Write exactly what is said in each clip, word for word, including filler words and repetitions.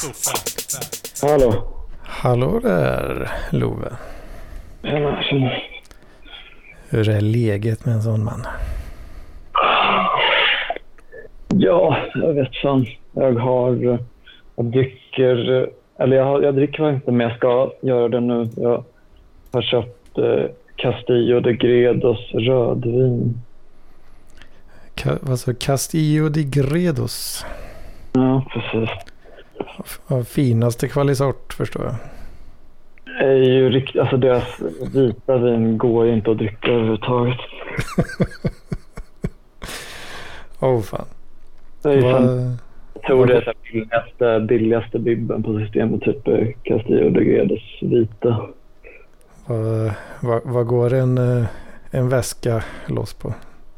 Hallå. Hallå där, Love. Ja, Hur är läget med en sån man? ja jag vet fan. Jag har... Jag dricker... Eller jag, har, jag dricker inte, men jag ska göra det nu. Jag har köpt eh, Castillo de Gredos rödvin. Ka- vad så, Castillo de Gredos? Ja, precis. Av finaste kvalisort, förstår jag. Det är ju riktigt... Alltså deras vita vin går ju inte att dricka överhuvudtaget. Åh oh, fan. Det är ju Vad- fan... Jag tror det är den billigaste, billigaste bibben på systemet, typ Castillo de Gredos vita. Vad, vad, vad går en, eh, en väska loss på?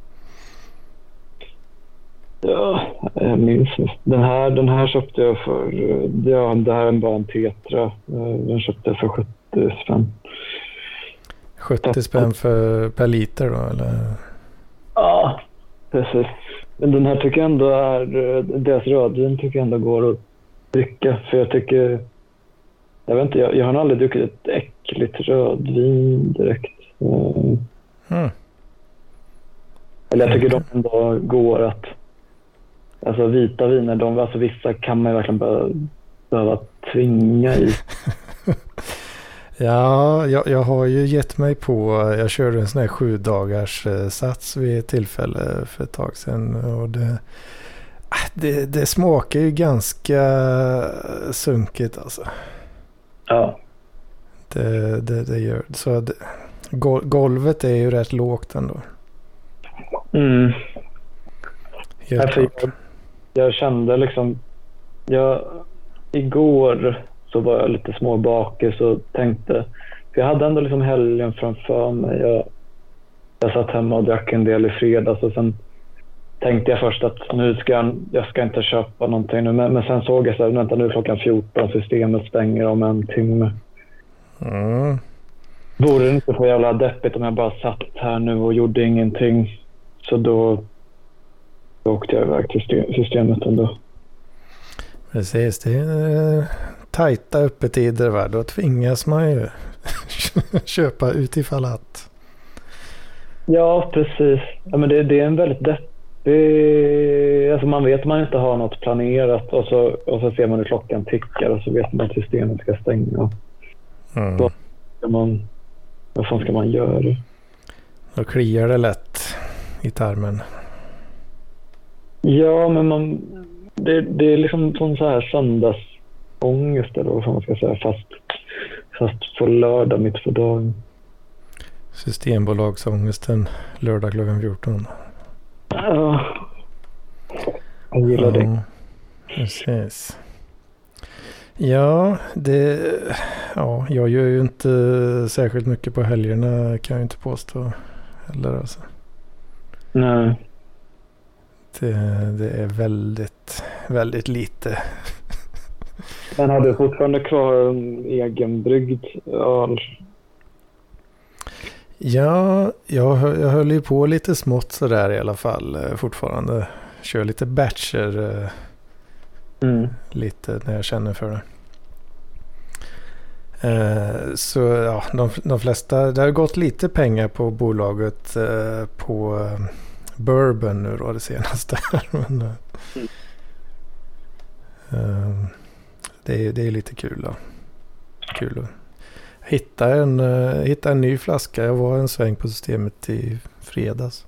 Ja, jag minns inte. Den här, den här köpte jag för... Ja, det här är bara en Tetra. Den köpte jag för sjuttio spänn. sjuttio spänn för, per liter då, eller? Ja, precis. Men den här tycker jag ändå är... Deras rödvin tycker jag ändå går att dricka. För jag tycker... Jag vet inte, jag, jag har aldrig druckit ett äckligt rödvin direkt. Mm. Mm. Eller jag tycker de ändå går att... Alltså vita viner, de, alltså vissa kan man ju verkligen behöva, behöva tvinga i. Ja, jag, jag har ju gett mig på, jag körde en sån här sju dagars eh, sats vid ett tillfälle för ett tag sedan. Och det, ah, det, det smakar ju ganska sunkigt alltså. Ja. Det, det, det gör så det, gol, golvet är ju rätt lågt ändå. Mm. Helt Alltså, klart. jag, jag kände liksom... Jag, igår så var jag lite småbakis och tänkte... För jag hade ändå liksom helgen framför mig. Jag, jag satt hemma och drack en del i fredags och sen tänkte jag först att nu ska jag, jag ska inte köpa någonting nu. Men, men sen såg jag så här, vänta nu är klockan fjorton, systemet stänger om en timme. Mm. Vore det inte så jävla deppigt om jag bara satt här nu och gjorde ingenting. Så då, då åkte jag iväg till system, systemet ändå. Precis, det är eh, tajta öppettider va? Då tvingas man ju köpa utifall att. Ja, precis. Ja, men det, det är en väldigt deppig... Alltså man vet att man inte har något planerat och så, och så ser man hur klockan tickar och så vet man att systemet ska stänga. Mm. Då ska man, vad fan ska man göra? Då kliar det lätt i tarmen. Ja, men man... Det, det är liksom som så här söndagsångest eller vad fan man ska säga, fast, fast på lördag mitt på dagen. Systembolagsångesten lördag klockan fjorton. Ja, jag gillar det. Ja, precis. Ja, det... Ja, jag gör ju inte särskilt mycket på helgerna kan jag inte påstå heller alltså. Nej. Det, det är väldigt, väldigt lite. Men har du fortfarande kvar en egenbryggd öl? Ja, jag, hö- jag höll ju på lite smått sådär i alla fall eh, fortfarande. Kör lite batcher eh, Mm. lite när jag känner för det. Eh, så ja, de, de flesta, det har gått lite pengar på bolaget eh, på eh, bourbon nu då det senaste. Men, eh, eh, det, är, det är lite kul då. Kul att hitta en, uh, hitta en ny flaska. Jag var en sväng på systemet i fredags.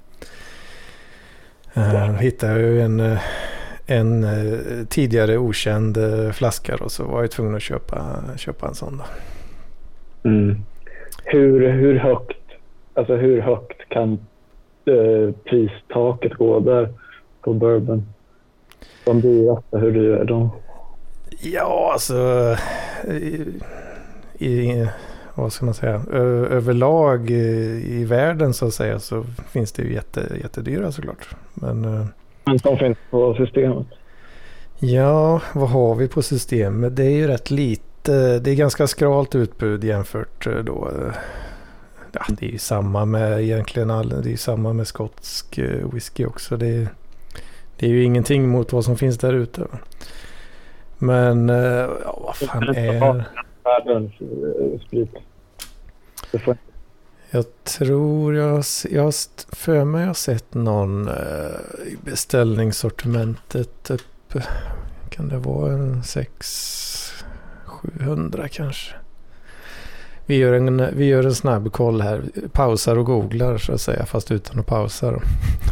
Uh, hittade jag ju en, uh, en uh, tidigare okänd uh, flaska och så var jag tvungen att köpa, köpa en sån då. Mm. Hur, hur högt alltså hur högt kan uh, pristaket gå där på bourbon? De dyraste, hur dyra är de? Ja, alltså i, i, vad ska man säga, Ö, överlag i, i världen så att säga så finns det ju jätte, jättedyra såklart. Men uh, Men som finns på systemet? ja, vad har vi på systemet? Det är ju rätt lite, det är ganska skralt utbud jämfört då. Ja, det är ju samma med egentligen all, det är ju samma med skotsk whisky också. Det är, det är ju ingenting mot vad som finns där ute. Men uh, ja, vad fan är... Världens uh, sprit. Det får... Jag tror jag, jag har för mig jag har sett någon uh, i beställningssortimentet upp. Kan det vara en sex sjuhundra kanske? Vi gör, en, vi gör en snabb koll här. Pausar och googlar så att säga, fast utan att pausa då.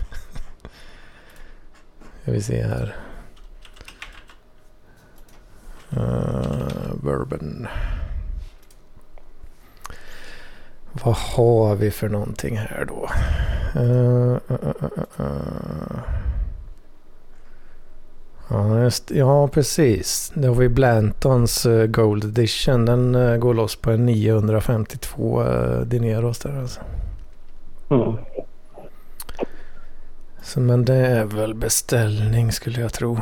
Ska vi se här. Uh, bourbon. Vad har vi för någonting här då? Uh, uh, uh, uh, uh. Ja, just, ja, precis. Det har vi Blantons uh, Gold Edition. Den uh, går loss på en niohundrafemtiotvå uh, dineros där alltså. Mm. Så, men det är väl beställning skulle jag tro.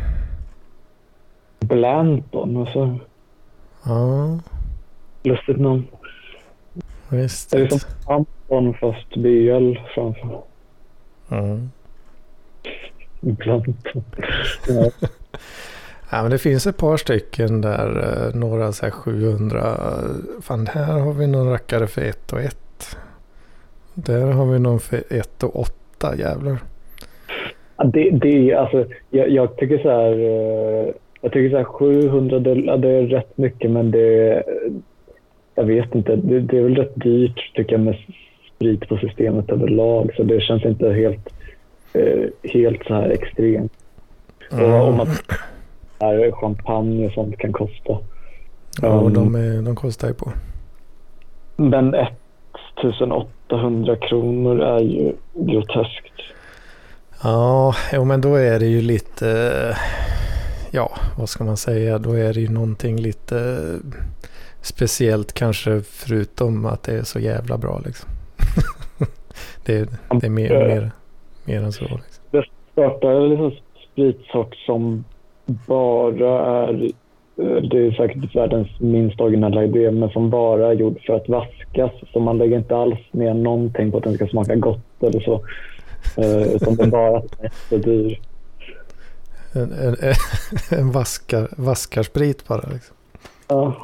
Blanton, alltså. Ja. Lustigt namn. Visst. Det är som Anton fast B L framför. Mm. Blanton. Ja. Ja, men det finns ett par stycken där, eh, några så här sjuhundra. Fan, här har vi någon rackare för ett och ett. Där har vi någon för ett och åtta, jävlar. Ja, det, det alltså, jag, jag tycker så här, eh, jag tycker så här sjuhundra, det, det är rätt mycket, men det, jag vet inte, det, det är väl rätt dyrt tycker jag med sprit på systemet överlag, så det känns inte helt, eh, helt så här extremt. Mm. Och om man är champagne och sånt kan kosta. Ja, um, de, är, de kostar ju på. Men ettusenåttahundra kronor är ju groteskt. Ja, jo, men då är det ju lite, ja, vad ska man säga, då är det ju någonting lite speciellt kanske, förutom att det är så jävla bra liksom. det, det är mer, mer, mer än så liksom. Det startar liksom spritsort som bara är, det är säkert världens minst originella idé, men som bara är gjord för att vaskas, så man lägger inte alls ner någonting på att den ska smaka gott eller så, utan den bara är så dyr. En, en, en vaskar, vaskarsprit bara liksom. Ja.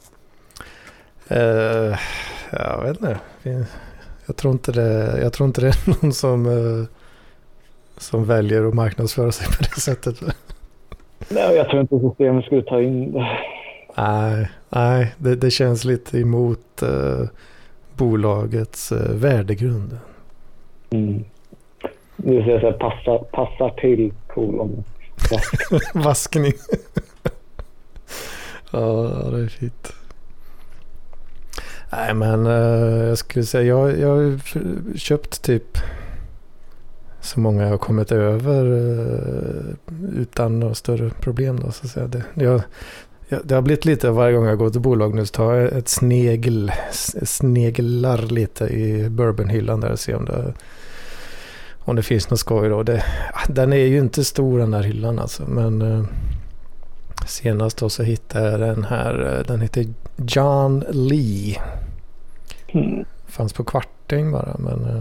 Uh, jag vet inte. Jag tror inte det, jag tror inte det är någon som, uh, som väljer att marknadsföra sig på det sättet. Nej, jag tror inte systemet skulle ta in det. Nej, nej det, det känns lite emot uh, bolagets uh, värdegrund. Mm. Det vill säga så här, passar, passar till kolon. Vaskning. Ja, det är fint. Nej, men uh, jag skulle säga, jag, jag har köpt typ så många jag har kommit över uh, utan några större problem då, så att säga. Det, jag, jag, det har blivit lite varje gång jag går till bolag nu, så tar jag ett snegel, sneglar lite i bourbonhyllan där och ser om det, om det finns något skoj då. Det, den är ju inte stor den där hyllan alltså, men uh, senast då så hittade jag den här, den heter John Lee. Mm. Fanns på Kvarting bara, men uh,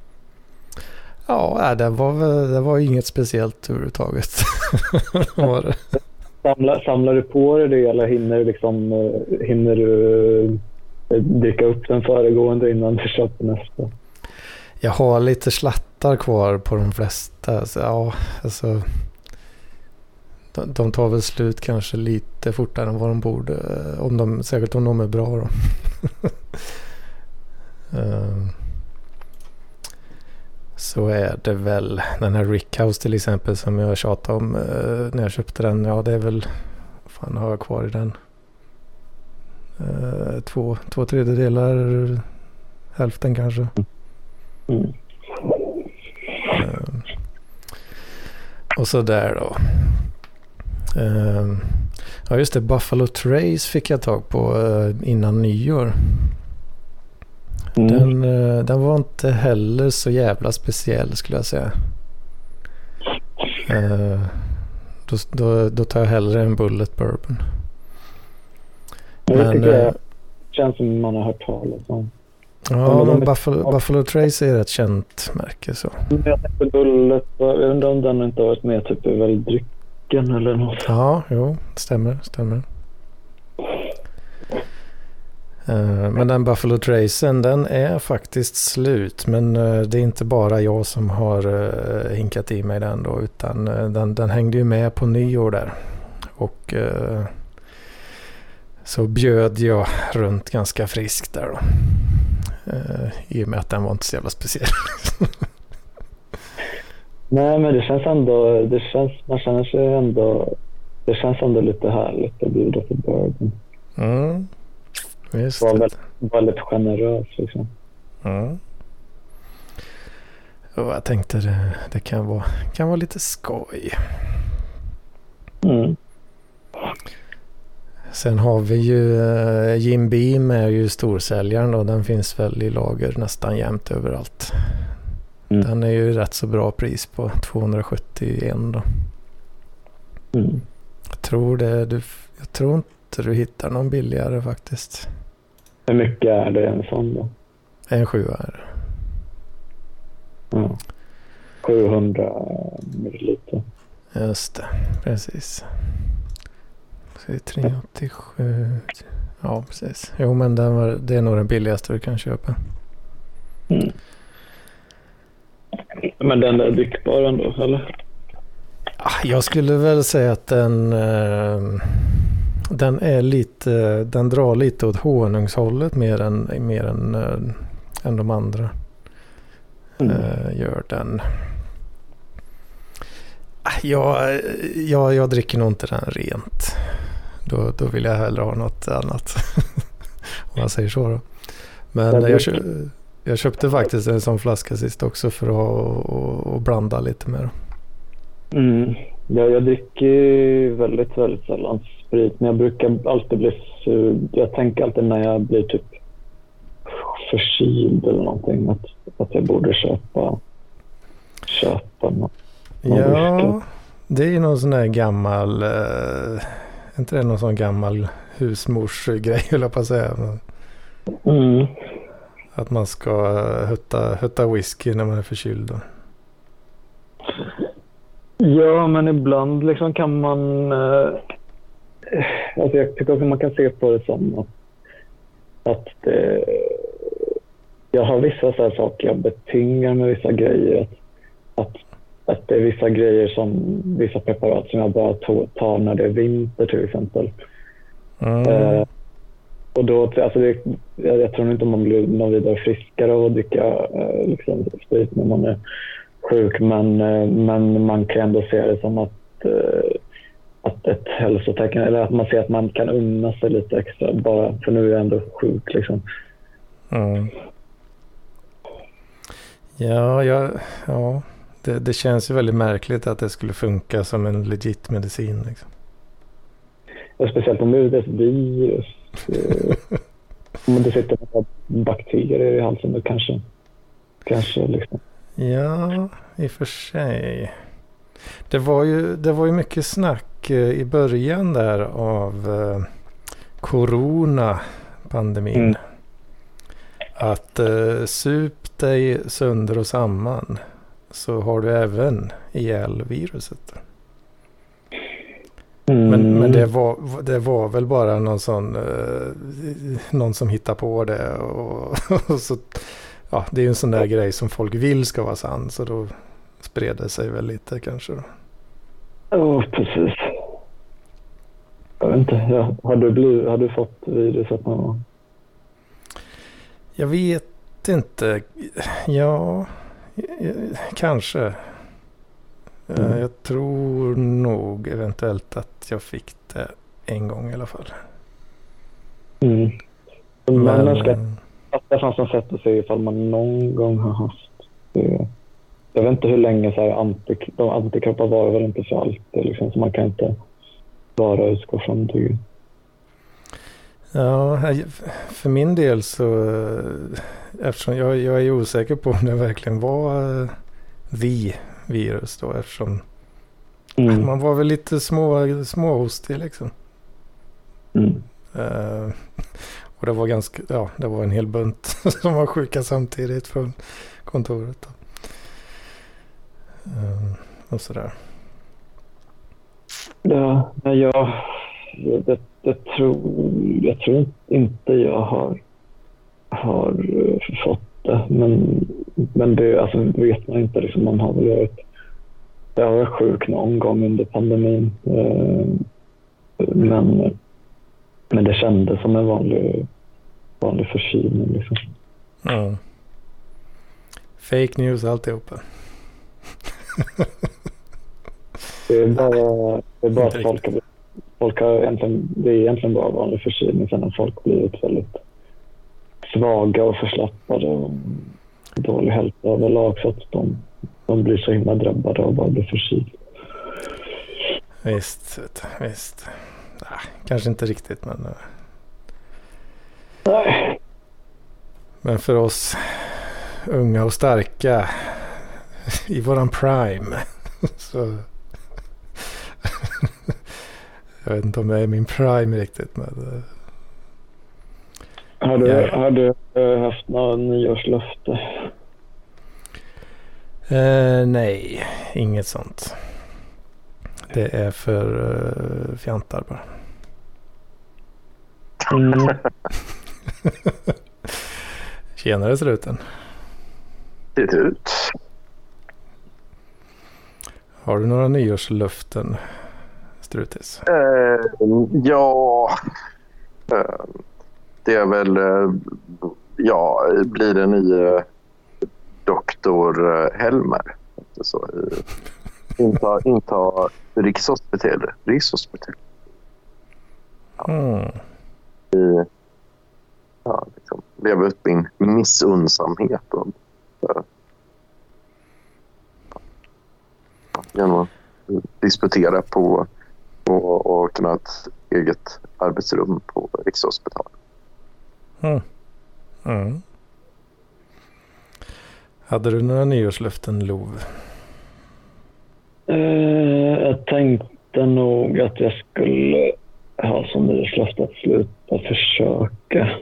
ja, det var väl, det var inget speciellt överhuvudtaget. Var det? Samlar, samlar du på dig det, eller hinner du liksom hinner du uh, dricka upp den föregående innan du köper nästa? Jag har lite slattar kvar på de flesta, så ja, alltså de, de tar väl slut kanske lite fortare än vad de borde, om de, säkert om de är bra då. uh, så är det väl. Den här Rickhouse till exempel som jag tjatade om uh, när jag köpte den, ja det är väl, vad fan har jag kvar i den? Uh, två, två tredjedelar, hälften kanske. Mm. Uh, och så där då. Uh, ja just det, Buffalo Trace fick jag tag på uh, innan nyår. Mm. Den, uh, den var inte heller så jävla speciell skulle jag säga. Uh, då, då, då tar jag hellre en Bullet Bourbon. Jag men tycker det uh, känns som man har hört talas om. Ja, men Buffalo, Buffalo Trace är ett känt märke så. Jag tänkte Bullet, jag undrar om den inte har varit med typ i väl dryck, Stycken eller något. Ja, jo, stämmer, stämmer. Uh, men den Buffalo Tracen, den är faktiskt slut. Men uh, det är inte bara jag som har uh, hinkat i mig den då. Utan uh, den, den hängde ju med på nyår där. Och uh, så bjöd jag runt ganska friskt där då. Uh, I och med att den var inte så jävla speciell. Nej, men det känns ändå, det känns, man känner sig ändå, det känns ändå lite härligt att bjuda på bourbon. Mm. Just var det. väldigt, väldigt generös liksom. Mm. Och jag tänkte det, det kan vara, kan vara lite skoj. Mm. Sen har vi ju uh, Jim Beam är ju storsäljaren och den finns väl i lager nästan jämt överallt. Mm. Den är ju rätt så bra pris på tvåhundrasjuttioen då. Mm. Jag tror det, du, jag tror inte du hittar någon billigare faktiskt. Hur mycket är det en sån då? En sjua är det. Ja. sjuhundra milliliter. Just det, precis. Så det är trehundraåttiosju. Ja, precis. Jo, men den var, det är nog den billigaste du kan köpa. Mm. Men den är drickbar ändå, eller? Jag skulle väl säga att den eh, den är lite, den drar lite åt honungshållet mer än, mer än, äh, än de andra mm. äh, gör den. Jag, jag, jag dricker nog inte den rent. Då, då vill jag hellre ha något annat. Om jag säger så då. Men jag, köp, jag köpte faktiskt en sån flaska sist också för att och, och blanda lite mer. Mm. Ja, jag dricker väldigt, väldigt sällan sprit. Men jag brukar alltid bli sur. Jag tänker alltid när jag blir typ förkyld eller någonting att, att jag borde köpa köpa något. Ja, det är ju någon sån där gammal äh, inte det någon sån gammal husmorsgrej höll jag på att säga. Mm. Att man ska hutta, hutta whisky när man är förkyld då. Ja, men ibland liksom kan man äh, alltså jag tycker också man kan se på det som att, att det, jag har vissa så här saker jag betyngar med vissa grejer att, att Att det är vissa grejer som, vissa preparat som jag bara tar när det är vinter till exempel. Mm. Eh, och då, alltså det, jag, jag tror inte man blir någon vidare friskare av att dricka eh, liksom, sprit när man är sjuk. Men, eh, men man kan ändå se det som att, eh, att ett hälsotecken, eller att man ser att man kan unna sig lite extra bara för nu är jag ändå sjuk liksom. Mm. Ja, ja, ja. Det, det känns ju väldigt märkligt att det skulle funka som en legit medicin. Liksom. Och speciellt om det är ett virus. Om det sitter några bakterier i halsen då kanske. kanske liksom. Ja, i och för sig. Det var ju, det var ju mycket snack i början där av eh, coronapandemin. Mm. Att eh, sup dig sönder och samman. Så har du även ihjäl viruset. Mm. Men, men det, var, det var väl bara någon sån eh, någon som hittar på det och, och så, ja, det är ju en sån där grej som folk vill ska vara sann, så då spred det sig väl lite kanske då. Ja, oh, precis. Jag vet inte, ja, har, du blivit, har du fått viruset någon gång? Jag vet inte. Ja, kanske. Mm. Jag tror nog eventuellt att jag fick det en gång i alla fall. Mm. Men man ska det fanns något sätt att se ifall man någon gång har haft det. Jag vet inte hur länge så här, antik- de antikroppar var väl inte så alltid liksom, så man kan inte bara utgå från det. Ja, för min del så eftersom jag, jag är osäker på om det verkligen var vi virus då, eftersom mm. man var väl lite små, småhostig liksom. Mm. Uh, och det var ganska, ja, det var en hel bunt som var sjuka samtidigt från kontoret då. Uh, och sådär. Ja, men jag, jag, jag, tror, jag tror inte jag har, har fått det. Men, men det alltså, vet man inte. Liksom, man har väl varit, jag var sjuk någon gång under pandemin. Men, men det kändes som en vanlig, vanlig förkylning. Liksom. Mm. Fake news alltihopa. Det är bara, det är bara att folk, folk har egentligen, det är egentligen bara vanlig förkylning. Sen har folk blivit väldigt svaga och förslappade och dålig hälsa överlag, så att de, de blir så himla drabbade och bara blir förkylda. Visst, visst. Nej, kanske inte riktigt, men... Nej. Men för oss unga och starka i våran prime så... Jag vet inte om jag är min prime riktigt, men... Har du, jag... har du haft något nyårslöfte? Eh, nej, inget sånt. Det är för uh, fjantar bara. Mm. Tjenare Struten. Det ser ut. Har du några nyårslöften, Strutis? Eh, ja, eh, det är väl, eh, ja, blir det nya doktor eh, Helmer. Så, eh, inta, inta Rikshospital. Rikshospital. Ja. Mm. I, ja, liksom, leva upp min missunnsamhet och eh, genom att disputera på och, och kunna ha ett eget arbetsrum på Rikshospital. Mm. Mm. Hade du några nyårslöften, Lov? Uh, jag tänkte nog att jag skulle ha som nyårslöfte att sluta försöka.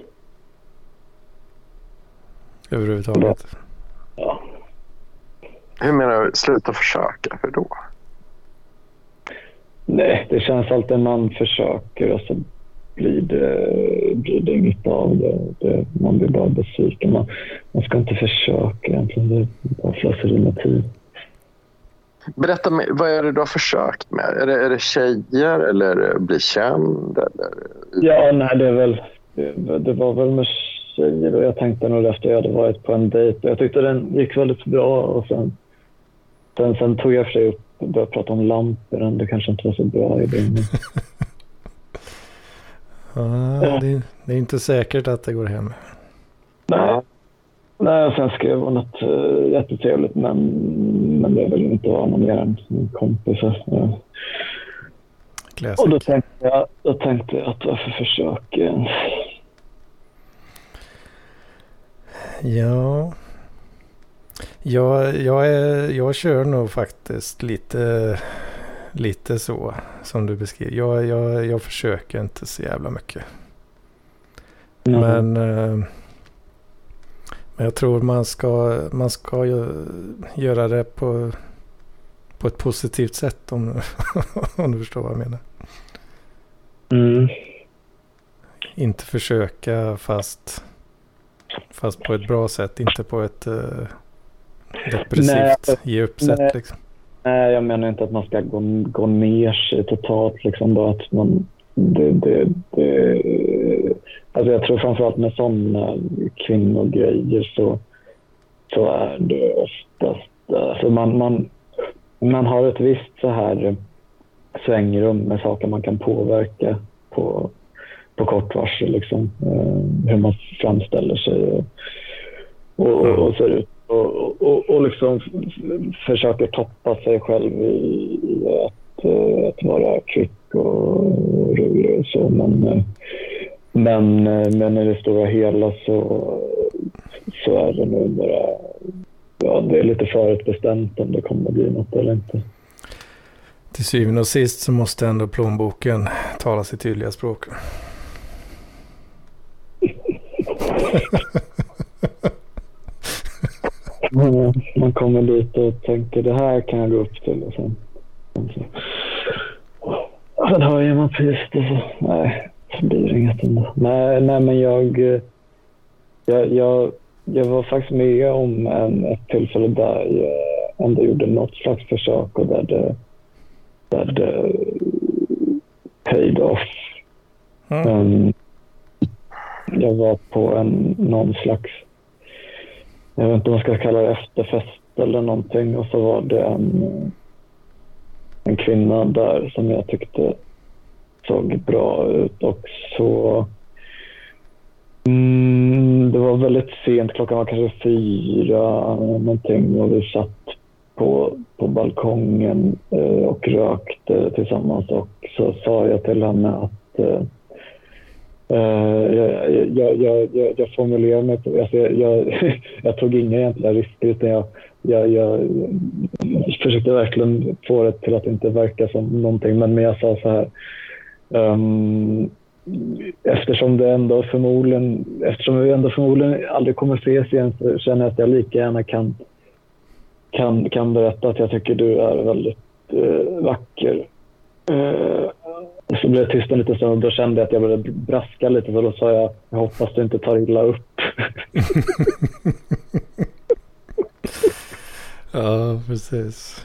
Överhuvudtaget? Ja. Hur menar du sluta försöka? Hur då? Nej, det känns alltid när man försöker och så blir det, blir det inget av det. det. Man blir bara besviken. Man, man ska inte försöka egentligen. Det är bara slöseri med tid. Berätta mig, vad är det du har försökt med? Är det, är det tjejer eller bli känd? Eller? Ja, nej, det är väl det, det var väl med tjejer och jag tänkte nog efter jag hade varit på en dejt. Jag tyckte den gick väldigt bra och sen, sen, sen tog jag för sig upp och började prata om lampor. Det kanske inte var så bra i det. Men... ja, det, det är inte säkert att det går hem. Nej. Nej, och sen skrev jag något uh, jättetrevligt, men, men det vill inte vara någon mer än en kompis. Ja. Och då tänkte, jag, då tänkte jag att varför försöka igen? Ja, jag, jag, är, jag kör nog faktiskt lite, lite så som du beskriver. Jag, jag, jag försöker inte så jävla mycket. Mm. Men... Uh, Men jag tror man ska, man ska göra det på, på ett positivt sätt om, om du förstår vad jag menar. Mm. Inte försöka fast, fast på ett bra sätt, inte på ett uh, depressivt nej, ge upp sätt. Nej. Liksom. Nej, jag menar inte att man ska gå, gå ner sig totalt. Liksom, bara att man, det, det, det, alltså jag tror framförallt med sådana kvinnogrejer så, så är det oftast... Alltså man, man, man har ett visst så här svängrum med saker man kan påverka på, på kort varsel. Liksom, eh, hur man framställer sig och, och, och, och ser ut. Och, och, och liksom försöker toppa sig själv i, i att, att vara kvick och rolig och så. Men, men, men i det stora hela så, så är det nog bara... Ja, det är lite förutbestämt om det kommer att bli något eller inte. Till syvende och sist så måste ändå plånboken tala sitt tydliga språk. Man, man kommer dit och tänker det här kan jag gå upp till och sen, och så. sen höjer man priset och så, nej, så blir det inget ändå. Nej, nej men jag, jag, jag, jag var faktiskt med om en, ett tillfälle där jag ändå gjorde något slags försök och där det, där det paid off. Mm. Um, jag var på en, någon slags, jag vet inte om man ska kalla det efterfest eller någonting, och så var det en, en kvinna där som jag tyckte såg bra ut, och så mm, det var väldigt sent, klockan var kanske fyra någonting, och vi satt på, på balkongen eh, och rökte tillsammans, och så sa jag till henne att eh, Uh, jag, jag, jag, jag, jag formulerar mig på, alltså jag, jag, jag tog inga egentliga risker, utan jag, jag, jag försökte verkligen få det till att inte verka som någonting, men, men jag sa så här um, eftersom det ändå förmodligen eftersom vi ändå förmodligen aldrig kommer ses igen, så känner jag att jag lika gärna kan kan, kan berätta att jag tycker du är väldigt uh, vacker. Uh, Så blev det tyst en liten stund, och då kände jag att jag började braska lite, för då sa jag, jag hoppas du inte tar illa upp. Ja, precis.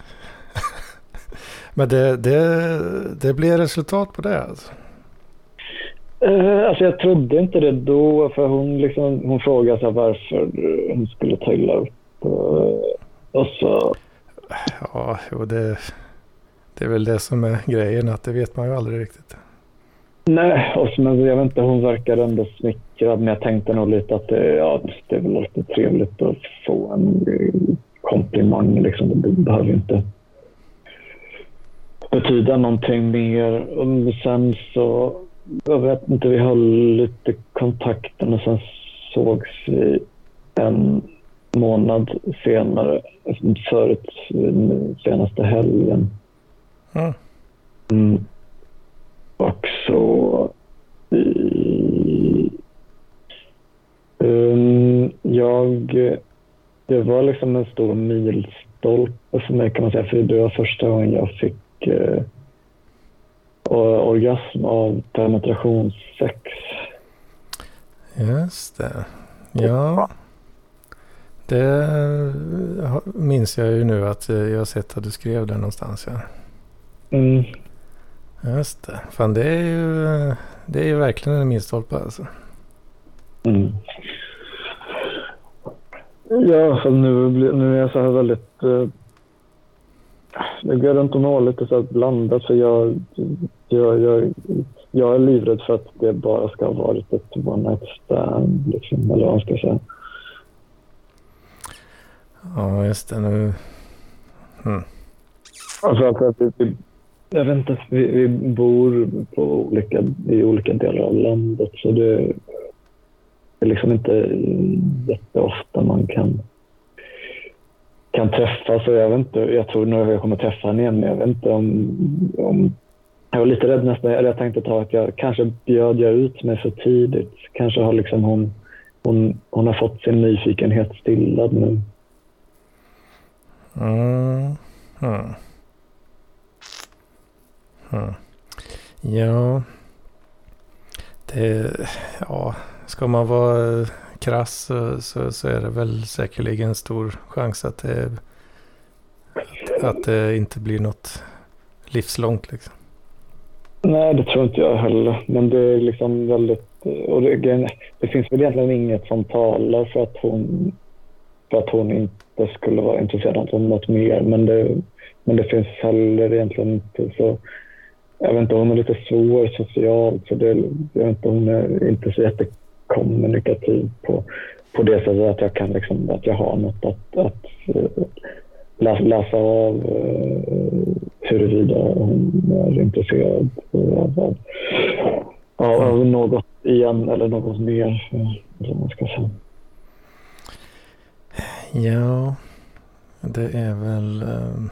Men det, det, det blir resultat på det alltså? Uh, alltså jag trodde inte det då, för hon, liksom, hon frågade så här varför hon skulle ta illa upp. Uh, och så... Ja, jo, det... Det är väl det som är grejen, att det vet man ju aldrig riktigt. Nej, och så, men jag vet inte, hon verkar ändå smickrad, men jag tänkte nog lite att det, ja, det är väl lite trevligt att få en komplimang. Liksom. Det behöver inte betyda någonting mer. Och sen så, jag vet inte, vi höll lite kontakten, och sen sågs vi en månad senare, förut senaste helgen. Mm. Mm. Och så i, um, jag det var liksom en stor milstolpe för mig, kan man säga, för det var första gången jag fick uh, orgasm av penetrationssex. Just det. Ja. Det minns jag ju nu att jag har sett att du skrev det någonstans, ja. Mm. Just det. Fan, det är ju, det är ju verkligen en milstolpe alltså. Mm. Ja, för nu, nu är jag så här väldigt... Uh, det går runt och nå lite så här blandat, för jag, jag, jag, jag är livrädd för att det bara ska ha varit ett one night stand, liksom, eller vad man ska säga. Ja, just det. Nu... Hmm. Alltså, att vi, jag vet inte, vi, vi bor på olika, i olika delar av landet, så det, det är liksom inte jätteofta man kan kan träffas, så jag vet inte, jag tror nog jag kommer träffa henne igen, men jag vet inte om, om jag var lite rädd nästan, eller jag tänkte ta att jag kanske bjöd jag ut mig för tidigt, kanske har liksom hon hon, hon har fått sin nyfikenhet stillad nu. Mm. Mm. Mm. Ja, det, ja, ska man vara krass så, så, så är det väl säkerligen en stor chans att det, att det inte blir något livslångt liksom. Nej, det tror inte jag heller, men det är liksom väldigt, och det, det finns väl egentligen inget som talar för att hon för att hon inte skulle vara intresserad av något mer, men det, men det finns heller egentligen inte, så jag vet inte, hon är lite svår socialt, så det, jag vet inte, hon är inte så jättekommunikativ på, på det sättet att jag kan liksom, att jag har något att, att läsa, läsa av uh, huruvida hon är intresserad av, av, av, av något igen eller något mer, eller man ska säga. Ja, det är väl um,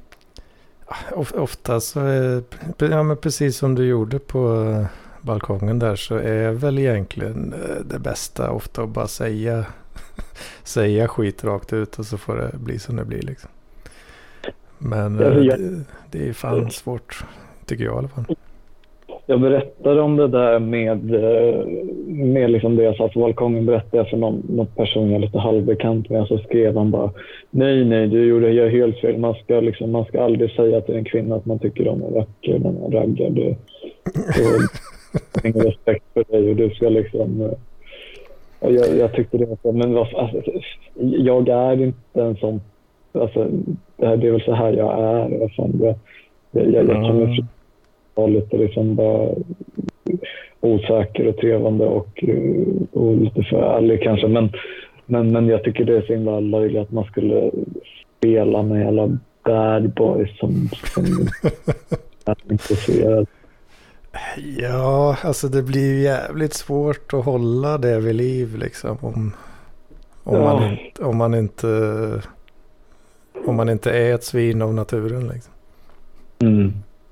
ofta så är, ja, men precis som du gjorde på balkongen där, så är väl egentligen det bästa ofta att bara säga säga skit rakt ut, och så får det bli som det blir liksom. Men ja, det, det är fan svårt Tycker jag i alla fall. Jag berättade om det där med, med liksom det jag sa på balkongen. Berättade jag för någon, någon person jag är lite halvbekant med. Så skrev han bara, nej, nej, du gjorde jag helt fel. Man ska, liksom, man ska aldrig säga till en kvinna att man tycker de är vacker när man raggar. Du har ingen respekt för dig och du ska liksom... Jag, jag tyckte det var men vad, alltså, jag är inte en sån... Alltså, det, här, det är väl så här jag är. Alltså, jag, jag, jag kan ju vara lite liksom bara osäker och trevande och, och lite för ärlig kanske. Men, men, men jag tycker det är så himla löjligt att man skulle spela med alla bad boys som, som är intresserade. Ja, alltså det blir ju jävligt svårt att hålla det vid liv liksom om, om, ja. man, inte, om man inte om man inte är ett svin av naturen liksom. Mm.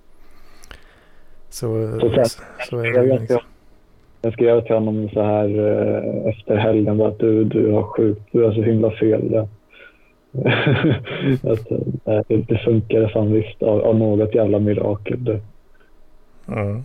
Så, så, sen, så, så är det liksom. Jag skrev till honom så här eh, efter helgen att du, du har sjukt, du har så himla fel. Ja. att, äh, det funkar fan visst av, av något jävla mirakel. Det. Mm.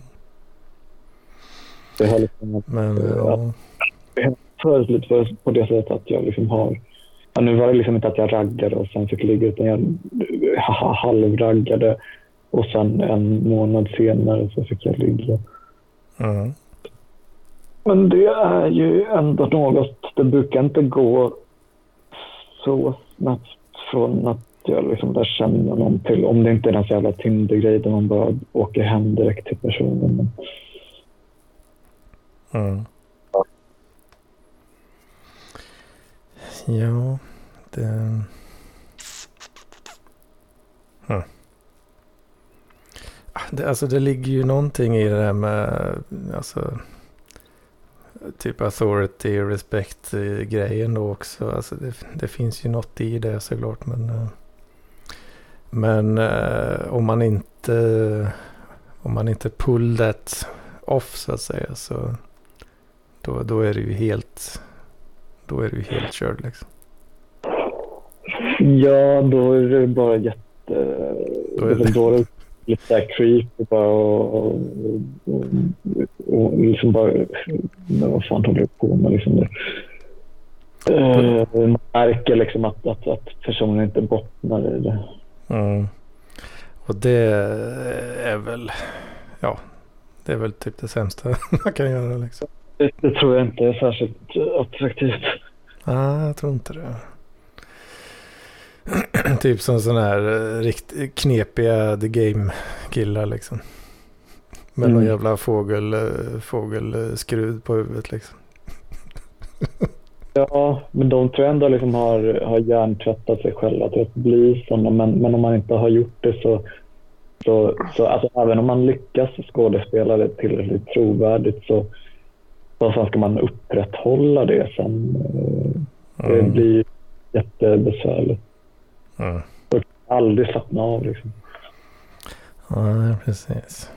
Det har liksom, men äh, ja. Jag har lite för, på det sättet att jag liksom har ja, nu var det liksom inte att jag raggade och sen fick ligga utan jag halvraggade och sen en månad senare så fick jag ligga. Mm. Men det är ju ändå något, det brukar inte gå så snabbt från att jag liksom där känner någon till, om det inte är den så jävla Tinder-grej där man bara åker hem direkt till personen. Mm. Ja, det... Hmm. det... Alltså det ligger ju någonting i det där med alltså, typ authority, respect-grejen då också. Alltså det, det finns ju något i det såklart, men men eh, om man inte om man inte pull that off så att säga så då, då är det ju helt då är det ju helt körd liksom. Ja, då är det bara jätte då är det, då är det lite så här creepy bara och, och, och, och liksom bara vad fan håller jag på med liksom det. Uh, man märker liksom att, att, att personen inte bottnar i det. Mm. Och det är väl ja, det är väl typ det sämsta man kan göra liksom. Det, det tror jag inte är särskilt attraktivt. Nej, jag tror inte det. Typ som sån här riktigt knepiga The Game-killar liksom. Med mm. någon jävla fågel, fågelskrud på huvudet liksom. Ja, men de tror jag ändå liksom har, har hjärntvättat sig själva till att bli sådana. Men, men om man inte har gjort det så, så, så alltså, även om man lyckas skådespela det tillräckligt trovärdigt så, så ska man upprätthålla det sen. Det mm. blir jättebesvärligt. Mm. Så kan man aldrig slappna av liksom. Ja, precis.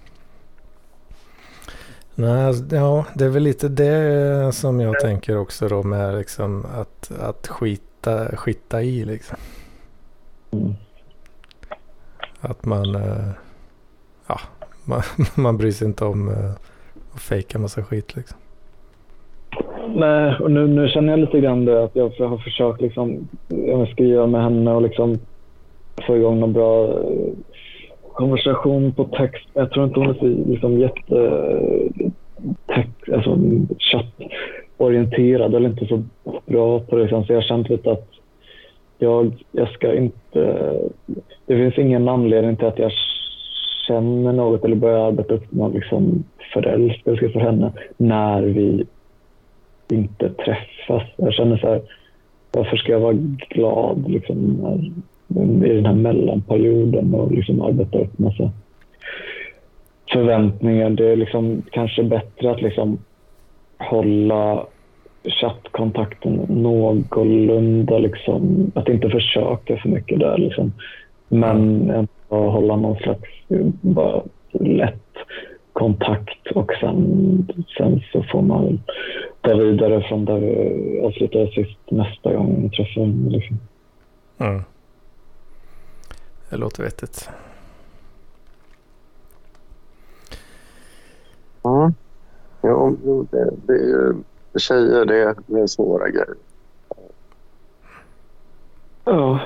Nej, ja, det är väl lite det som jag tänker också då med liksom att, att skita, skita i liksom. Mm. Att man ja, man, man bryr sig inte om att fejka massa skit liksom. Nej, och nu, nu känner jag lite grann det att jag har försökt liksom jag skriva med henne och liksom få igång någon bra konversation på text. Jag tror inte hon är så liksom jätte text, alltså chattorienterad eller inte så bra på det liksom. Så jag har känt lite att jag, jag ska inte det finns ingen anledning till att jag känner något eller börjar arbeta upp någon liksom förälskelse för henne när vi inte träffas. Jag känner så här, varför ska jag vara glad liksom när, i den här mellanperioden och liksom arbeta upp massa förväntningar. Det är liksom kanske bättre att liksom hålla chattkontakten någorlunda liksom, att inte försöka för mycket där liksom. Men att hålla någon slags bara lätt kontakt och sen, sen så får man ta vidare från där vi avslutar sist nästa gång vi träffar liksom. Mm. Det låter vettigt. jo, jo det, det är ju tjejer, det, det är svåra grejer. Ja.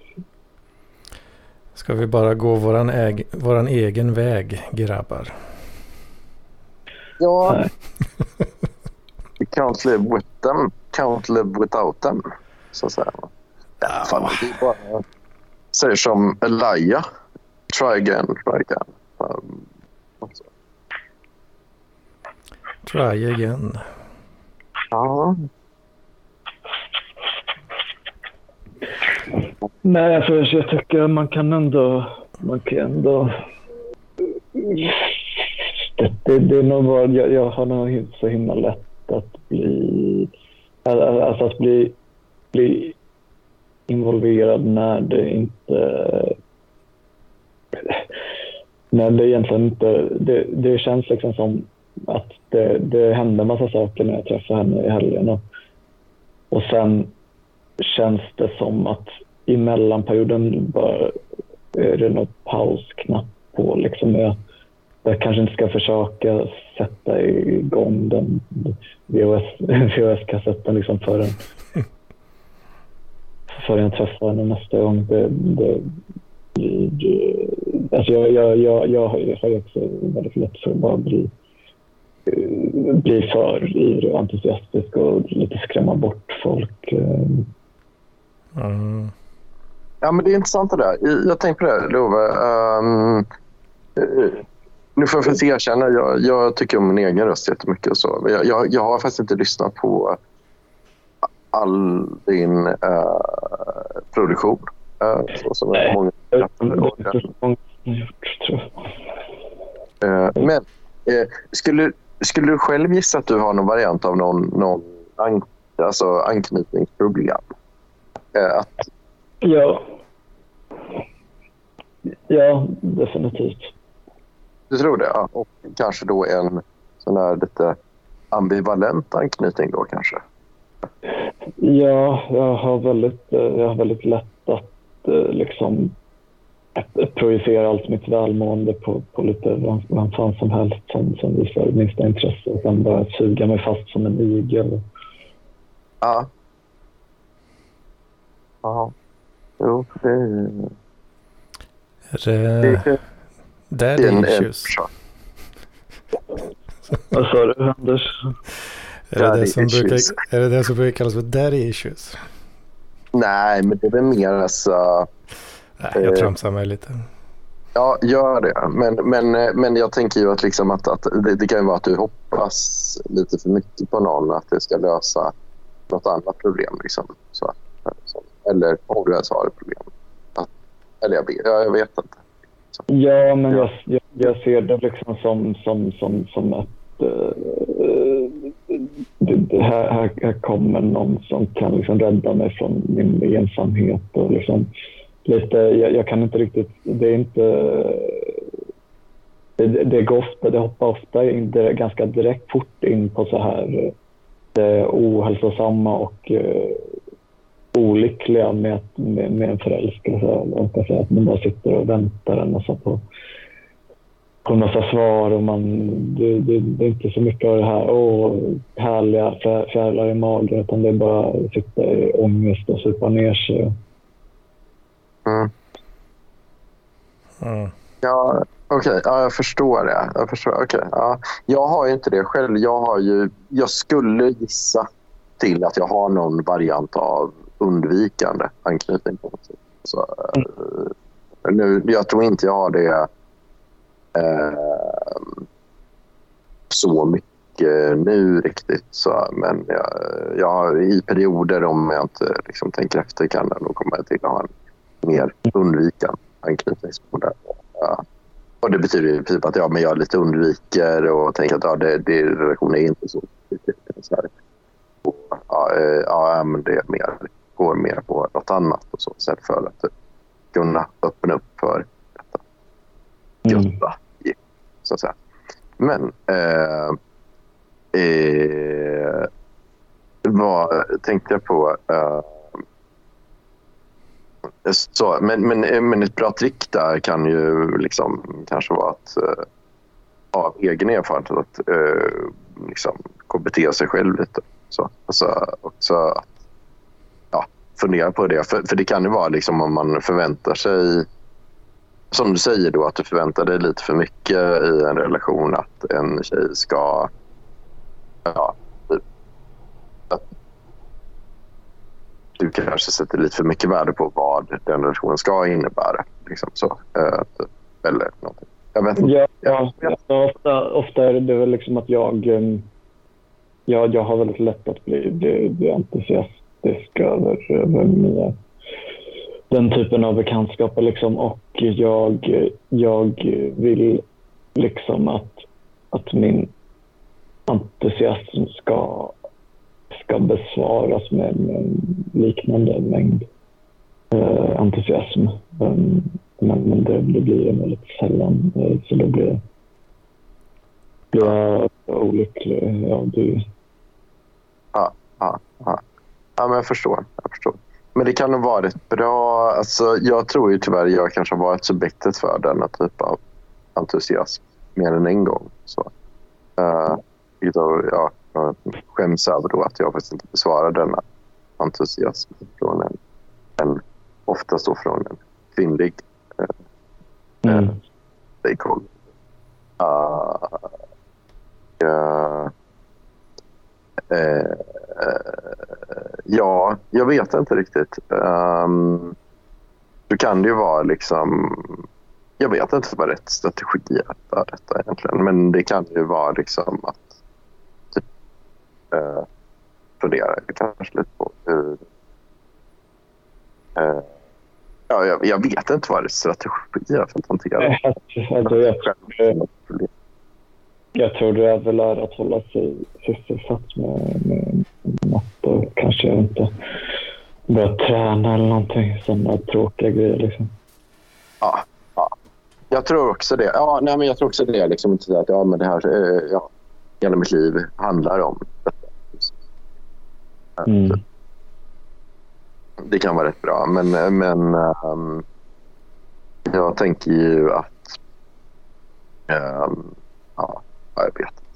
Ska vi bara gå våran, äg, våran egen väg, grabbar? Ja. Can't live with them, can't live without them. Så att säga. Ja, fan, det är bara säger som Elijah. Try again, try again. Um, try again. Ja. Nej, alltså, jag tycker man kan ändå... Man kan ändå... Det, det, det är nog bara... Jag, jag har nog så himla lätt att bli... Alltså att bli, bli involverad när det inte... När det egentligen inte... Det, det känns liksom som att det, det händer massa saker när jag träffar henne i helgen. Och, och sen känns det som att i mellanperioden bara är det någon pausknapp på. Liksom jag, jag kanske inte ska försöka sätta igång den V H S-kassetten liksom förrän, förrän jag träffar henne nästa gång. Det, det, det, alltså jag, jag, jag, jag har ju också väldigt lätt för att bara bli, bli för ivrig och entusiastisk och lite skrämma bort folk. Mm. Ja, men det är intressant det där. Jag tänkte på det, Love. Um, nu får jag faktiskt erkänna, jag, jag tycker om min egen röst jättemycket och så. Jag, jag, jag har faktiskt inte lyssnat på all din uh, produktion. Uh, så som Nej, många det är många gjort, tror jag. Uh, men uh, skulle, skulle du själv gissa att du har någon variant av någon, någon an, alltså anknytningsproblem? Uh, att Ja. Ja, definitivt. Du tror det? Ja. Och kanske då en sån här lite ambivalent anknytning då kanske? Ja, jag har väldigt, jag har väldigt lätt att liksom att projicera allt mitt välmående på, på lite vad fan som helst som, som visar minsta intresse och sen bara suga mig fast som en igel. Ja. Ja. Jo, det är... Är det... Daddy issues. Vad sa du, Anders? Är det det, som brukar, är det det som brukar kallas för daddy issues? Nej, men det är väl mer alltså... Nej, jag eh, tramsar mig lite. Ja, gör det. Men, men, men jag tänker ju att, liksom att, att det, det kan ju vara att du hoppas lite för mycket på någon att det ska lösa något annat problem. Liksom. Så, så. Eller om du ens har ett problem. Att, eller jag, jag, jag vet inte. Så. Ja, men jag, jag, jag ser det liksom som, som, som, som att uh, det, det här, här, här kommer någon som kan liksom rädda mig från min ensamhet. Och liksom lite, jag, jag kan inte riktigt... Det är inte... Det, det går ofta, det hoppar ofta in, det är ganska direkt fort in på så här det ohälsosamma och uh, olyckliga med, med, med en förälskelse. Att man bara sitter och väntar en massa på, på en massa svar och man, det, det, det är inte så mycket av det här åh, härliga fjärilar i magen, utan det är bara att sitta i ångest och supa ner sig. Mm. Mm. Ja, okej. Okay. Ja, jag förstår det. Jag förstår. Okay. Ja. Jag har ju inte det själv. Jag har ju, jag skulle gissa till att jag har någon variant av undvikande anknytning på något sätt. Så, mm. nu, jag tror inte jag har det eh, så mycket nu riktigt. Så, men jag, jag, i perioder om jag inte liksom, tänker efter kan jag nog komma till att ha en mer undvikande anknytningsmodell. Ja. Och det betyder ju typ att ja, men jag lite undviker och tänker att ja, det, det, relationen är inte så så här. Och, ja, ja, men det är mer, går mer på något annat och så istället för att kunna öppna upp för detta. Götta, mm. så att säga. Men eh, eh, vad tänkte jag på? Eh, så, men, men, men ett bra trick där kan ju liksom kanske vara att eh, av egen erfarenhet att eh, liksom K B T sig själv lite. Så, alltså, också att ja, fundera på det. För, för det kan ju vara liksom om man förväntar sig, som du säger då, att du förväntar dig lite för mycket i en relation, att en tjej ska ja, att du kanske sätter lite för mycket värde på vad den relationen ska innebära. Liksom så. Eller någonting. Jag vet inte. Ja, ja, ja, ofta, ofta är det väl liksom att jag, ja, jag har väldigt lätt att bli, bli, bli entusiastisk över, över mina, den typen av bekantskaper. Liksom, och jag, jag vill liksom att, att min entusiasm ska, ska besvaras med, med en liknande mängd eh, entusiasm. Um, men, men det, det blir väldigt sällan, eh, så då blir, blir jag olycklig. Ja, du... ja, ja, ja. ja, men jag förstår. Jag förstår. Men det kan nog vara ett bra... Alltså, jag tror ju tyvärr jag kanske har varit subjektet för denna typ av entusiasm mer än en gång. Så. Uh, ja, jag skäms över då att jag faktiskt inte besvarar denna entusiasm från en, en oftast då från en kvinnlig uh, mm. stakeholder. Uh, uh, uh, ja, jag vet inte riktigt. Um, då kan det ju vara liksom... Jag vet inte vad rätt strategi är detta egentligen. Men det kan ju vara liksom att typ, uh, fundera kanske lite på hur... Uh, ja, jag, jag vet inte vad rätt strategi är för att hantera. Alltså, jag, tror, jag tror det är väl att hålla sig sysselsatt med, med matte och kanske inte börja träna eller någonting. Sådana tråkiga grejer liksom. Ja, ja. Jag tror också det. Ja, nej, men jag tror också det. Liksom inte att ja, men det här, ja, hela mitt liv handlar om detta. Mm. Det kan vara rätt bra. Men, men um, jag tänker ju att um, ja, jag vet inte.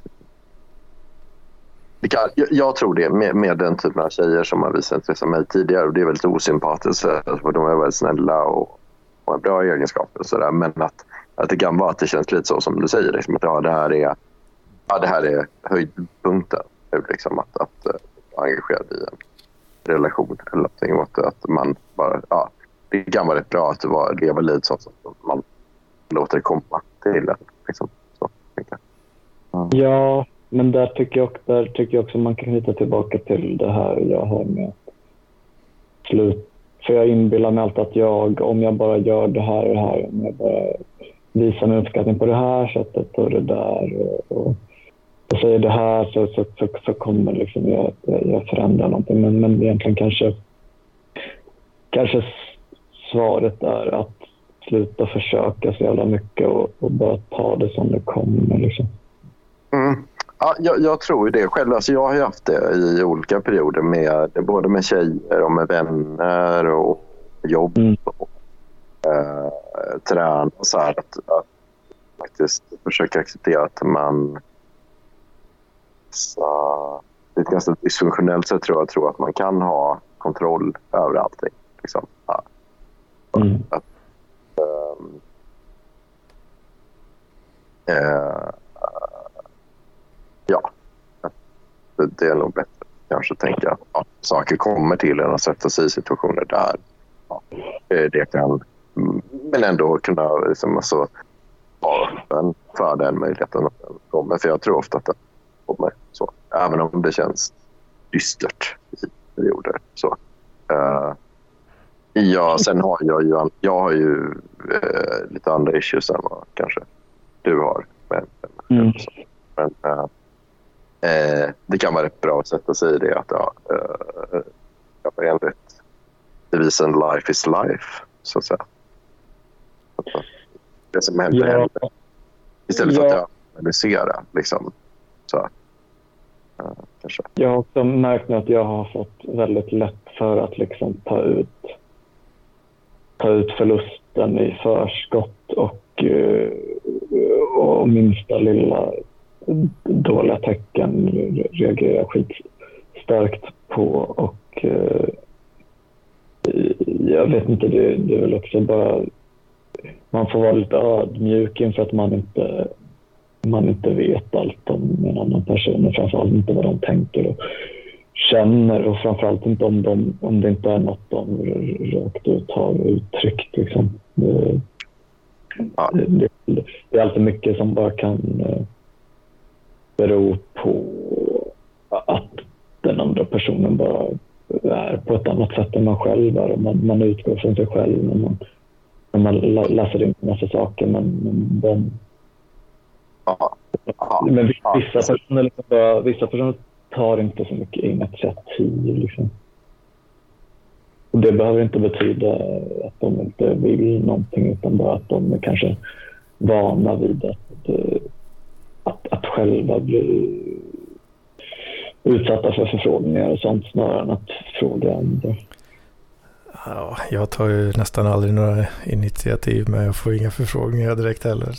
Det kan, jag, jag tror det med, med den typen av tjejer som har visat intresse av mig tidigare, och det är väldigt osympatiskt för de är väldigt snälla och, och har bra egenskaper och sådär, men att, att det kan vara att det känns lite så som du säger liksom, att ja, det här är ja, det här är höjdpunkten liksom, att, att, att vara engagerad i en relation eller någonting, och att, att man bara ja, det kan vara rätt bra att vara, leva lite så att man låter det komma till en liksom, så, tänker jag. Ja. ja. Men där tycker, jag, där tycker jag också man kan hitta tillbaka till det här jag har med slut. För jag inbillar mig alltid att jag, om jag bara gör det här och det här, om jag bara visar min uppskattning på det här sättet och det där och, och, och säger det här så, så, så, så kommer liksom jag, jag förändra någonting. Men, men egentligen kanske, kanske svaret är att sluta försöka så jävla mycket och, och bara ta det som det kommer liksom. Mm. Ja, jag, jag tror ju det själv. Alltså jag har ju haft det i olika perioder med både med tjejer och med vänner och jobb mm. och äh, träna och så här, att, att faktiskt försöka acceptera att man så, det är ett ganska dysfunktionellt sätt tror jag, tror att man kan ha kontroll över allting liksom. Ja. Mm. Att, ähm, äh, ja, det, det är nog bättre kanske tänka att ja, saker kommer till en och sätta sig i situationer där ja, det kan, men ändå kunna liksom, alltså, vara öppen för den möjligheten att den kommer. För jag tror ofta att det kommer så, även om det känns dystert i perioder. Så. Uh, ja, sen har jag ju, jag har ju uh, lite andra issues än vad kanske du har. Men, mm. men uh, Eh, det kan vara rätt bra att sätta sig i det att ja, eh, jag enligt devisen life is life så att säga. Det som händer ja. händer istället för ja. att jag analyserar liksom så eh, kanske. Jag har också märkt att jag har fått väldigt lätt för att liksom ta ut ta ut förlusten i förskott och, och minsta lilla dåliga tecken reagerar skitstarkt på, och eh, jag vet inte, det, det är väl också bara man får vara lite ödmjuk inför att man inte man inte vet allt om en annan person, och framförallt inte vad de tänker och känner, och framförallt inte om, de, om det inte är något de rakt ut har uttryckt liksom. Det, Ja. det, det är alltid mycket som bara kan eh, bero på att den andra personen bara är på ett annat sätt än man själv är, och man, man utgår från sig själv när man, när man läser in en massa saker, men, men de Ja. Ja. men vissa, Ja. personer liksom bara, vissa personer tar inte så mycket initiativ liksom. Och det behöver inte betyda att de inte vill någonting, utan bara att de är kanske vana vid att, att, att själva bli utsatta för förfrågningar och sånt, snarare än att fråga andra. Ja, jag tar ju nästan aldrig några initiativ, men jag får inga förfrågningar direkt heller.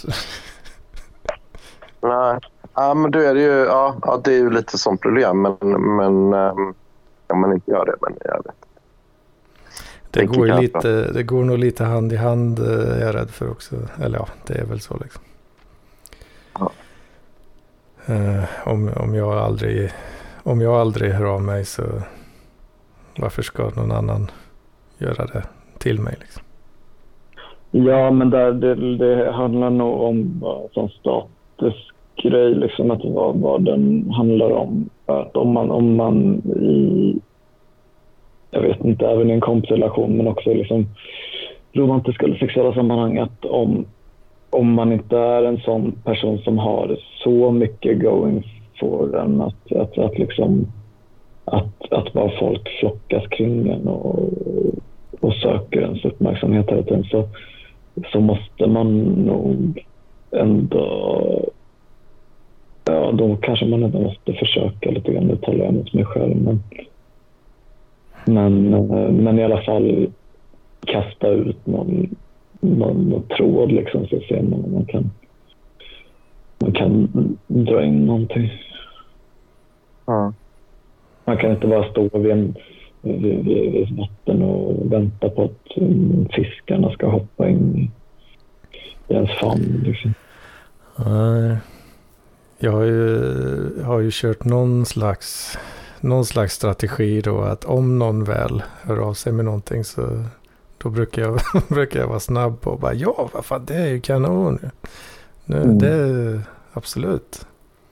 Nej, ja, men då är det ju, ja, ja, det är ju lite som problem, men, men um, kan man inte göra det, men jag vet. Det Tänker går, ju kanske. lite, det går nog lite hand i hand, är jag rädd för också. Eller ja, det är väl så liksom. Ja. Uh, om, om, jag aldrig, om jag aldrig hör av mig, så varför ska någon annan göra det till mig liksom? Ja, men där, det, det handlar nog om som statusgrej, liksom, att vad, vad den handlar om. Att om man, om man i, jag vet inte, även i en kompisrelation, men också liksom romantiska eller sexuella sammanhang, att om, om man inte är en sån person som har så mycket going for en, att, att, att liksom att, att bara folk flockas kring en och, och söker ens uppmärksamhet hela tiden, så så måste man nog ändå, ja, då kanske man ändå måste försöka lite grann uttala det mot mig själv, men, men, men i alla fall kasta ut någon, någon, någon tråd liksom, så ser man om man kan, man kan dra in någonting. Ja. Man kan inte bara stå vid en vid, vid, vid vatten och vänta på att um, fiskarna ska hoppa in i, i ens famn liksom. Nej. Jag har ju, har ju kört någon slags någon slags strategi då, att om någon väl hör av sig med någonting, så då brukar jag, brukar jag vara snabb på och bara, ja, vad fan, det är ju kanon. Nu, Mm. det är absolut.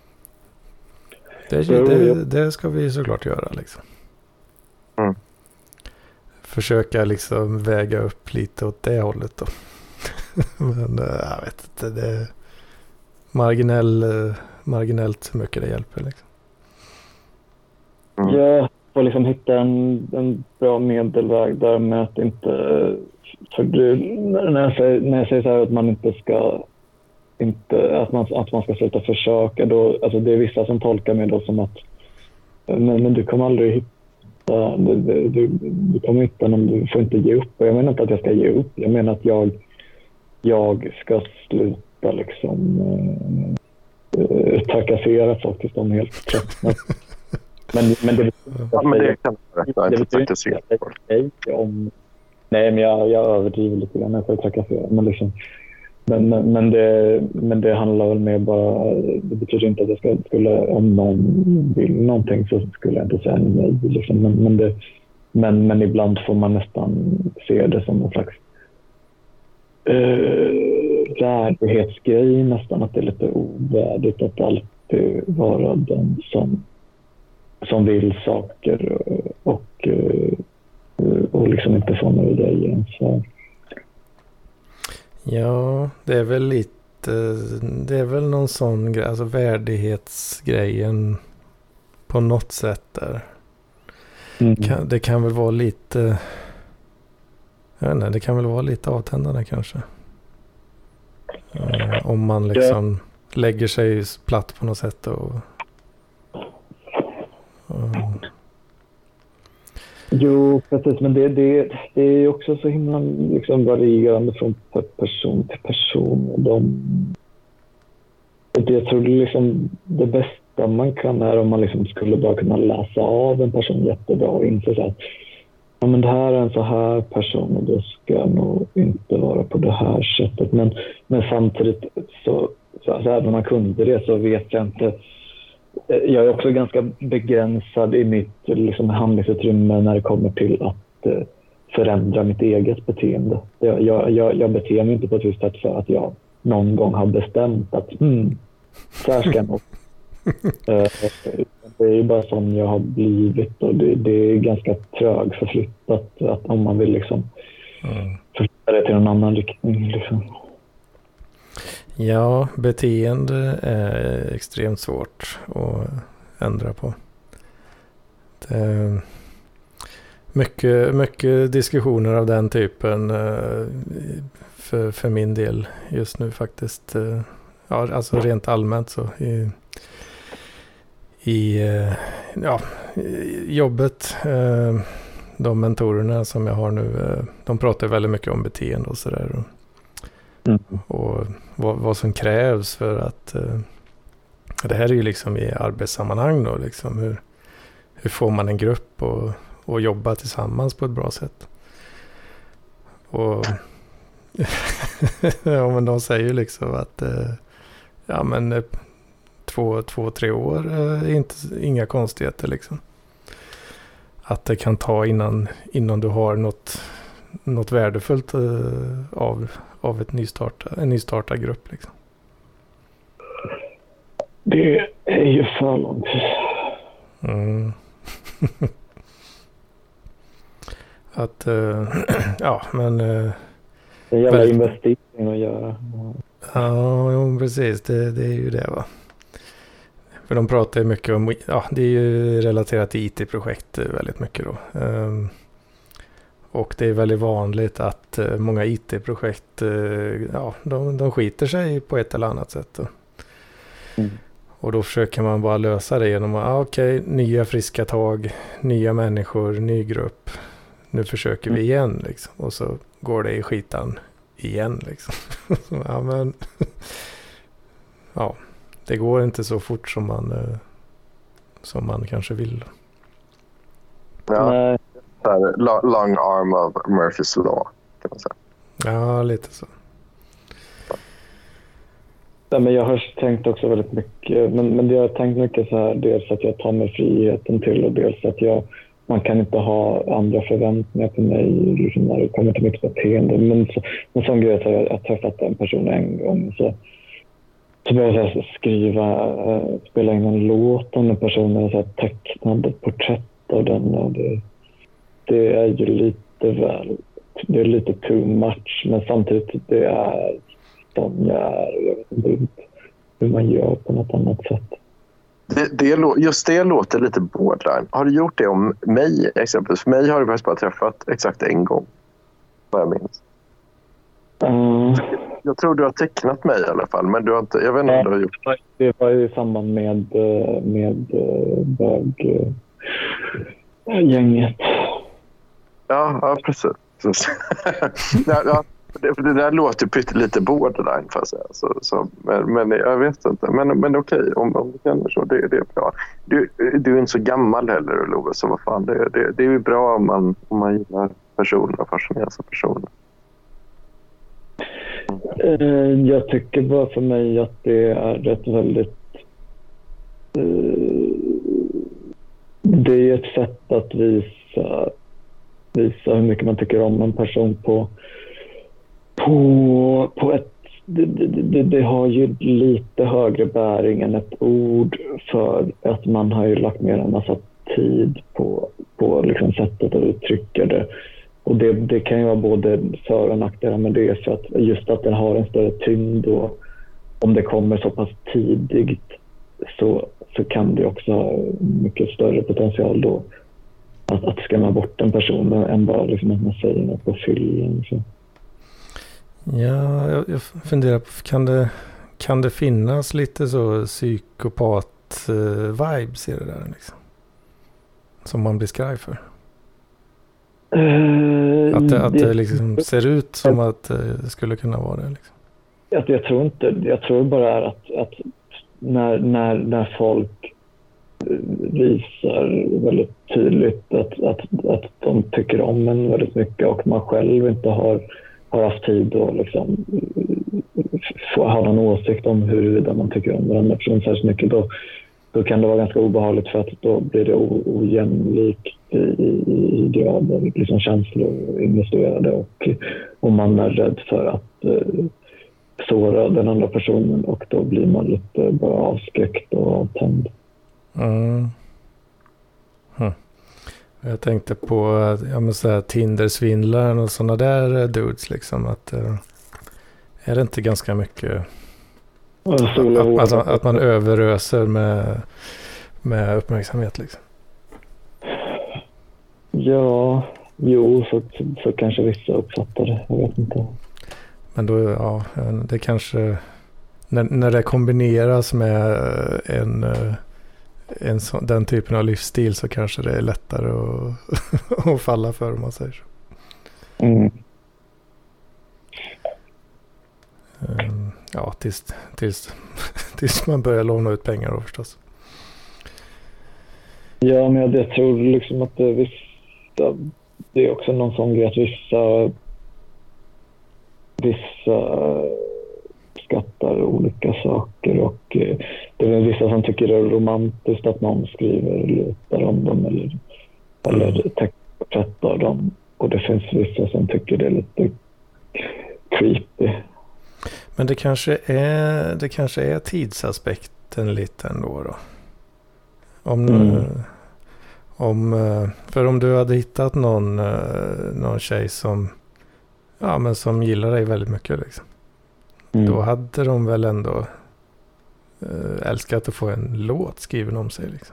Det, Jo, det, jo. det ska vi såklart göra liksom. Mm. Försöka liksom väga upp lite åt det hållet då. Men jag vet inte, det är marginell, marginellt hur mycket det hjälper liksom. Mm. Jag får liksom hitta en, en bra medelväg där med att inte, för du, när jag säger, när jag säger så här att man inte ska inte, att man, att man ska sluta försöka, då, alltså det är vissa som tolkar mig då som att men, men du kommer aldrig hitta du, du, du kommer hitta någon, du får inte ge upp. Och jag menar inte att jag ska ge upp, jag menar att jag jag ska sluta liksom äh, trakassera folk tills de är helt tröttna. Men, men det betyder Ja, men det kan jag det inte betyder trakassera. inte att jag säger om nej, men jag, jag överdriver lite grann när jag trakassera, men liksom Men, men, men, det, men det handlar väl mer bara, det betyder inte att jag ska, skulle, om någon vill någonting så skulle jag inte säga nej. Liksom. Men, men, det, men, men ibland får man nästan se det som en slags uh, värdighetsgrej nästan, att det är lite ovärdigt att alltid vara den som, som vill saker och, och, och liksom inte få några grejer. Så. Ja, det är väl lite, det är väl någon sån grej, alltså värdighetsgrejen på något sätt där. Mm. Kan, det kan väl vara lite, jag vet inte, det kan väl vara lite avtändande kanske. Eh, om man liksom ja. lägger sig platt på något sätt och, och Jo, precis. Men det, det, det är också så himla liksom varierande från person till person. De, samtidigt, jag tror det, liksom, det bästa man kan är om man liksom skulle bara kunna läsa av en person jättebra och inse så att ja, men det här är en så här person och det ska nog inte vara på det här sättet. Men, men samtidigt så, så alltså, även om man kunde det så vet jag inte. Jag är också ganska begränsad i mitt liksom, handlingsutrymme när det kommer till att eh, förändra mitt eget beteende. Jag, jag, jag, jag beter mig inte på ett visst sätt för att jag någon gång har bestämt att hmm, så här ska jag nog. Det är ju bara som jag har blivit och det, det är ganska trögförflyttat att om man vill liksom mm. förflytta det till en annan riktning liksom. Ja, beteende är extremt svårt att ändra på. Det är mycket, mycket diskussioner av den typen för, för min del just nu faktiskt. Ja, alltså rent allmänt så i, i ja, jobbet. De mentorerna som jag har nu, de pratar väldigt mycket om beteende och sådär. Mm. Och vad, vad som krävs för att uh, det här är ju liksom i arbetssammanhang då liksom hur, hur får man en grupp och, och jobba tillsammans på ett bra sätt och ja men de säger liksom att uh, ja men uh, två, två, tre år uh, är inte inga konstigheter liksom att det kan ta innan, innan du har något något värdefullt uh, av av ett nystarta, en nystartad grupp liksom. Det är ju för långt. Mm. Att uh, ja, men uh, det gäller väldigt... investering att göra. Ja, jo, precis. Det, det är ju det va. För de pratar ju mycket om, ja, det är ju relaterat till I T-projekt väldigt mycket då. Um, Och det är väldigt vanligt att uh, många I T-projekt uh, ja, de, de skiter sig på ett eller annat sätt. Mm. Och då försöker man bara lösa det genom att ah, okej, okay, nya friska tag, nya människor, ny grupp. Nu försöker mm. vi igen liksom. Och så går det i skitan igen liksom. ja, men ja, det går inte så fort som man, uh, som man kanske vill. Ja. Nej. Long arm of Murphy's Law kan man säga. Ja, lite så. Ja, men jag har tänkt också väldigt mycket, men, men jag har tänkt mycket så här, dels att jag tar mig friheten till och dels att jag, man kan inte ha andra förväntningar på mig liksom när det kommer till mitt beteende. Men så, en sån grej att jag har träffat en person en gång så, så började jag skriva, äh, spela in en låt om en person och så här, tecknade porträtt av den och det Det är ju lite väl, det är lite too much, men samtidigt det är som jag är. Jag vet inte hur man gör på något annat sätt. Det, det, just det låter lite borderline. Har du gjort det om mig exempelvis? För mig har du faktiskt bara träffat exakt en gång, vad jag minns. Uh, jag tror du har tecknat mig i alla fall, men du har inte, jag vet inte ja, om du har gjort det. Det var ju i samband med, med bög, gänget. Ja, ja, precis. ja, ja, det, det där låter ju lite borderline för sig. Så, så, men, men jag vet inte. Men, men okej, om, om du känner så, det, det är bra. Du, du är inte så gammal heller, Love, så vad fan. Det, det, det är ju bra om man, om man gillar personer och fascineras av personer. Mm. Jag tycker bara för mig att det är ett väldigt... Det är ett sätt att visa... visa hur mycket man tycker om en person på på, på ett det, det, det har ju lite högre bäring än ett ord för att man har ju lagt ner en massa tid på, på liksom sättet att uttrycka det och det, det kan ju vara både för- och nackdelar med det för att just att den har en större tyngd och om det kommer så pass tidigt så, så kan det också ha mycket större potential då Att, att skrämma bort en person än bara liksom att man säger något på fyllen. Så. Ja, jag, jag funderar på, kan det, kan det finnas lite så psykopat-vibes uh, i det där liksom? Som man blir skraj för? Uh, att det, att det, det liksom ser ut som att det skulle kunna vara det liksom. Jag, jag tror inte, jag tror bara att, att när, när, när folk visar väldigt tydligt att, att, att de tycker om en väldigt mycket och man själv inte har, har haft tid att liksom få ha någon åsikt om huruvida man tycker om den här personen så mycket, då, då kan det vara ganska obehagligt för att då blir det o, ojämlikt i, i, i grad av liksom känslor investerade och, och man är rädd för att eh, såra den andra personen och då blir man lite bara avskräckt och avtänd. Mm. Hm. Jag tänkte på ja, men så här, Tinder-svindlaren och sådana där dudes liksom, att äh, är det inte ganska mycket att, alltså, att man överöser med, med uppmärksamhet liksom? Ja, jo, så, så kanske vissa uppfattar det, jag vet inte. Men då, ja, det kanske när, när det kombineras med en En så, den typen av livsstil så kanske det är lättare att, att falla för, om man säger så. Mm. Um, ja, tills, tills, tills man börjar låna ut pengar då förstås. Ja, men jag, jag tror liksom att det, vissa, det är också någon sån grej att vissa vissa skattar olika saker och eh, det är vissa som tycker det är romantiskt att någon skriver låtar om dem eller, eller textporträttar dem, och det finns vissa som tycker det är lite creepy. Men det kanske är det kanske är tidsaspekten lite ändå då. Om, mm. om för om du hade hittat någon någon tjej som ja men som gillar dig väldigt mycket liksom. Mm. Då hade de väl ändå äh, älskat att få en låt skriven om sig liksom.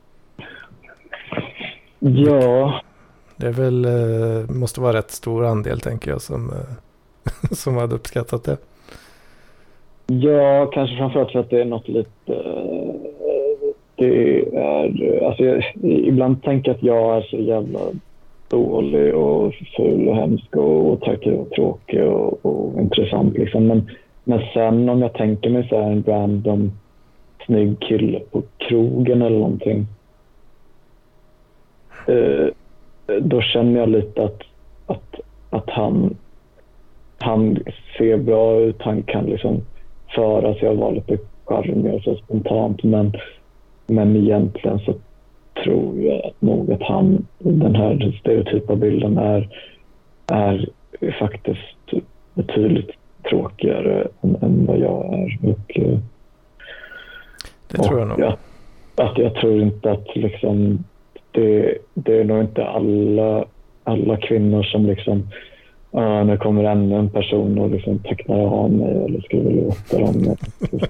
Ja. Det är väl, äh, måste vara rätt stor andel tänker jag som, äh, som hade uppskattat det. Ja, kanske framförallt för att det är något lite äh, det är, alltså jag, ibland tänker jag att jag är så jävla dålig och ful och hemsk och otackig och tråkig och, och intressant liksom, men Men sen om jag tänker mig så här en random snygg kille på krogen eller någonting, eh, då känner jag lite att, att, att han, han ser bra ut, han kan liksom föra sig och vara lite charmig och så spontant, men, men egentligen så tror jag att nog att han, den här stereotypa bilden är, är faktiskt betydligt tråkigare än, än vad jag är. Och, det tror jag nog. Att, att jag tror inte att liksom, det, det är nog inte alla, alla kvinnor som liksom uh, nu kommer ännu en person och liksom tecknar av mig eller skriver låtar om mig.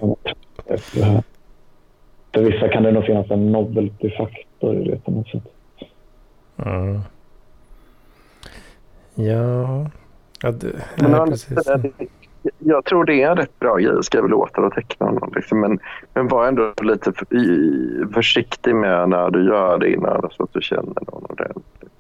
För vissa kan det nog finnas en novelty-faktor i det på något sätt. Mm. Ja. Ja, det, men nej, precis. Jag tror det är en rätt bra grej att skriva låtar och teckna någon, liksom. men, men var ändå lite för, i, försiktig med när du gör det innan så att du känner någon ordentligt.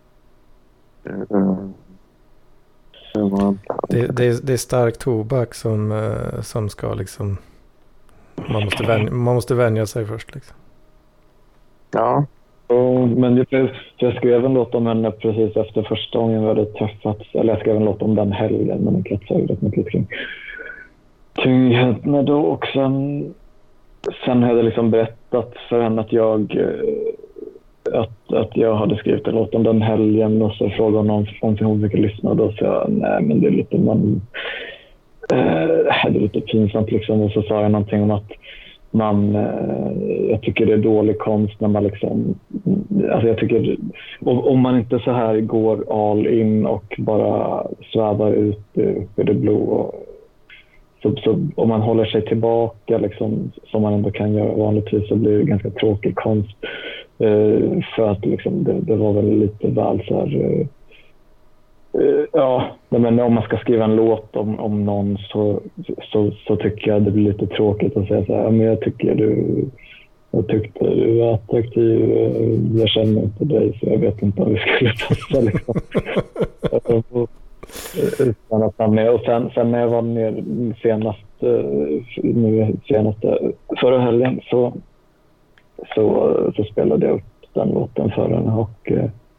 Uh, det, det, är, det är stark tobak som, uh, som ska liksom man måste, vänja, man måste vänja sig först liksom. Ja. Oh, men jag, jag skrev en låt om henne precis efter första gången vi hade träffats. Eller jag skrev en låt om den helgen, men den kretsar ju rätt mycket kring, kring henne då. Och sen, sen hade jag liksom berättat för henne att jag, att, att jag hade skrivit en låt om den helgen. Och så frågade hon om, om hon fick lyssna. Och då sa jag, nej men det är lite, man, äh, det är lite pinsamt liksom. Och så sa jag någonting om att man, jag tycker det är dålig konst när man liksom, alltså jag tycker om man inte så här går all in och bara svävar ut upp i det blå och, så, så om man håller sig tillbaka liksom, som man ändå kan göra vanligtvis, så blir det ganska tråkig konst, uh, för att liksom det, det var väl lite väl så här, uh, uh, ja, men om man ska skriva en låt om, om någon så, så, så tycker jag det blir lite tråkigt att säga så här, men jag tycker du jag tyckte du var attraktiv, jag känner inte dig så jag vet inte om vi skulle passa liksom. Utan att han med. Och sen, sen när jag var ner senast nu senaste förra helgen så, så, så spelade jag upp den låten för henne och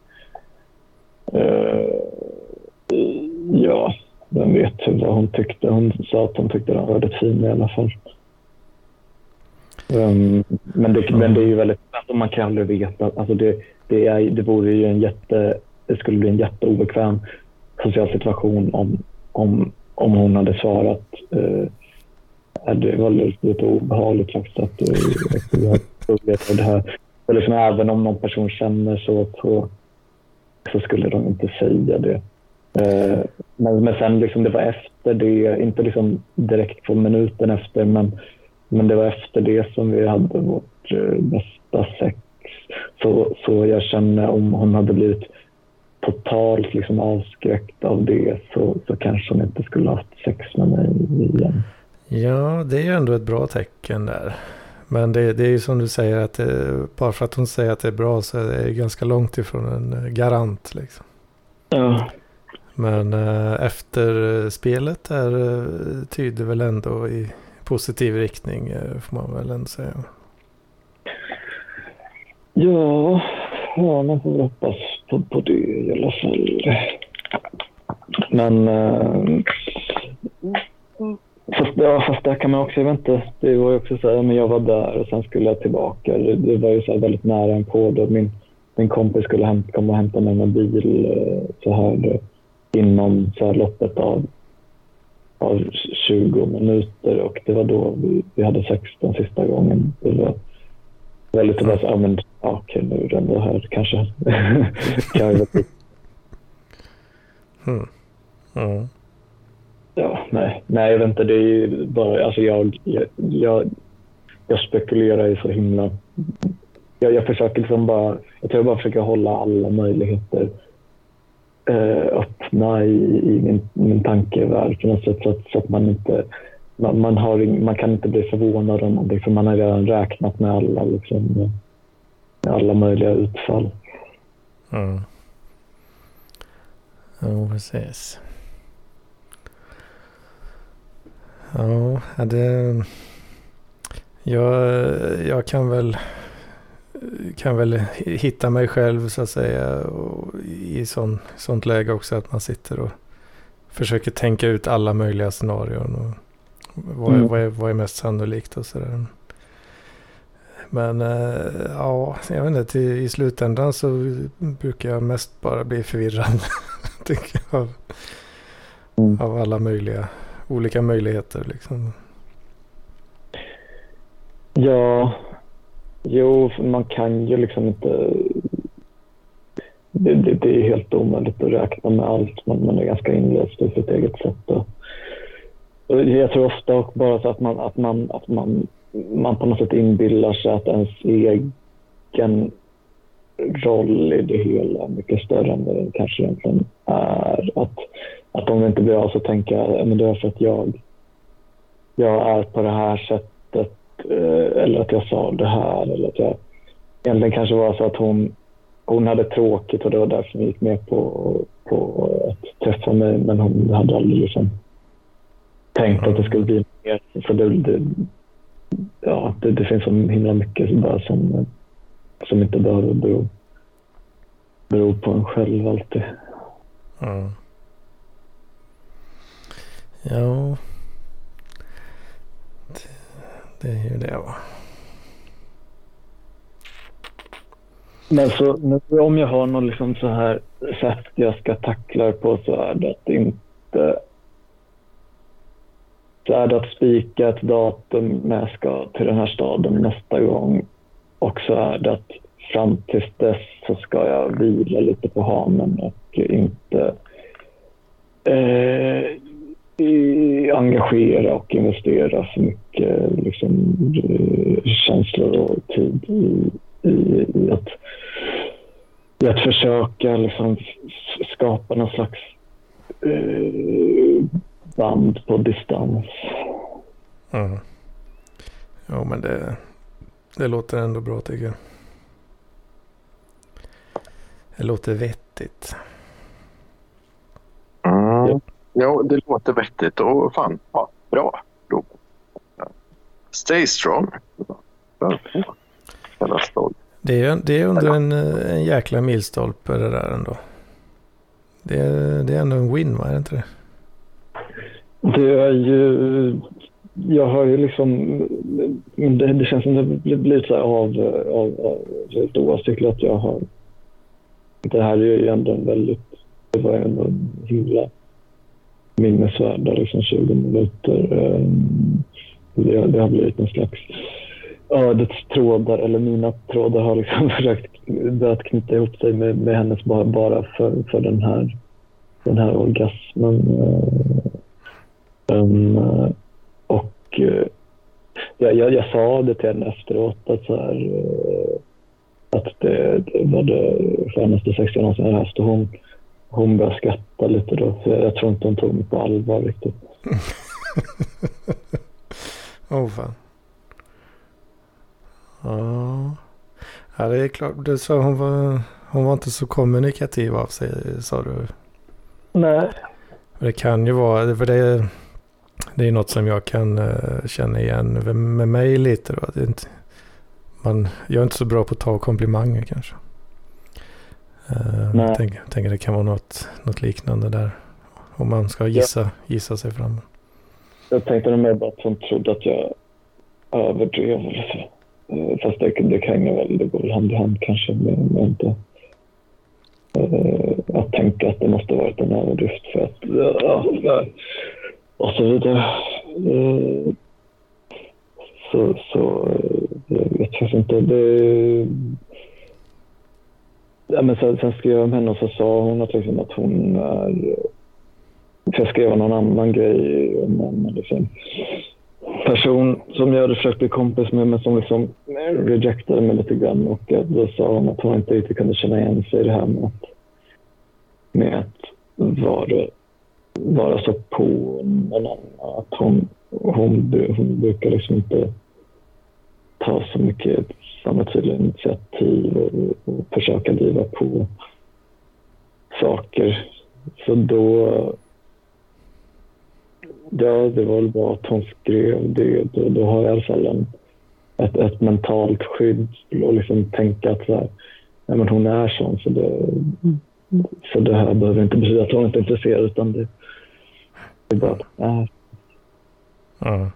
uh, ja, vem vet vad hon tyckte. Hon sa att hon tyckte den var rätt fin i alla fall. Um, men, det, mm. men det är ju väldigt, alltså man kan aldrig veta. Alltså det, det, är, det vore ju en jätte, det skulle bli en jätteobekväm social situation om, om, om hon hade svarat. Uh, det var lite obehagligt faktiskt att jag upplevde det här. Så liksom, även om någon person känner så, så, så skulle de inte säga det. Uh, men, men sen liksom det var efter det, inte liksom direkt på minuten efter, men Men det var efter det som vi hade vårt uh, bästa sex. Så, så jag känner om hon hade blivit totalt liksom avskräckt av det så, så kanske hon inte skulle ha haft sex med mig igen. Ja, det är ju ändå ett bra tecken där. Men det, det är ju som du säger att det, bara för att hon säger att det är bra så är det ganska långt ifrån en garant liksom. Ja. Men uh, efter spelet där uh, tyder väl ändå i positiv riktning får man väl ändå säga. Ja, ja man får hoppas på, på det i alla fall. Men äh, fast, ja, fast där kan man också, jag vet inte, det var ju också så här, men jag var där och sen skulle jag tillbaka. Det, det var ju så här väldigt nära en på då min, min kompis skulle hämta, komma och hämta mig med bil så här inom så här loppet av av tjugo minuter och det var då vi, vi hade sex den sista gången. Det var väldigt bra så, ja men okej nu är det ändå här kanske. kan jag vet. Mm. Mm. Ja, nej, nej jag vet inte, det är ju bara, alltså jag, jag, jag, jag spekulerar ju så himla, jag, jag försöker liksom bara, jag tror jag bara försöker hålla alla möjligheter Uh, öppna i, i min, min tankevärld på något sätt så att, så att man inte man, man, har, man kan inte bli förvånad om någonting för man har redan räknat med alla liksom, med, med alla möjliga utfall. Mm. Ja, precis. Ja, det jag, jag kan väl kan väl hitta mig själv så att säga och i sån, sånt läge också att man sitter och försöker tänka ut alla möjliga scenarion och vad, mm. vad, är, vad är mest sannolikt och sådär. Men äh, ja, jag vet inte, till, i slutändan så brukar jag mest bara bli förvirrad tycker jag, av, mm. av alla möjliga olika möjligheter liksom. Ja, jo, man kan ju liksom inte, det, det, det är helt omöjligt att räkna med allt, men man är ganska inlöst i sitt eget sätt. Och, och jag tror ofta också bara så att man, att man, att man, man på något sätt inbillar sig att ens egen roll i det hela är mycket större än det kanske egentligen är. Att, att om det inte blir av så tänker jag, men det är för att jag, jag är på det här sättet, eller att jag sa det här, eller att jag egentligen kanske var så att hon hon hade tråkigt och det var därför vi gick med på, på att träffa mig, men hon hade aldrig liksom tänkt att det skulle bli mer, så det, det, ja, det, det finns så himla mycket bara som, som inte behöver bero, bero på en själv alltid. Mm. Ja, det, det är ju det, va. Men så nu, om jag har något liksom så här sätt jag ska tackla på, så är det att inte så är det att spika ett datum när jag ska till den här staden nästa gång, och så är det att fram tills dess så ska jag vila lite på hanen och inte eh, engagera och investera för mycket liksom, känslor och tid i, i, i, att, i att försöka liksom, skapa någon slags eh, band på distans. Mm. Ja, men det, det låter ändå bra, tycker jag. Det låter vettigt. Mm. Ja, det låter vettigt och fan, ja, bra. då. Stay strong. Det är, det är under en, en jäkla milstolpe det där ändå. Det är, det är ändå en win, va? Är det inte det? Det är ju... Jag har ju liksom... Det, det känns som det blir så här av... av, av ett oavsiktligt att jag har... Det här är ju ändå en väldigt... Det var ändå en himla minnesvärda liksom tjugo minuter. Det, det har blivit en slags... Ödets trådar, eller mina trådar har liksom försökt börjat knyta ihop sig med, med hennes bara, bara för, för den här den här orgasmen. Um, och uh, jag, jag, jag sa det till henne efteråt att, så här, uh, att det, det var det skönaste sex jag någonsin har haft, och hon, hon började skratta lite då, för jag, jag tror inte hon tog mig på allvar riktigt. Åh oh, fan. Ja. Ja, det är klart. Du sa hon var, hon var inte så kommunikativ av sig, sa du. Nej. Det kan ju vara, för det, det är något som jag kan uh, känna igen med mig lite då. Det är inte, man, jag är inte så bra på att ta komplimanger kanske. Uh, jag tänker, tänker det kan vara något, något liknande där. Om man ska gissa, ja. gissa sig fram. Jag tänkte nog mer bara att hon trodde att jag överdrev eller så. Fast det, det kan jag väl, det går väl hand i hand kanske med, med inte uh, att tänka att det måste varit en överdrift för att ja, ja, och så vidare. Uh, så så jag vet faktiskt inte det. Ja, men sen, sen skrev jag om henne och så sa hon att, liksom, att hon är, för jag skrev någon annan grej om en liksom person som jag hade försökt bli kompis med, men som liksom rejectade mig lite grann, och då sa hon att hon inte riktigt kunde känna igen sig i det här med att, med att vara, vara så på någon annan, att hon, hon, hon brukar liksom inte ta så mycket samma tydliga initiativ och, och försöka driva på saker. Så då ja, det var väl bara att hon skrev det. Då, då har jag i alla fall en, ett, ett mentalt skydd och liksom tänka att så här, nej, men hon är sån, så det, så det här behöver inte betyda att hon inte är intresserad, utan det, det är bara att äh. Ja.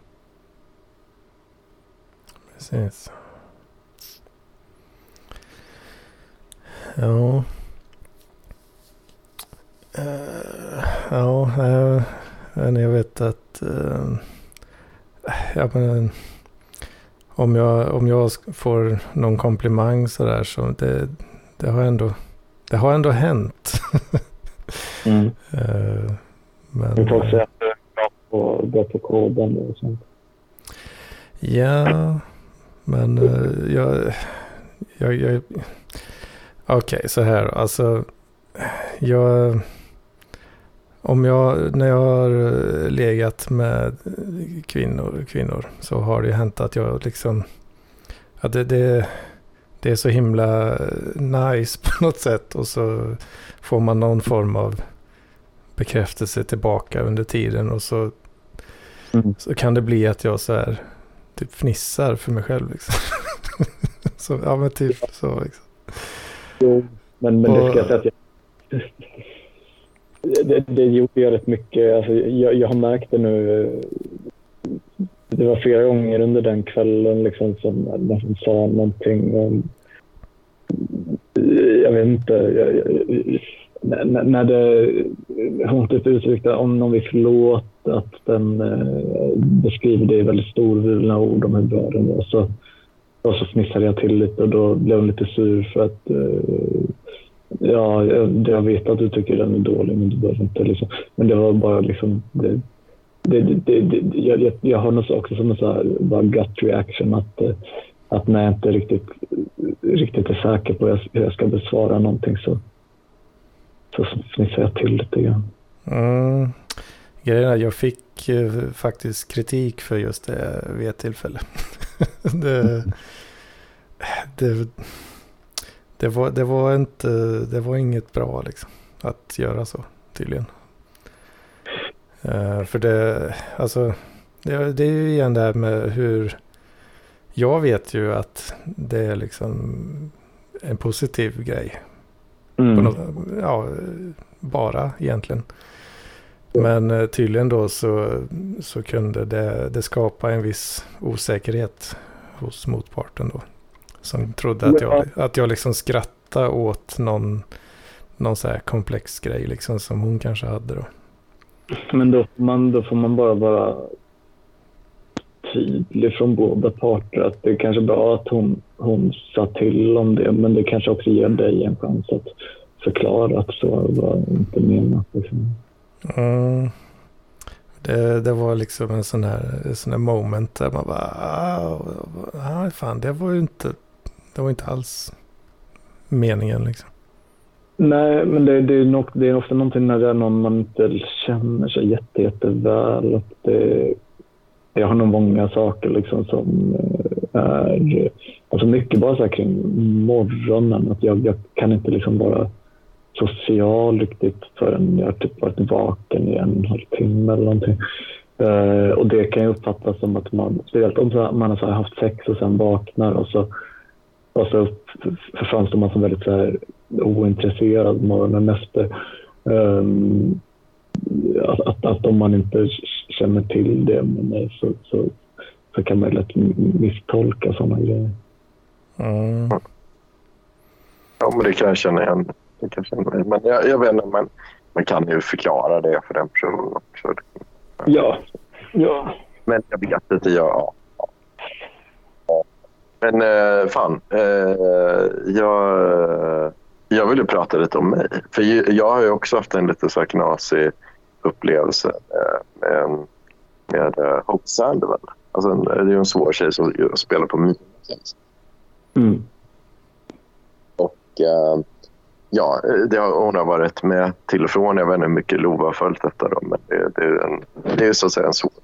Precis. Ja. Uh, ja, uh, jag vet att uh, ja, men, om jag om jag får någon komplimang så där, så det, det har ändå det har ändå hänt. mm. uh, men du får också säga att du är bra på, bra på koden och sånt. Ja, men uh, jag jag, jag okej, okay, så här alltså jag om jag när jag har legat med kvinnor kvinnor så har det hänt att jag liksom att det, det det är så himla nice på något sätt, och så får man någon form av bekräftelse tillbaka under tiden, och så mm. så kan det bli att jag så här typ fnissar för mig själv liksom. Så ja, men typ så liksom. Jo, men, men det ska jag säga att jag det, det gjorde jag rätt mycket. Alltså, jag, jag har märkt det nu. Det var flera gånger under den kvällen liksom, som man sa någonting om, jag vet inte, jag, jag, när, när det hon typ uttryckte om någon vill förlåt, att den eh, beskriver det i väldigt storvulna ord om hur bra den var, så, och så fnissade jag till lite, och då blev hon lite sur för att eh, ja, jag, jag vet att du tycker den är dålig, men du behöver inte liksom. Men det var bara liksom det, det, det, det, jag, jag, jag har något också som en så här bara gut reaction, att, att när jag inte riktigt riktigt är säker på hur jag ska besvara någonting, så så fnissar jag till lite grann. Mm. Grejen är, jag fick eh, faktiskt kritik för just det vid ett tillfälle. det, det Det var, det var inte, det var inget bra liksom att göra så tydligen. Uh, för det, alltså det, det är ju igen det här med hur jag vet ju att det är liksom en positiv grej. Mm. På något, ja, bara egentligen. Men tydligen då så, så kunde det, det skapa en viss osäkerhet hos motparten då. Som trodde att jag, att jag liksom skrattade åt någon, någon så här komplex grej liksom som hon kanske hade då. Men då, man, då får man bara vara tydlig från båda parter att det är kanske bra att hon, hon sa till om det, men det kanske också ger dig en chans att förklara att så var inte menat. Liksom. Mm. Det, det var liksom en sån här, sån här moment där man bara ah, fan, det var ju inte det var inte alls meningen liksom. Nej, men det, det, är nog, det är ofta någonting när det är någon man inte känner sig jätte, jätteväl. Att det, jag har nog många saker liksom som är alltså mycket bara så här kring morgonen. Att jag, jag kan inte liksom vara social riktigt förrän jag har typ varit vaken i en halvtimme eller någonting. Uh, och det kan ju uppfattas som att man, speciellt om man har så här haft sex och sen vaknar och så, och så framstår man som väldigt så här ointresserad morgonen efter. Um, att, att, att om man inte känner till det men så, så, så kan man lätt misstolka sådana grejer. Mm. Ja, men det kan jag känna igen. Det kan jag känna igen. Men jag, jag vet inte, man, man kan ju förklara det för den personen också. Ja, ja. Men jag vet inte, jag... Ja. Men eh, fan, eh, jag, jag vill ju prta lite om mig. För jag har ju också haft en lite så här knasig upplevelse eh, med, med uh, Hope Sandoval. Alltså, det är ju en svår tjej som spelar på mina. Mm. Och uh, ja, det har, hon har varit med till och från. Jag vet inte hur mycket Lova har följt detta då, men det, det, är, en, det är så att säga en svår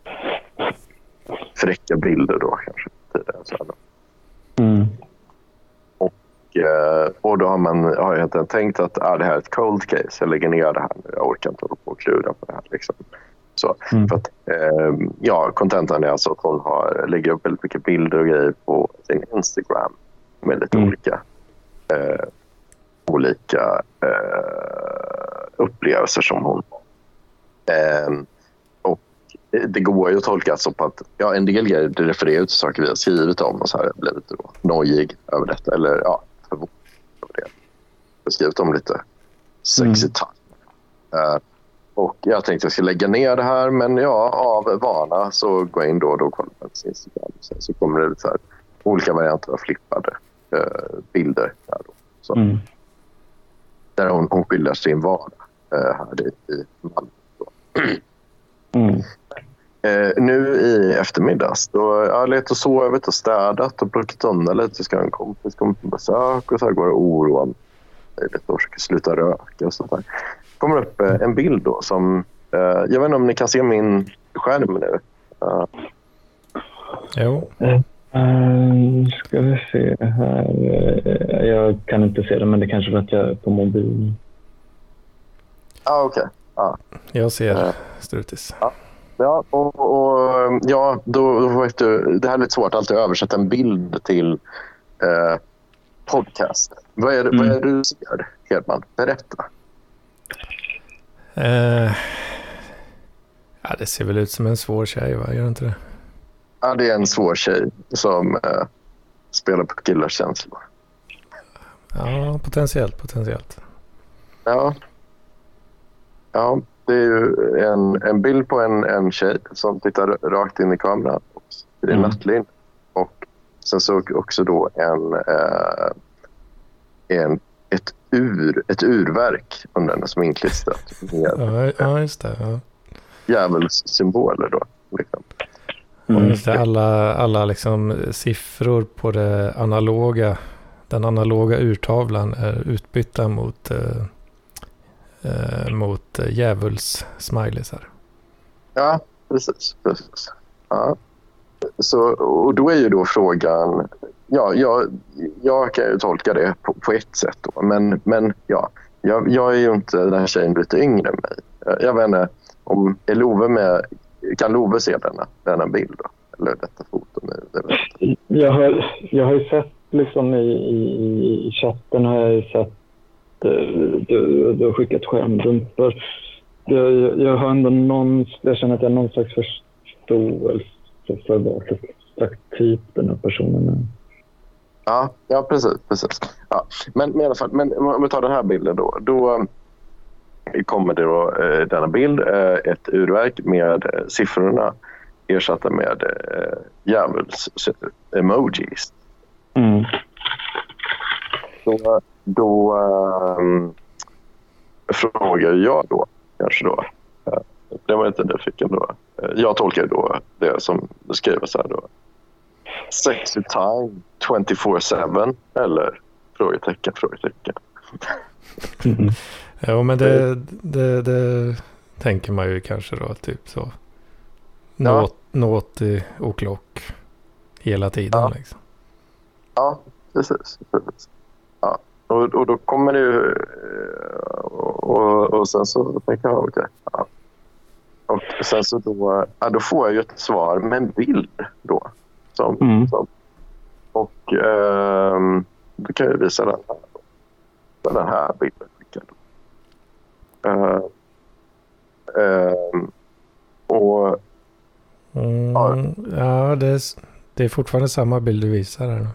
fräcka bilder då kanske. Så mm. och, uh, och då har man har jag tänkt att ah, det här är ett cold case. Jag lägger ner det här nu. Jag orkar inte hålla på och klura på det här liksom. Så, mm. för att, eh, ja, kontentan är alltså att hon har, lägger upp väldigt mycket bilder och grejer på sin Instagram med lite mm. olika eh, olika eh, upplevelser som hon har. Eh, och det går ju att tolka så på att ja, en del grejer det refererar till saker vi har skrivit om och så har jag blivit då nojig över detta eller ja, förvånad över det. Jag har skrivit om lite sexy time. Mm. Eh, Och jag tänkte att jag ska lägga ner det här, men ja, av vana så går jag in då och då och kollar på hennes Instagram. Sen så kommer det lite så här, olika varianter av flippade eh, bilder där då. Så, mm. där hon, hon skildrar sin vardag eh, här i, i Malmö. Då. Mm. Eh, nu i eftermiddags då jag har letat och sovit och städat och plockat undan lite. Ska en kompis komma på besök och så här går det och oroar mig lite och försöker sluta röka och sånt där. Kommer upp eh, en bild då som eh, jag vet inte om ni kan se min skärm nu. Uh. Jo. Uh, ska vi se här. Uh, jag kan inte se det, men det kanske är att jag är på mobilen. Ah, okej. Okay. Ah. Jag ser uh. Strutis. Ja, ja och, och ja, då, då vet du, det här är lite svårt alltid att översätta en bild till eh, podcast. Vad är, mm. vad är det du ser, Hedman? Berätta. Uh, ja, det ser väl ut som en svår tjej, va? Gör det inte det? Ja, det är en svår tjej som uh, spelar på killars känslor. Ja, potentiellt, potentiellt. Ja. Ja, det är ju en, en bild på en, en tjej som tittar rakt in i kameran. Och det är mm. nattlinje. Och sen så också då en, uh, en ett ur ett urverk under henne som är inklistrat med ja, just det. Ja. djävulssymboler då liksom. Mm. Just det, alla alla liksom siffror på det analoga den analoga urtavlan är utbytta mot eh, eh, mot eh, djävuls smileysar. Ja, precis, precis. Ja. Så och då är ju då frågan ja, jag, jag kan ju tolka det på, på ett sätt då. Men, men ja, jag, jag är ju inte den här tjejen lite yngre än mig. Jag vet inte, om är Love med kan Love se denna, denna bild då? Eller detta foto nu? Det jag, har, jag har ju sett liksom i, i, i chatten har jag ju sett du, du har skickat skärmdumpar. Jag, jag har ändå någon, jag känner att jag har någon slags förståelse för vad slags typ den här personen är. Ja, ja precis. precis. Ja. Men, men i alla fall, men om vi tar den här bilden då. Då kommer det då eh, denna bild, eh, ett urverk med eh, siffrorna ersatta med eh, djävuls-emojis. Mm. Så då um, frågar jag då, kanske då, uh, det var inte nyfiken då. Uh, jag tolkar då det som det skriver så här då. Sexy time twenty-four seven eller frågetecken, frågetecken. Mm. Ja, men det, det, det tänker man ju kanske då, typ så. Ja. Naughty och klock hela tiden ja. liksom. Ja, precis. precis. Ja. Och, och då kommer det ju och, och, och sen så tänker jag okej. Okay. Ja. Och sen så då, ja, då får jag ju ett svar med en bild då. Som, mm. som, och um, då kan jag visa den här, den här bilden. Uh, um, och mm, ja, ja det, är, det är fortfarande samma bild du visar här.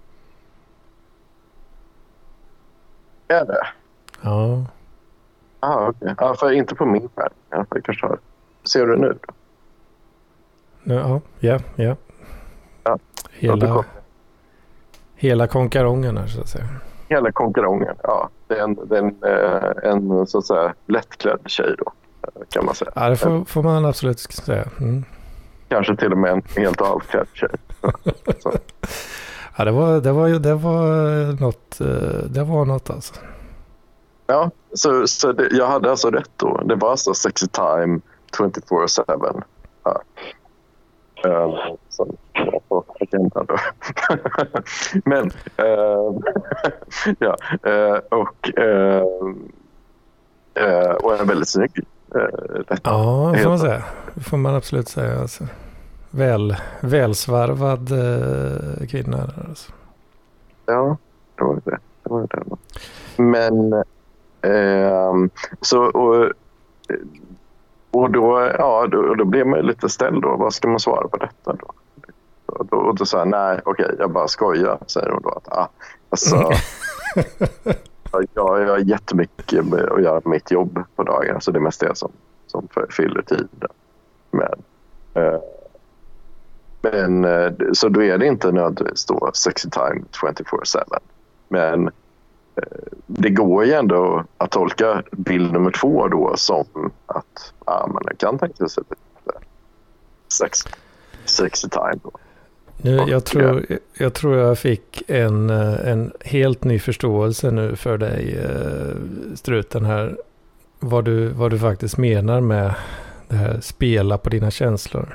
Är det? Ja. Ah, okej. Okay. Ja, för inte på min skärm. Ja, för kanske har. Ser du nu då? Ja, ja, ja. ja. Hela, hela konkarongen här, så att säga. Hela konkarongen, ja. Det är en, det är en, en så att säga lättklädd tjej då, kan man säga. Ja, det får, får man absolut säga. Mm. Kanske till och med en helt avklädd tjej. Så. Ja, det var, det var ju det var något, det var något alltså. Ja, så, så det, jag hade alltså rätt då. Det var alltså sexy time twenty-four seven. Ja. Uh, som var på agendan då. Men uh, ja, uh, och uh, uh, och en väldigt snygg uh, ja, det får man säga. Det får man absolut säga alltså. Väl, välsvarvad uh, kvinna alltså. Ja, det var det. Det var det. Men uh, så och Och då, ja, då, då blev man lite ställd då. Vad ska man svara på detta då? Och då, och då sa jag, nej, okej, okay, jag bara skojar, säger hon då. Att, ah, alltså, jag, jag har jättemycket med att göra mitt jobb på dagen. Alltså det mesta är som, som fyller tiden. Men, eh, men så då är det inte nödvändigtvis då sexy time twenty-four seven. Men det går ju ändå att tolka bild nummer två då som att ja, man kan tänka sig lite sex, sexy time då. Nu, jag, tror, jag tror jag fick en, en helt ny förståelse nu för dig, Struten här, vad du, vad du faktiskt menar med det här spela på dina känslor.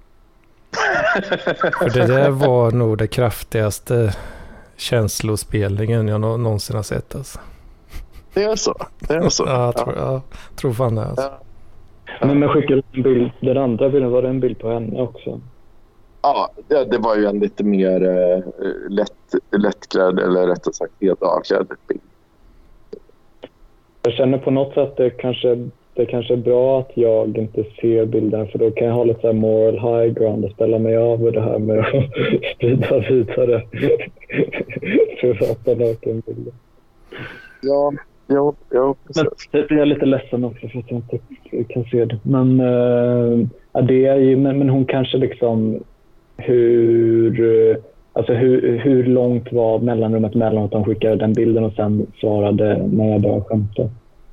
För det där var nog det kraftigaste känslospelningen jag nå- någonsin har sett alltså. Det är så? Det är så? Ja, jag tror, ja. jag tror fan det alltså. Ja. Men man skickade en bild, den andra bilden, var det en bild på henne också? Ja, det, det var ju en lite mer uh, lätt, lättklädd eller rättare sagt helt avklädd bild. Jag känner på något sätt att det kanske, det kanske är bra att jag inte ser bilderna, för då kan jag ha lite så här moral high ground och spela mig av det här med att sprida vidare privata nakenbilder. Ja, ja, ja, men det blir jag lite ledsen också för att jag inte kan se det. Men, äh, ja, det är ju, men, men hon kanske liksom hur, alltså hur, hur långt var mellanrummet mellan att de skickade den bilden och sen svarade när jag började skämta?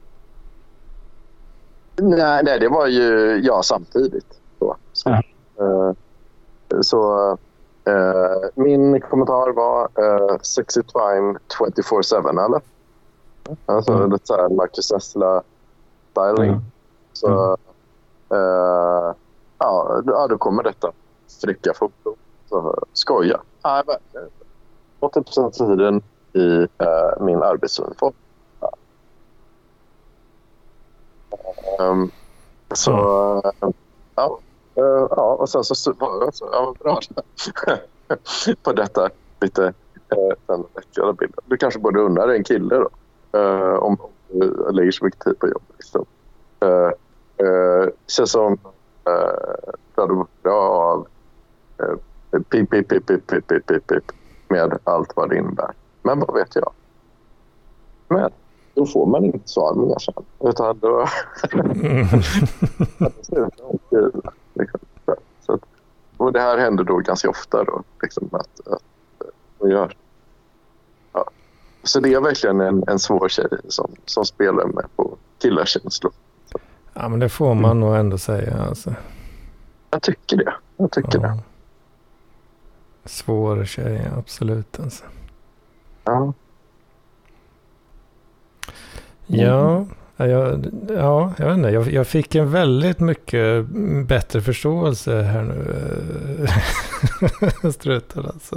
Nej, nej, det var ju jag samtidigt. Så, så, ja. uh, så uh, min kommentar var uh, sexy time twenty-four seven, eller? Alltså mm. lite såhär Marcus Nessla styling. Mm. Så uh, ja, ja, då kommer detta fräcka foto. Så skoja. Nej, verkligen. åttio procent av tiden i uh, min arbetsuniform. Ja. Um, så uh, ja, Uh, ja, och sen så, så, så ja, bra. På detta lite uh, den veckan bilden. Du kanske borde undra dig en kille då. Uh, om du lägger så mycket tid på jobb. Liksom. Uh, uh, känns som uh, du hade bra av uh, pip, pip, pip, pip, pip, pip, pip, pip, med allt vad det innebär. Men vad vet jag? Men då får man inte så mer sen. Utan då... liksom. Så att, och det här händer då ganska ofta då. Liksom, att, att man gör. Ja. Så det är verkligen en, en svår tjej som, som spelar med på killarkänslor. Ja, men det får man mm. nog ändå säga. Alltså. Jag tycker det. Jag tycker ja. det. Svår tjej, absolut. Alltså. Ja. Ja, jag, ja, jag vet inte. Jag, jag fick en väldigt mycket bättre förståelse här nu. Struten alltså.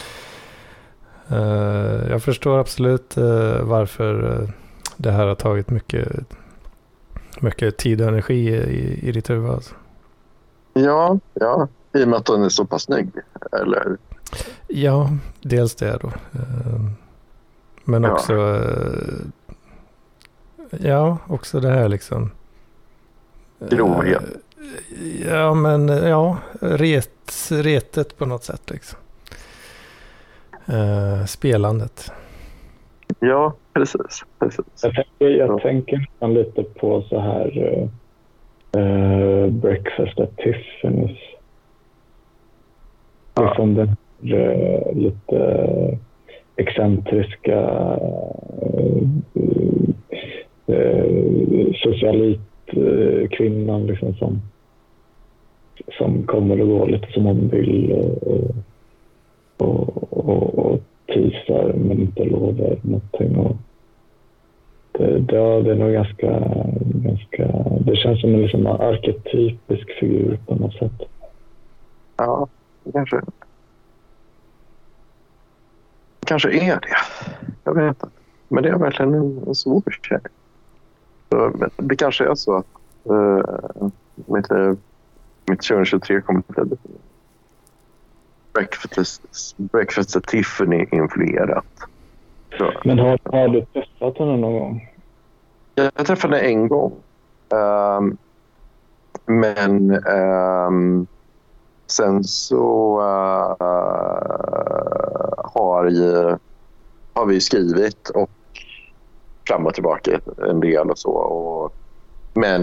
Uh, jag förstår absolut uh, varför uh, det här har tagit mycket, mycket tid och energi i, i ditt huvud. Alltså. Ja, ja. I och med att hon är så pass snygg, eller? Ja, dels det då. Uh, men ja. också... Uh, Ja, också det här liksom. Grovhet. Ja, men ja, ret, retet på något sätt liksom. Uh, spelandet. Ja, precis. precis. Jag tänker, jag tänker lite på så här uh, Breakfast at Tiffany's. Ja. Liksom den uh, lite excentriska uh, Eh, socialitkvinnan liksom som, som kommer och går lite som hon vill och, och, och, och tisar men inte lovar någonting. Och det, det, det är nog ganska, ganska det känns som en liksom arketypisk figur på något sätt. Ja, kanske kanske är det. Jag vet inte. Men det är verkligen en, en svår tjej. Så, men det kanske är så att uh, mitt, mitt tjugohundratjugotre kommer att bli breakfast, breakfast at Tiffany-influerat. Men har, har du träffat henne någon gång? Jag, jag träffade henne en gång. Um, men um, sen så uh, har, ju, har vi skrivit och fram och tillbaka en del och så. Och, men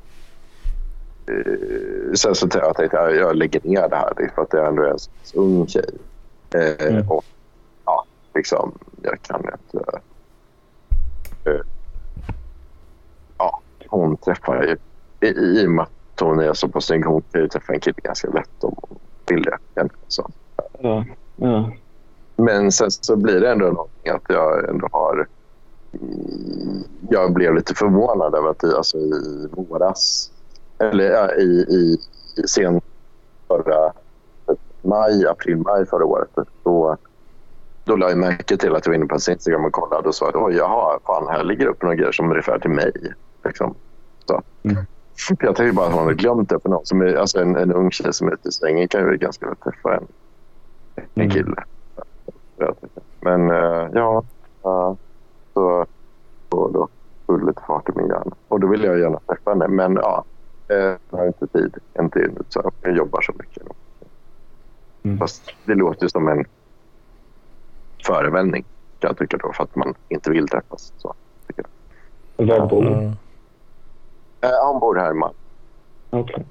eh, sen så tänkte jag att jag, jag lägger ner det här för att det är ändå en så ung tjej. Eh, mm. Och ja, liksom, jag kan inte... Eh, ja, hon träffar ju... I, i och med att hon är så pass snygg, hon kan ju träffa en kille ganska lätt om hon vill det. Så. Ja, ja. Men sen så blir det ändå någonting att jag ändå har... Jag blev lite förvånad över att i, alltså i våras eller ja, i, i, i sen förra maj, april, maj förra året då, då lade jag märke till att jag var inne på Instagram och kollade och sa att oj, jaha, fan, här ligger upp några grejer som refererar till mig liksom. Så. Mm. Jag tänkte bara att hon hade glömt det för någon som är, alltså en, en ung tjej som är ute i strängen kan ju ganska väl träffa en, en kille. Mm. Men uh, ja uh, så och då full lite fart i min hjärna. Och då vill jag gärna träffa henne. Men ja, jag har inte tid. Inte in, så jag jobbar så mycket. Mm. Fast det låter ju som en förevändning kan jag tycka då. För att man inte vill träffas. Så, tycker jag. Var bor hon? Äh, han bor här i Malmö. Okej. Okay.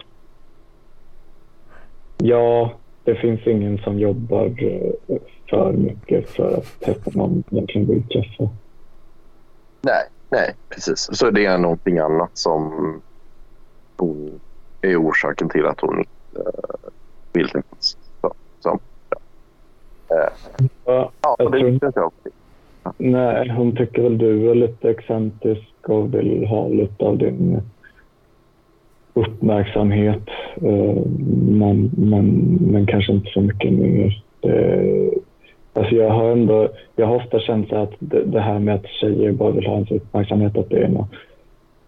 Ja, det finns ingen som jobbar för mycket för att träffa någon man kan gå ut och träffa. Nej, nej, precis. Så det är någonting annat som hon är orsaken till att hon inte uh, vill träffas. Så, så, ja. Uh, ja, ja, jag det tror inte jag. Ja. Nej, hon tycker väl du är lite excentrisk och vill ha lite av din uppmärksamhet. Uh, men, men, men kanske inte så mycket mer. Uh, Alltså jag har ändå, jag har ofta känt att det, det här med att tjejer bara vill ha ens uppmärksamhet, att det är något,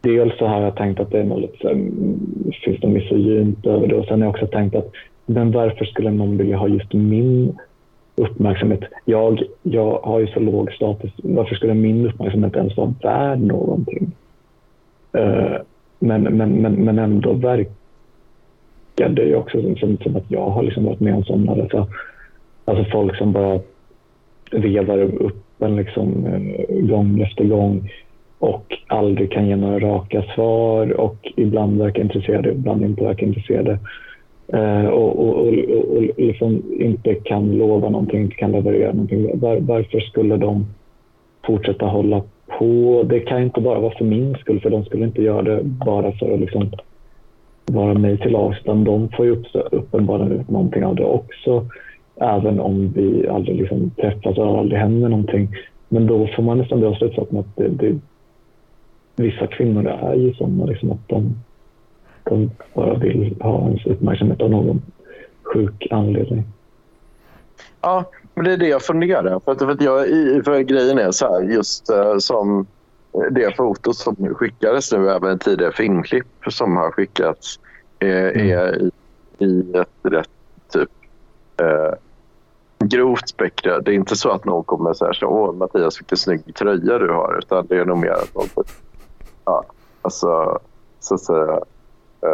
dels så har jag tänkt att det är något lite så här, finns det misogynt över det, och sen har jag också tänkt att men varför skulle någon vilja ha just min uppmärksamhet? Jag, jag har ju så låg status, varför skulle min uppmärksamhet ens vara värd någonting? Uh, men, men, men, men ändå verkar det ju också som, som, som att jag har liksom varit med om sådana, alltså, alltså folk som bara vevar upp en liksom, uh, gång efter gång och aldrig kan ge några raka svar och ibland verkar intresserade, ibland inte verkar intresserade. Uh, och, och, och, och, och liksom inte kan lova någonting, inte kan leverera någonting. Var, varför skulle de fortsätta hålla på? Det kan inte bara vara för min skull, för de skulle inte göra det bara för att liksom vara mig till lags, utan de får ju upp, uppenbara ut någonting av det också, även om vi aldrig liksom träffas och aldrig händer någonting. Men då får man nästan dra slutsatsen att det, det, vissa kvinnor är ju sådana liksom att de de bara vill ha ens uppmärksamhet av någon sjuk anledning. Ja, men det är det jag funderar. För att, för att jag, för grejen är så här, just uh, som det foto som skickades nu, även en tidigare filmklipp som har skickats, är, mm. är i, i ett rätt typ uh, grovt spektra. Det är inte så att någon kommer så här så, åh Mattias, vilken snygg tröja du har, utan det är nog mer att någon, ja, alltså så att säga Uh,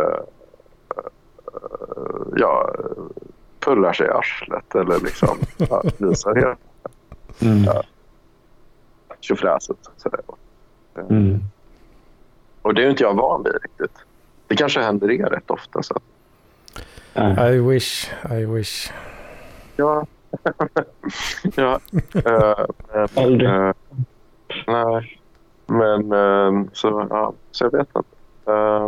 uh, ja, pullar sig i arslet eller liksom ja, visar helt mm. ja, tjofräset sådär. Mm. Och det är ju inte jag van vid riktigt. Det kanske händer er rätt ofta så. I wish, I wish. Ja. ja. Uh, men, uh, nej. Men uh, så, ja, så jag vet inte. Uh,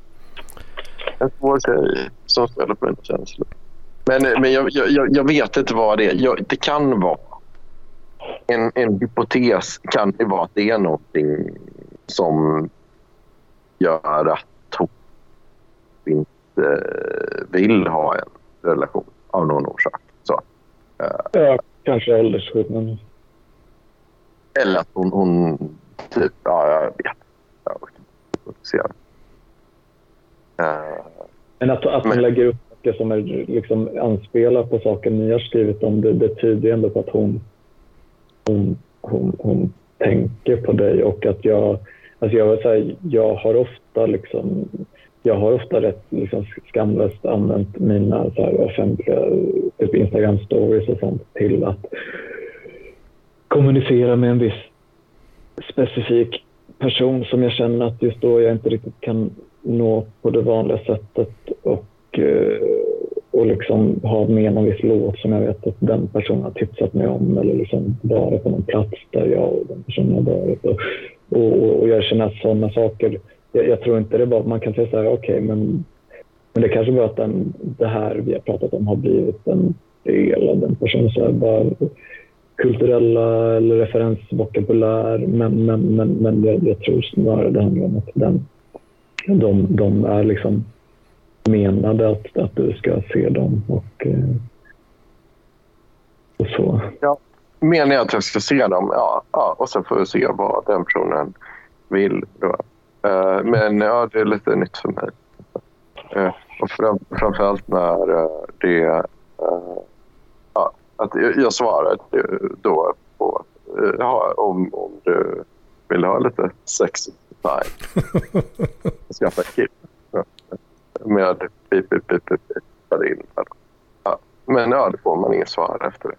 en svår grej som spelar på mina känslor. Men, men jag, jag, jag vet inte vad det är. Jag, det kan vara en, en hypotes kan det vara att det är någonting som gör att hon inte vill ha en relation av någon orsak. Så. Ja, kanske åldersskillnad. Eller att hon, hon typ, ja jag vet. Jag vet inte. Uh, men att, att hon lägger upp saker som är liksom anspelar på saker ni har skrivit om, det, det tyder ändå på att hon, hon, hon, hon tänker på dig, och att jag, alltså jag vill säga, jag har ofta liksom, jag har ofta rätt liksom skamlöst använt mina så här offentliga typ Instagram stories och sånt till att kommunicera med en viss specifik person som jag känner att just då jag inte riktigt kan nå på det vanliga sättet, och, och liksom ha med någon viss låt som jag vet att den personen har tipsat mig om, eller liksom vara på någon plats där jag och den personen har varit, och, och, och jag känner att sådana saker, jag, jag tror inte det bara, man kan säga så här, okej, okay, men, men det kanske bara att den, det här vi har pratat om har blivit en del av den personen, så här, bara kulturella eller referensvokabulär, men, men, men, men jag, jag tror snarare det handlar om att den De, de är liksom menade att, att du ska se dem, och, och så. Ja, menar jag att jag ska se dem? Ja, ja, och så får vi se vad den personen vill då. Uh, men ja, det är lite nytt för mig. Uh, och fram, framförallt när uh, det uh, ja, att jag, jag svarar då på uh, ja, om, om du vill ha lite sex. Nej. Skaffa kit. Med pip, pip, pip, pip, pip, ja. Men ja, det får man inget svar efter det.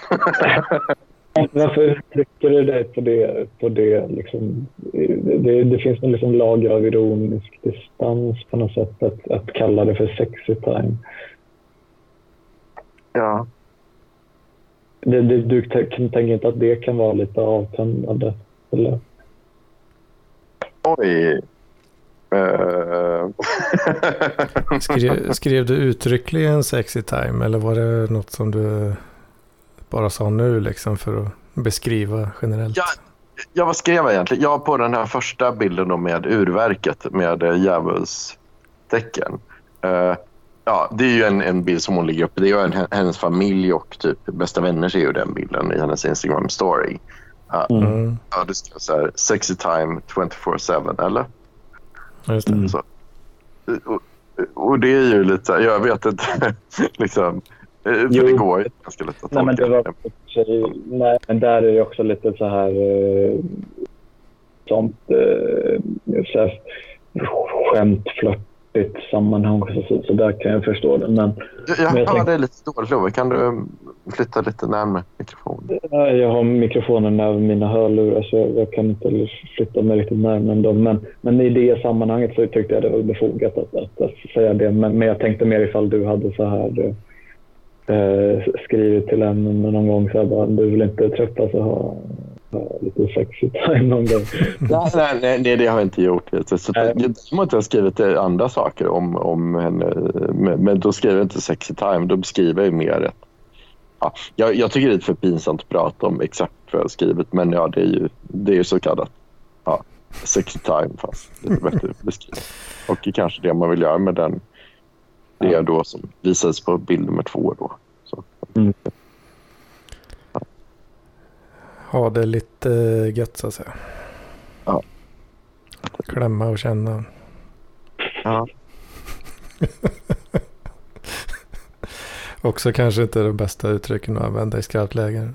Varför uttrycker du dig på det? På det, liksom, det, det finns en liksom lager av ironisk distans på något sätt att, att kalla det för sexy time. Ja. Det, det, du tänker inte att det kan vara lite avtändande, eller? Oj. Uh. skrev, skrev du uttryckligen sexy time, eller var det något som du bara sa nu liksom för att beskriva generellt? Ja, ja, vad skrev jag egentligen? Jag på den här första bilden då med urverket med djävulstecken. Uh, ja, det är ju en, en bild som hon ligger uppe. Det är ju en, hennes familj och typ bästa vänner ser ju den bilden i hennes Instagram story. Uh, mm. Ja, det ska så här, sexy time twenty-four seven, eller? Just det. Mm. Så, och, och det är ju lite, jag vet inte, liksom, för jo. Det går ju ganska lätt att tolka. Nej, men, det var, nej, men där är det också lite så här eh, sånt eh, så här, skämt, flörtigt sammanhang, så, så där kan jag förstå det. Men, jag men jag har det lite dåligt, Love. Kan du flytta lite närmare mikrofonen? Ja, jag har mikrofonen över mina hörlurar, så jag, jag kan inte flytta mig riktigt närmare dem. Men, men i det sammanhanget så tyckte jag det var befogat att, att, att säga det. Men, men jag tänkte mer ifall du hade så här eh, skrivit till en någon gång så här, bara, du vill inte träffas och ha, ha lite sexy time någon gång. nej, nej, nej, nej, det har jag inte gjort. Så, så, jag måste ha skrivit andra saker om, om henne, men då skriver jag inte sexy time, då beskriver jag mer rätt. Ja, jag, jag tycker det är för pinsamt att prata om exakt vad jag har skrivit, men ja, det är ju, det är ju så kallat ja, sexy time, fast lite bättre beskrivet. Och kanske det man vill göra med den, det är då som visas på bild nummer två då. Så. Mm. Ja. Ha det lite gött så att säga. Ja. Klämma och känna. Ja. Också kanske inte de bästa uttrycken att använda i skarpt läge.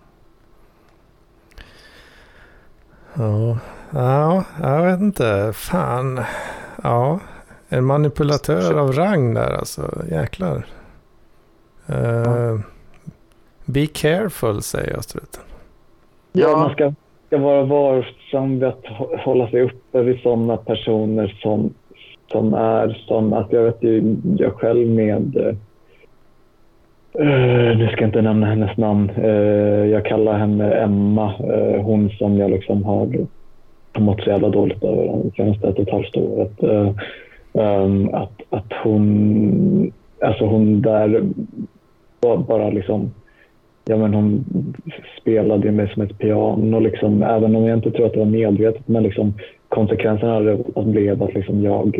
Ja, ja, jag vet inte. Fan. Ja, en manipulatör av rang där alltså. Jäklar. Uh, ja. Be careful, säger jag struten. Ja, man ska, ska vara varsam vid att hålla sig uppe vid sådana personer som, som är sådana. Att jag vet ju, jag själv med... Uh, nu ska jag inte nämna hennes namn. Uh, jag kallar henne Emma. Uh, hon som jag liksom har mått så jävla dåligt över de senaste ett och ett halvt året. Uh, um, att, att hon, alltså hon där var bara liksom, ja men hon spelade mig som ett piano liksom, även om jag inte tror att det var medvetet, men liksom konsekvensen hade att blev att liksom jag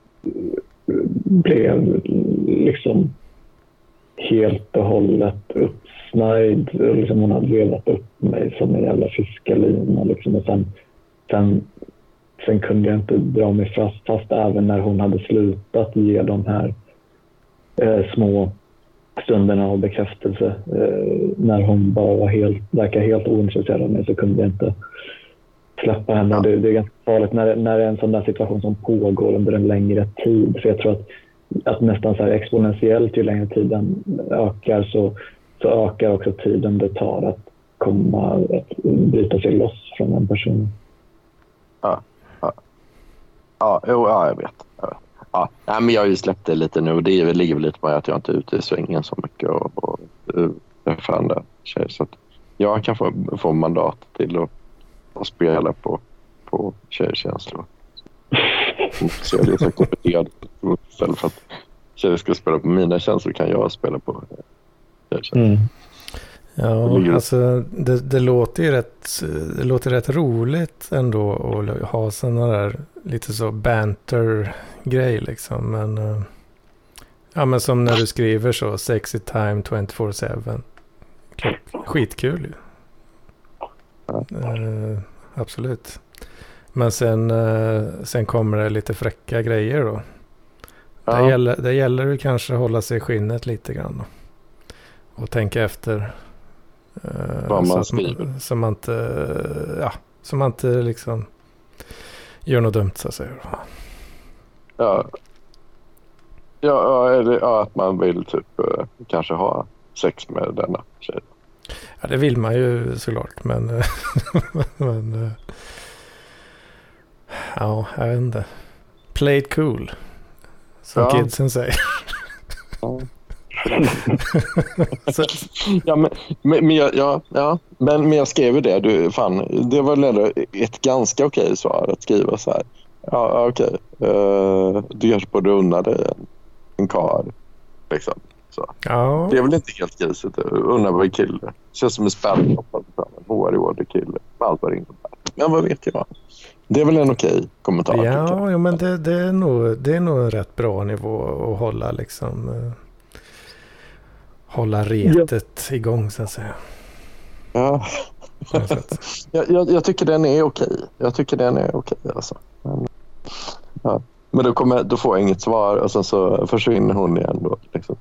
blev liksom helt och hållet uppsnärjd. Liksom hon hade velat upp mig som en jävla fiskalina. Liksom. Och sen, sen, sen kunde jag inte dra mig fast, fast även när hon hade slutat ge de här eh, små stunderna av bekräftelse. Eh, när hon bara var helt, verkar helt ointresserad av mig, så kunde jag inte släppa henne. Det, det är ganska farligt när, när det är en sån där situation som pågår under en längre tid. För jag tror att att nästan så här exponentiellt ju längre tiden ökar, så, så ökar också tiden det tar att komma att bryta sig loss från en person. Ja, ja. Ja, jo, ja jag vet. Jag vet. Ja, nej, men jag har ju släppt det lite nu, och det ligger väl lite på att jag inte är ute i svängen så mycket och, och, och träffar andra tjejer, så att jag kan få, få mandat till att, att spela på, på tjejkänslor. Så jag är så kompeterad istället för att tjejer ska spela på mina känslor, kan jag spela på tjejkänslor. Mm. Ja, alltså det, det låter ju rätt det låter rätt roligt ändå att ha sådana där lite så banter-grej liksom, men ja, men som när du skriver så sexy time twenty-four seven, skitkul ju. Ja. Uh, absolut. Men sen, uh, sen kommer det lite fräcka grejer då. Ja. Det gäller, det gäller ju kanske att hålla sig i skinnet lite grann då. Och tänka efter. Uh, Vad man så att man, så man inte, uh, ja, så man inte liksom gör något dumt så att säga. Ja. Ja, eller ja, att man vill typ uh, kanske ha sex med denna tjej. Ja, det vill man ju såklart, men, men uh, ja, jag vet inte. Play it cool, som ja. Kidsen säger. Ja. ja, men, men, men, jag, ja, ja, men, men jag skrev ju det. Du, fan, det var ändå ett ganska okej svar att skriva så här. Ja, okej. Uh, du kanske borde unna dig en, en kar. Liksom. Så. Ja. Det är väl inte helt grisigt. Unna mig kille. Känns som en spännande hoppad på en hårig kille. Allt var inget. Men vad vet jag? Det är väl en okej kommentar. Ja, ja men det, det, är nog, det är nog en rätt bra nivå att hålla liksom... Uh... hålla retet ja. igång så att säga. Ja. jag, jag, jag tycker den är okej. Jag tycker den är okej alltså. Men, Ja. Men då, kommer, då får jag inget svar och sen så försvinner hon igen då. Liksom.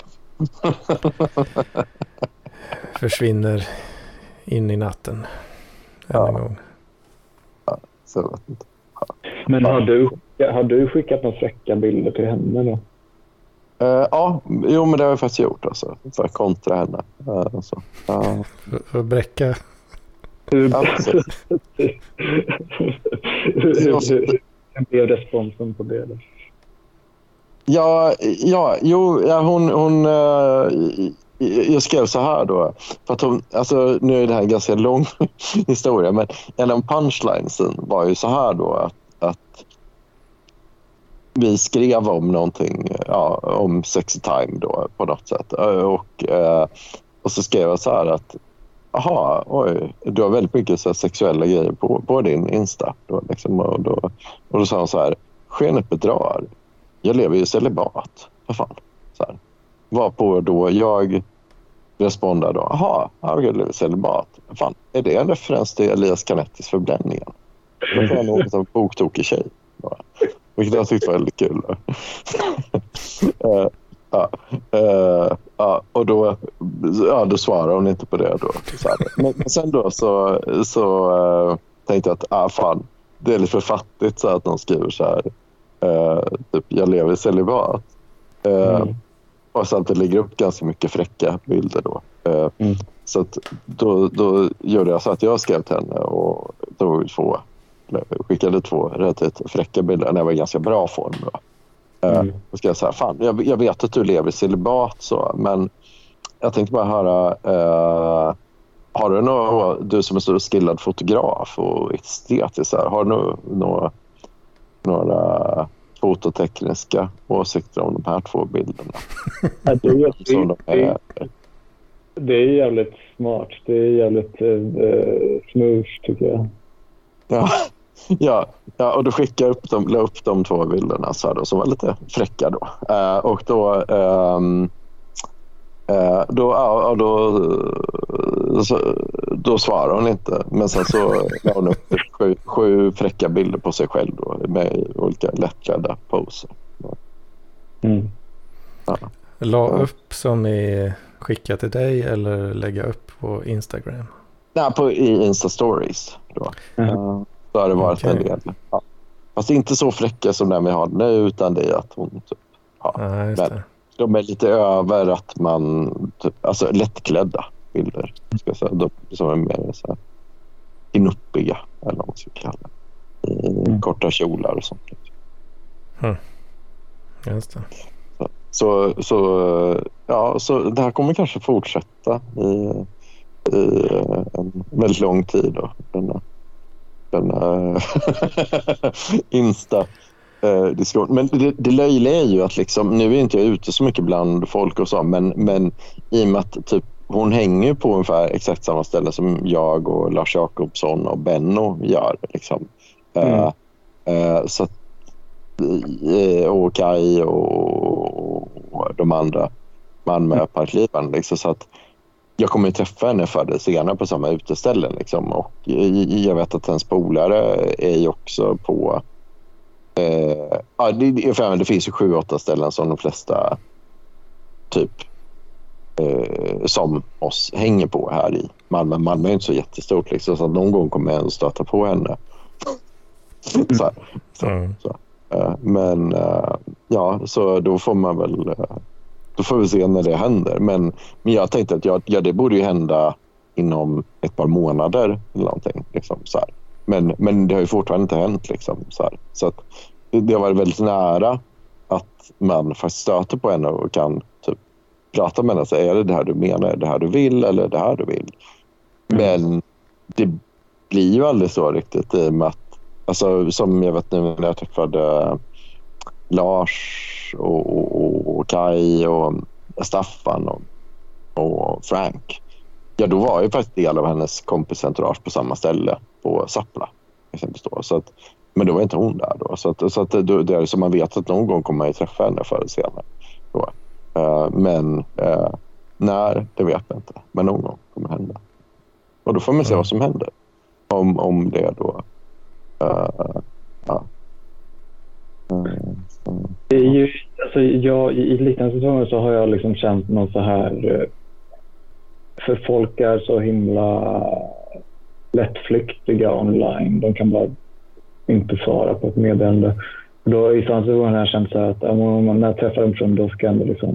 Försvinner in i natten än Ja. en gång. Ja, så jag vet inte. Ja. Men har du, har du skickat några fräcka bilder till henne då? Uh, ja, jo men det har jag faktiskt gjort alltså, för att kontra henne. Uh, så. Uh. För, för att bräcka. Hur, Ja, hur, hur, hur blev responsen på det då? Ja, ja, jo, ja, hon, hon uh, jag skrev så här då, för att hon, alltså nu är det här en ganska lång historia, men en av punchlinesen var ju så här då att, att vi skrev om någonting, ja, om sexy time då på något sätt, och, uh, och så skrev jag så här att aha, oj, du har väldigt mycket så här sexuella grejer på, på din Insta då, liksom, och, då, och då sa hon så här, skenet bedrar. Jag lever ju celibat. Vad fan? Så här. Varpå då jag respondade då. Aha, jag lever i celibat. Vad fan? Är det en referens till Elias Canettis Förbränningen? Då får jag något av boktokig tjej. Då. Vilket jag tyckte var väldigt kul. uh, ja, uh, uh, och då, ja, då svarade hon inte på det då. Så här. Men, men sen då så, så uh, tänkte jag att ah, fan, det är lite för fattigt så att någon skriver så här. Uh, typ, jag lever i celibat. Uh, mm. Och så att det ligger upp ganska mycket fräcka bilder då. Uh, mm. Så att då, då gjorde jag så att jag skrev till henne och drog två, skickade två rätt fräcka bilder när jag var i ganska bra form då. Uh, mm. Och ska jag säga, fan, jag, jag vet att du lever i celibat så, men jag tänkte bara höra, uh, har du något, du som är så skillad fotograf och estetisk, har du något, något några fototekniska åsikter om de här två bilderna? Ja, det, är, det, de är. Det är jävligt smart. Det är jävligt uh, smooth tycker jag. Ja, ja, ja, och då skickade jag upp de, la upp de två bilderna så här då, som var lite fräcka då. Uh, och då um, uh, då, ja, då, så, då svarade hon inte. Men sen så la hon upp sju, sju fräcka bilder på sig själv då, med olika lättklädda poser. Mm. Ja. La upp som är skickat till dig eller lägga upp på Instagram? Nej, på, i Insta-stories då. Mm. Uh, så har det varit okay. En del. Ja. Fast inte så fräcka som den vi har nu, utan det är att hon typ, ja, ja, just men det. De är lite över att man typ, alltså lättklädda bilder ska jag säga, de som är mer så här inuppiga eller vad man ska kalla det. I mm. korta kjolar och sånt. Mm. Just det. Så, så, så ja, så det här kommer kanske fortsätta i, i en väldigt lång tid då. Denna, denna Insta Uh, diskussion. Men det, det löjliga är ju att liksom, nu är inte jag ute så mycket bland folk och så, men, men i och med att typ, hon hänger på ungefär exakt samma ställe som jag och Lars Jakobsson och Benno gör liksom. Mm. Uh, uh, så att, uh, och Kai och, och de andra Malmö parklivan liksom, så att jag kommer ju träffa henne för det senare på samma uteställen liksom, och jag vet att hennes polare är ju också på Uh, ja, det, för det finns ju sju, åtta ställen som de flesta typ uh, som oss hänger på här i Malmö. Malmö är inte så jättestort liksom, så att någon gång kommer jag att stöta på henne. så, så, mm. så. Uh, men uh, ja, så då får man väl uh, då får vi se när det händer. Men, men jag tänkte att ja, ja, det borde ju hända inom ett par månader eller någonting liksom, så här. Men, men det har ju fortfarande inte hänt liksom, så här. Så att det har varit väldigt nära att man faktiskt stöter på henne och kan typ prata med henne och säga, är det det här du menar, är det här du vill eller är det här du vill? Mm. Men det blir ju aldrig så riktigt i och med att, alltså, som jag vet nu när jag träffade Lars och, och, och Kai och Staffan och, och Frank, ja då var ju faktiskt del av hennes kompisentourage på samma ställe på Sappla exempelvis då. Så att, men då var inte hon där då. Så att, så att det, det är så man vet att någon gång kommer man ju träffa henne förr eller senare då. Uh, men uh, när, det vet jag inte. Men någon gång kommer det hända. Och då får man se mm. vad som händer. Om, om det då uh, ja. Det är ju, alltså, jag, i liknande situationer så har jag liksom känt någon så här, för folk är så himla lättflyktiga online. De kan bara inte svara på ett meddelande. Då i sådana situationer har jag känt så här att när jag träffar en person då ska jag liksom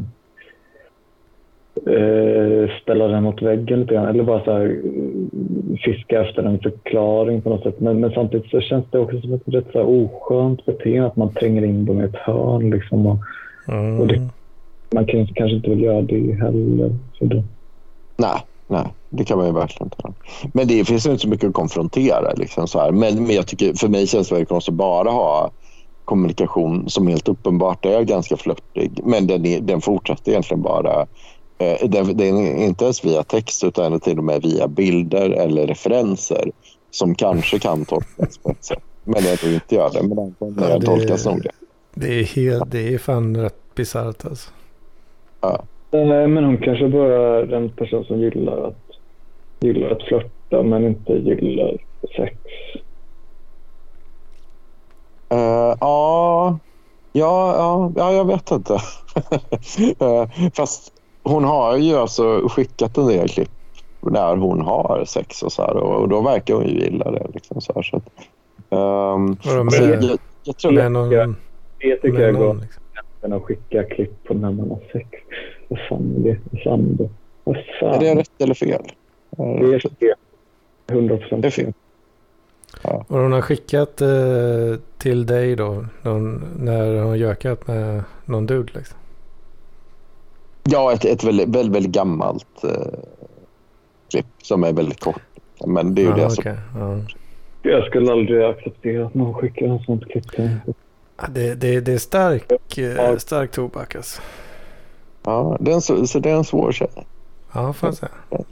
eh, ställa den mot väggen lite grann. Eller bara så här, fiska efter en förklaring på något sätt. Men, men samtidigt så känns det också som ett rätt så här oskönt beteende att man tränger in dem i ett hörn liksom. Och, Mm. och det, man kan, kanske inte vill göra det heller. Så det. Nej, nej, det kan man ju verkligen inte. Men det finns inte så mycket att konfrontera liksom så här. Men, men jag tycker, för mig känns det väldigt konstigt att bara ha kommunikation som helt uppenbart är ganska flörtig. Men den, är, den fortsätter egentligen bara, eh, den, den är inte ens via text utan till och med via bilder eller referenser som kanske kan tolkas på ett sätt. Men det är inte gör det, men den kan ja, tolkas nog det. Det är, helt, det är fan rätt bisarrt alltså. Ja. Men hon kanske bara är en person som gillar att gillar att flirta men inte gillar sex. Uh, ja, ja, ja, ja, jag vet inte. uh, fast hon har ju alltså skickat en del klipp när hon har sex och så här, och, och då verkar hon ju gilla det liksom så här, så att, um, med, alltså, jag, jag, jag tror med någon, jag, det tycker jag går liksom. att skicka klipp på när man har sex. Vad fan är det? Vad fan är det? Vad fan? Är det rätt eller fel? Det är fel. hundra procent det är fel. Ja. Och hon har skickat eh, till dig då någon, när hon har gökat med någon dude liksom. Ja, ett, ett väldigt, väldigt, väldigt gammalt eh, klipp som är väldigt kort. Men det är ju ah, det okay. som... Ja. Jag skulle aldrig acceptera att någon skickar en sånt klipp till. Ja, det, det, det är stark, eh, stark tobak alltså. Ja, det är en, så, så det är en svår tjej. Ja, får jag säga.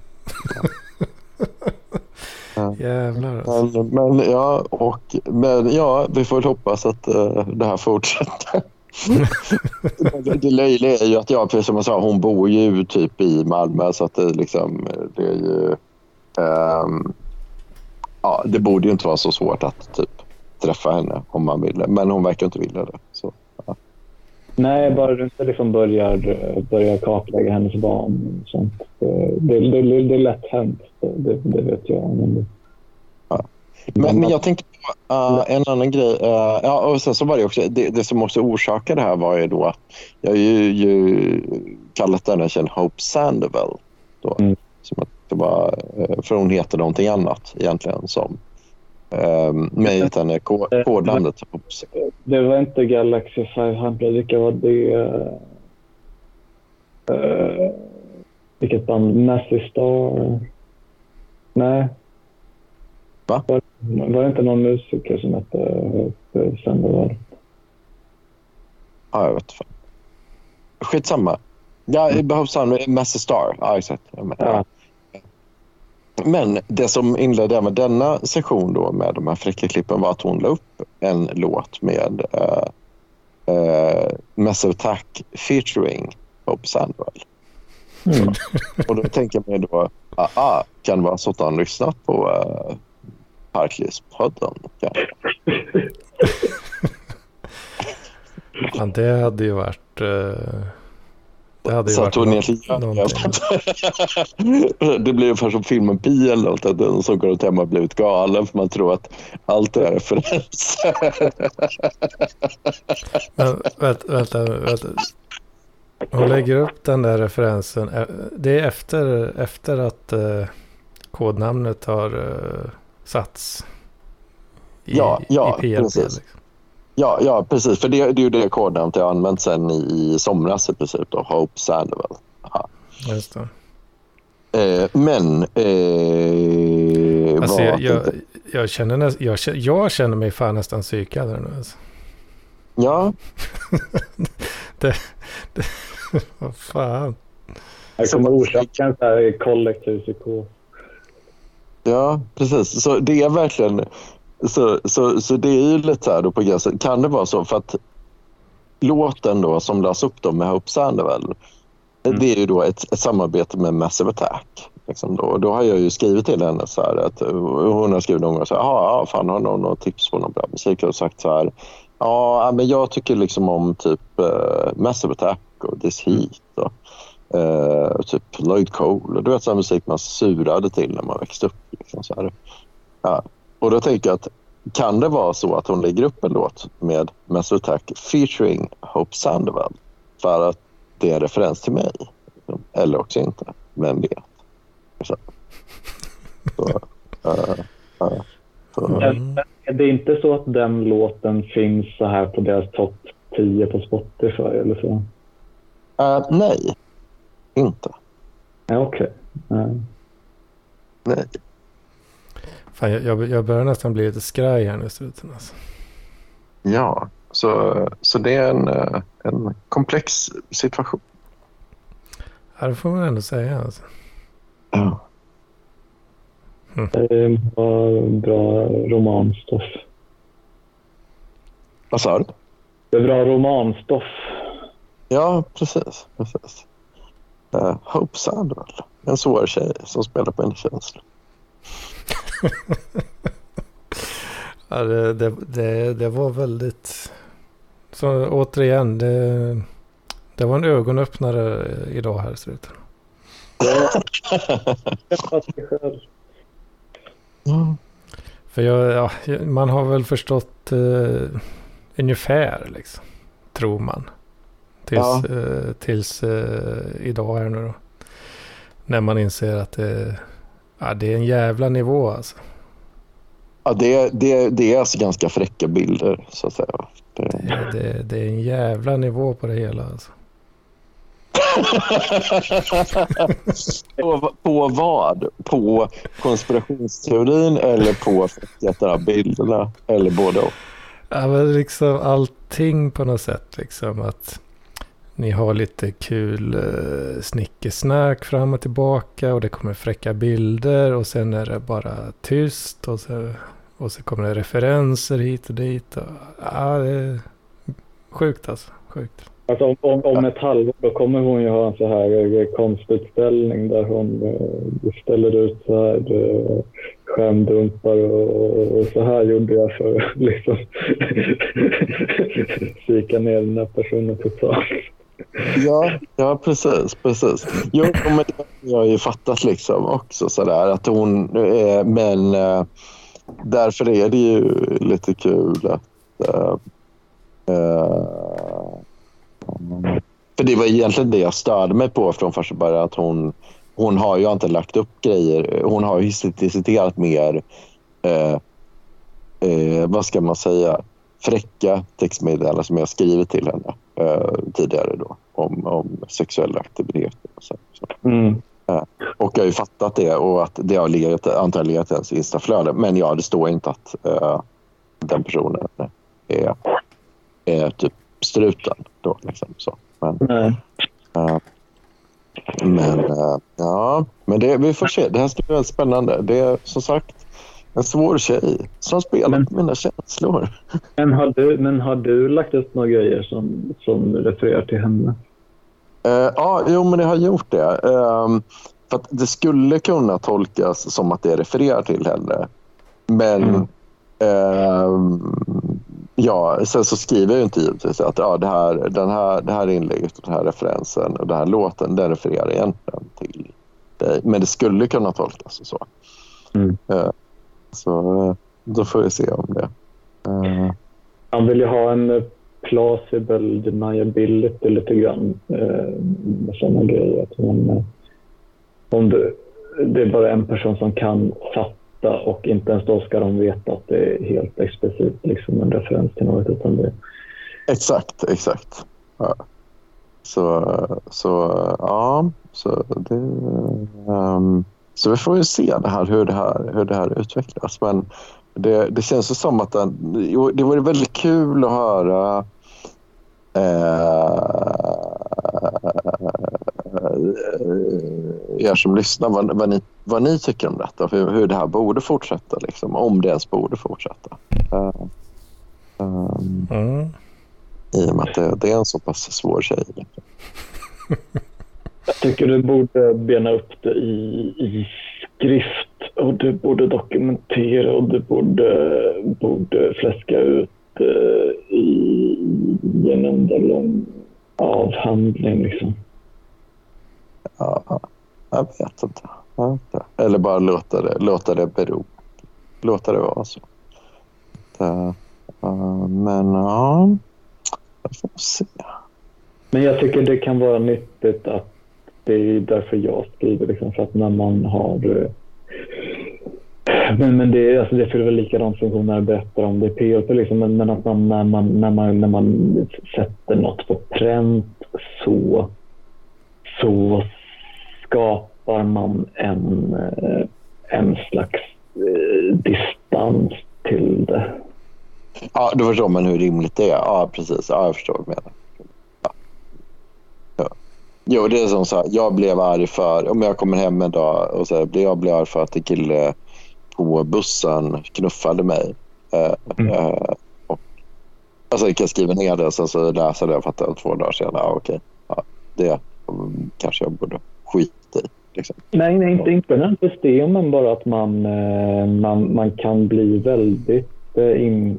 Ja. Jävlar alltså. Men, men ja, och men ja, vi får väl hoppas att uh, det här fortsätter. det, det löjliga är ju att jag, precis som jag sa, hon bor ju typ i Malmö, så att det liksom, det är ju um, ja, det borde ju inte vara så svårt att typ träffa henne om man ville, men hon verkar inte vilja det. Så, ja. Nej, bara du inte liksom börjar, börjar kartlägga hennes barn och sånt. Det, det, det, det är lätt hänt, det, det vet jag. Men, det... ja. men, men jag tänkte på uh, en annan grej. Uh, ja, och sen så var det också, det, det som också orsakade det här var ju då att jag har ju, ju kallat denna tjejen Hope Sandoval då. Mm. Som att det var, för hon heter någonting annat egentligen som Um, med henne kodlandet. Det var inte Galaxy femhundra, vilka var det? Uh, vilket band? Massive Star? Nej. Va? Var, var det inte någon musiker som hette uh, Sandoval? Ja, jag vet fan. Skitsamma. Ja, det behövs han Massive Star. Ja, exakt. Ja. Men det som inledde med denna session då med de här fräcka klippen var att hon la upp en låt med uh, uh, Massive Attack featuring Hope Sandoval. Mm. Och då tänker jag mig då, ah, kan det vara så att han lyssnat på uh, Parklivspodden? Ja. Ja, det hade ju varit... Uh... Det hade ju så varit något, någonting. Det blir ungefär som filmen Pi eller något, att den som går åt hemma har blivit galen för man tror att allt är referenser. Men, vänta, vänta, vänta. Hon lägger upp den där referensen. Det är efter, efter att uh, kodnamnet har uh, satts i, ja, ja, i P L P. Precis. Liksom. Ja, ja, precis. För det, det är ju det kodnamnet jag har använt sen i, i somras i princip då. Hope Sandoval. Ja. Just det. Eh, men... Eh, alltså, jag, jag, jag, känner näst, jag, jag känner mig fan nästan psykad nu. Alltså. Ja. det, det, vad fan. Jag kommer orsaka en sån här kollektiv psykos. Ja, precis. Så det är verkligen... Så, så, så det är ju lite så här då på gränsen. Kan det vara så? För att låten då som lades upp då med Hope Sandoval, mm. det är ju då ett, ett samarbete med Massive Attack. Liksom då. Och då har jag ju skrivit till henne så här att hon har skrivit någon gång så här, ja fan, har någon något tips på någon bra musik? Och sagt så här, ja Ja, men jag tycker liksom om typ uh, Massive Attack och This Heat och uh, typ Lloyd Cole. Du vet sån musik man surade till när man växte upp. Liksom, så här. Ja. Och då tänker jag att kan det vara så att hon lägger upp en låt med Massive Attack featuring Hope Sandoval för att det är en referens till mig? Eller också inte. Vem vet? Så. Så, uh, uh, så. Mm. Är det inte så att den låten finns så här på deras topp tio på Spotify eller så? Uh, nej, inte. Ja, okej. Okay. Uh. Nej. Fan, jag, jag, jag börjar nästan bli lite skraj här nu i slutet. Alltså. Ja, så, så det är en, en komplex situation. Ja, det får man ändå säga. Alltså. Ja. Mm. Det var bra romanstoff. Vad sa du? Det är bra romanstoff. Ja, precis. precis. Uh, Hope Sandoval. En svår tjej som spelar på en känsla. Ja, det, det, det, det var väldigt... Så återigen, det, det var en ögonöppnare idag här i slutet. Mm. För jag, ja, man har väl förstått uh, ungefär liksom, tror man. Tills, ja. uh, tills uh, idag här nu då. När man inser att det, ja, det är en jävla nivå alltså. Ja, det, det, det är alltså ganska fräcka bilder så att säga. Det, det, det, det är en jävla nivå på det hela alltså. på, på vad? På konspirationsteorin eller på fräcka bilderna? Eller både och? Ja, men liksom allting på något sätt liksom att ni har lite kul uh, snickesnack fram och tillbaka och det kommer fräcka bilder och sen är det bara tyst och så, och så kommer det referenser hit och dit. Och, ja, det är sjukt alltså. Sjukt. Alltså om, om, om ett halvår då kommer hon ju ha en så här konstutställning där hon uh, ställer ut så här uh, skärmdumpar och, och så här gjorde jag för liksom kika ner den här personen totalt. Ja, ja precis, precis. Jo, men jag har ju fattat liksom också sådär att hon, eh, men eh, därför är det ju lite kul att eh, eh, för det var egentligen det jag störde mig på från första början, att hon hon har ju inte lagt upp grejer, hon har ju citerat mer eh, eh, vad ska man säga, fräcka textmeddelanden som jag skrivit till henne eh, tidigare då om, om sexuella aktiviteter och så. så. Mm. Eh, och jag har ju fattat det och att det har legat, antagligen legat ens Instaflöde, men ja, det står inte att eh, den personen är, är typ struten då liksom så. Men, Nej. Eh, men eh, ja, men det, vi får se, det här ska bli väldigt spännande. Det är som sagt en svår tjej som spelar men, på mina känslor. Men har du, men har du lagt upp några grejer som, som refererar till henne? Uh, ja, jo men jag har gjort det. Uh, för att det skulle kunna tolkas som att det refererar till henne. Men mm. uh, ja, sen så skriver jag ju inte givetvis att ja, det, här, den här, det här inlägget och den här referensen och den här låten, den refererar egentligen till dig. Men det skulle kunna tolkas så. Mm. Uh, Så då får vi se om det. Uh. Han vill ju ha en plausible deniability lite grann. Uh, med sådana grejer. Att man, om det, det är bara en person som kan fatta och inte ens då ska de veta att det är helt explicit liksom en referens till något. Utan det... Exakt, exakt. Ja. Så, så ja, så det... Um... Så vi får ju se det här, hur det här, hur det här utvecklas. Men det, det känns ju som att den, det vore väldigt kul att höra eh, er som lyssnar vad, vad, ni, vad ni tycker om detta. Hur, hur det här borde fortsätta, liksom, om det ens borde fortsätta. Eh, um, mm. I och med att det, det är en så pass svår tjej. Liksom. Jag tycker du borde bena upp det i, i skrift och du borde dokumentera och du borde, borde fläska ut uh, i, i, i en enda lång avhandling liksom. Ja, jag vet inte. Jag vet inte. Eller bara låta det, låta det bero. Låta det vara så. Det, uh, men ja, jag får se. Men jag tycker det kan vara nyttigt att det är därför jag skriver liksom, för att när man har men, men det, alltså det fyller väl likadant funktion när jag berättar om det P H P liksom, men, men att man när, man när man när man sätter något på pränt så så skapar man en en slags eh, distans till det. Ja, då förstår man hur rimligt det är. Ja, precis. Ja, jag förstår vad du menar. Ja. Ja. Jo, det är som så här, jag blev arg för, om jag kommer hem en dag och så här, jag blev arg för att en kille på bussen knuffade mig. Mm. Uh, och, alltså jag kan skriva ner det och sen så läsa det jag fattar två dagar senare. Ja, okej. Ja, det um, kanske jag borde skita i. Liksom. Nej, nej, inte, inte nödvändigtvis det, men bara att man, man, man kan bli väldigt in,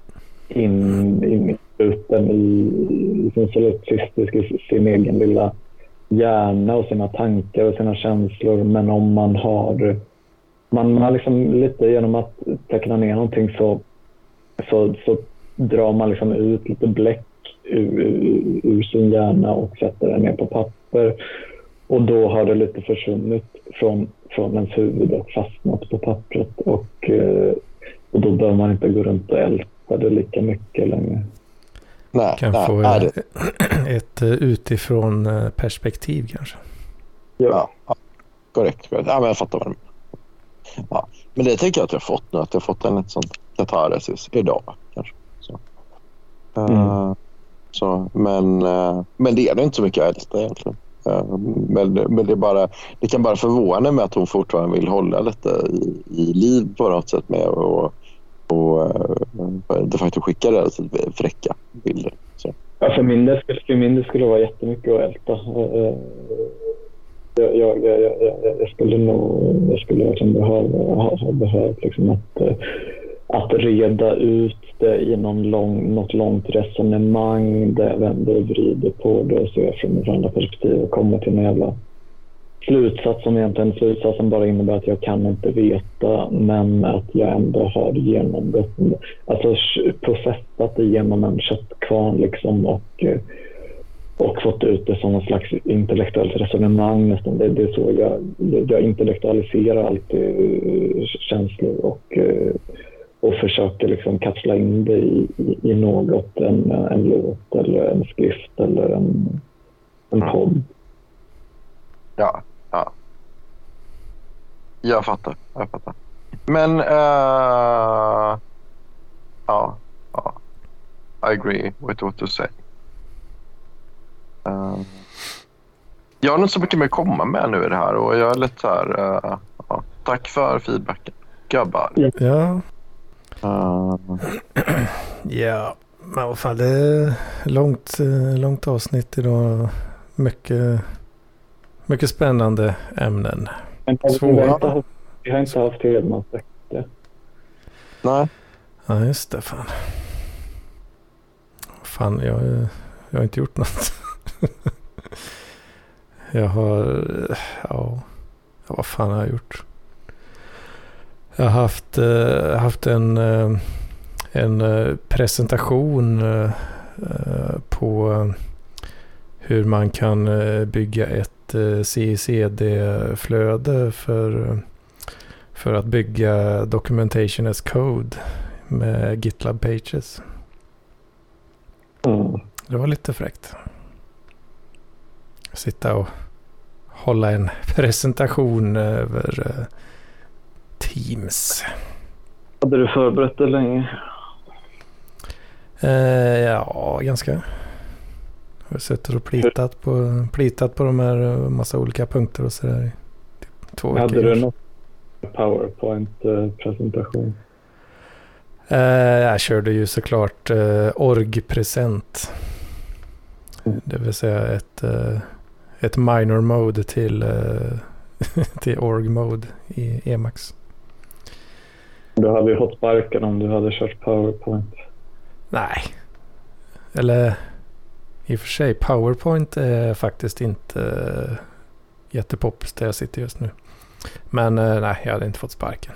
in, in uten i, i sin solipsistisk, i sin egen lilla hjärna och sina tankar och sina känslor. Men om man har man, man liksom lite genom att teckna ner någonting så, så, så drar man liksom ut lite bläck ur, ur, ur sin hjärna och sätter det ner på papper. Och då har det lite försvunnit från, från ens huvud och fastnat på pappret. Och, och då bör man inte gå runt och älta det lika mycket längre. Nej, kan nej, få nej, ett, ett utifrån perspektiv kanske. Ja, ja korrekt. Ja, men jag fattar vad det är. Ja, men det tänker jag att jag har fått nu. Att jag har fått en ett sånt katarsis idag kanske. Så. Mm. Uh, så, men, uh, men det är det inte så mycket älta egentligen. Men, men det, är bara, det kan bara förvåna mig att hon fortfarande vill hålla lite i, i liv på något sätt med och, och de facto skicka relativt fräcka bilder. Så. Ja, för min del skulle, för min del skulle det vara jättemycket att älta. Jag, jag, jag, jag, jag skulle nog jag skulle verkligen behöva ha, ha behövt liksom att, att reda ut det i någon lång, något långt resonemang där jag vänder och vrider på det och ser från ett andra perspektiv och kommer till en jävla slutsats som egentligen slutsats som bara innebär att jag kan inte veta, men att jag ändå har genomgått, alltså processat igenom en köttkvarn liksom och, och fått ut det som en slags intellektuellt resonemang nästan. Det, det är så jag, jag intellektualiserar alltid känslor och och försöker liksom kapsla in det i, i, i något, en, en låt eller en skrift eller en, en mm. podd. Ja, ja. Jag fattar, jag fattar. Men, uh, ja, ja. I agree with what you say. Uh, jag har inte så mycket mer att komma med nu i det här och jag är lite så här, uh, ja. Tack för feedbacken, gubbar. Ja. Uh. Ja, men vad fan, det är långt, långt avsnitt idag. Mycket, mycket spännande ämnen. Svåra. Vi har inte haft Hedman det. Nej. Ja, just det, fan. Fan, jag, jag har inte gjort något. Jag har, ja, vad fan har jag gjort? Jag har haft, uh, haft en, uh, en uh, presentation uh, på uh, hur man kan uh, bygga ett uh, C I C D-flöde för, uh, för att bygga documentation as code med GitLab Pages. Mm. Det var lite fräckt. Sitta och hålla en presentation över uh, Teams. Hade du förberett det länge? Eh, ja, ganska. Jag har suttit och plitat på, plitat på de här massa olika punkter och sådär i typ två veckor. Hade du någon PowerPoint-presentation? Eh, jag körde ju såklart eh, org-present. Mm. Det vill säga ett, eh, ett minor mode till, eh, till org-mode i Emacs. Du hade ju fått sparken om du hade kört PowerPoint. Nej, Eller i och för sig, PowerPoint är faktiskt inte uh, jättepoppis där jag sitter just nu. Men uh, nej, jag hade inte fått sparken.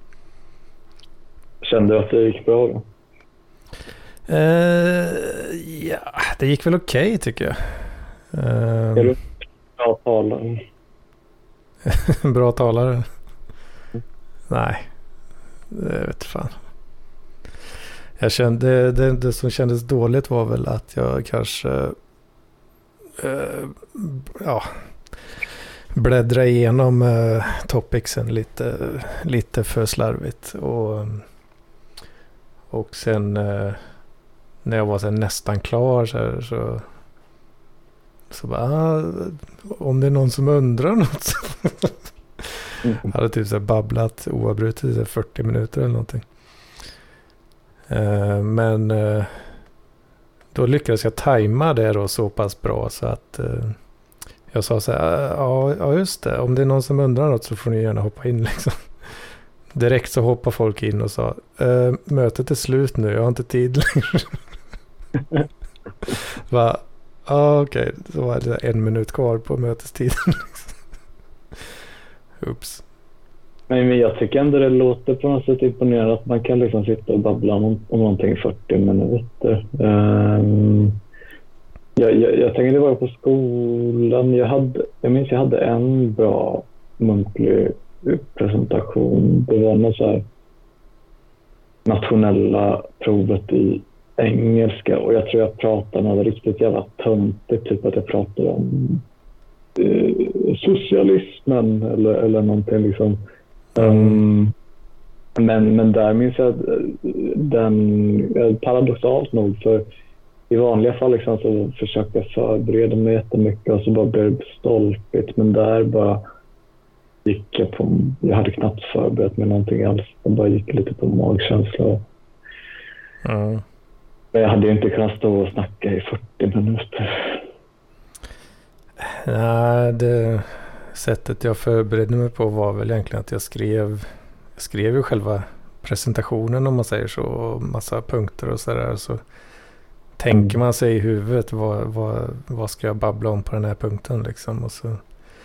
Kände du att det gick bra då? Uh, ja, det gick väl okej okay, tycker jag. Uh, är du bra talare? Bra talare? Mm. Nej, det vet fan. Jag kände, det, det som kändes dåligt var väl att jag kanske uh, ja, bläddra igenom uh, topicsen lite, lite för slarvigt. Och, och sen uh, när jag var så nästan klar så, här, så, så bara, ah, om det är någon som undrar något. Mm. Jag hade typ så här babblat oavbrutet i fyrtio minuter eller någonting. Uh, men uh, då lyckades jag tajma det då så pass bra så att uh, jag sa så här, ja, ja just det, om det är någon som undrar något så får ni gärna hoppa in liksom. Direkt så hoppade folk in och sa, uh, mötet är slut nu, jag har inte tid längre. Va, ah, okej, okay. Så var det en minut kvar på mötestiden. Oops. Men jag tycker ändå det låter på något sätt imponerande att man kan liksom sitta och babbla om, om någonting i fyrtio minuter. Um, jag, jag, jag tänkte det var på skolan. Jag, hade, jag minns jag hade en bra muntlig presentation. Det var något så här nationella provet i engelska och jag tror jag pratade något riktigt jävla töntigt, typ att jag pratade om eh, socialismen eller, eller någonting liksom. Um, men, men där minns jag den, paradoxalt nog, för i vanliga fall liksom så försökte jag förbereda mig jättemycket och så bara blev det stolpigt, men där bara gick jag på, jag hade knappt förberett mig någonting alls, jag bara gick lite på magkänsla. Mm. Men jag hade ju inte kunnat stå och snacka i fyrtio minuter. Nej, det sättet jag förberedde mig på var väl egentligen att jag skrev jag skrev ju själva presentationen, om man säger så, och massa punkter och sådär, så tänker man sig i huvudet vad, vad, vad ska jag babbla om på den här punkten liksom, och så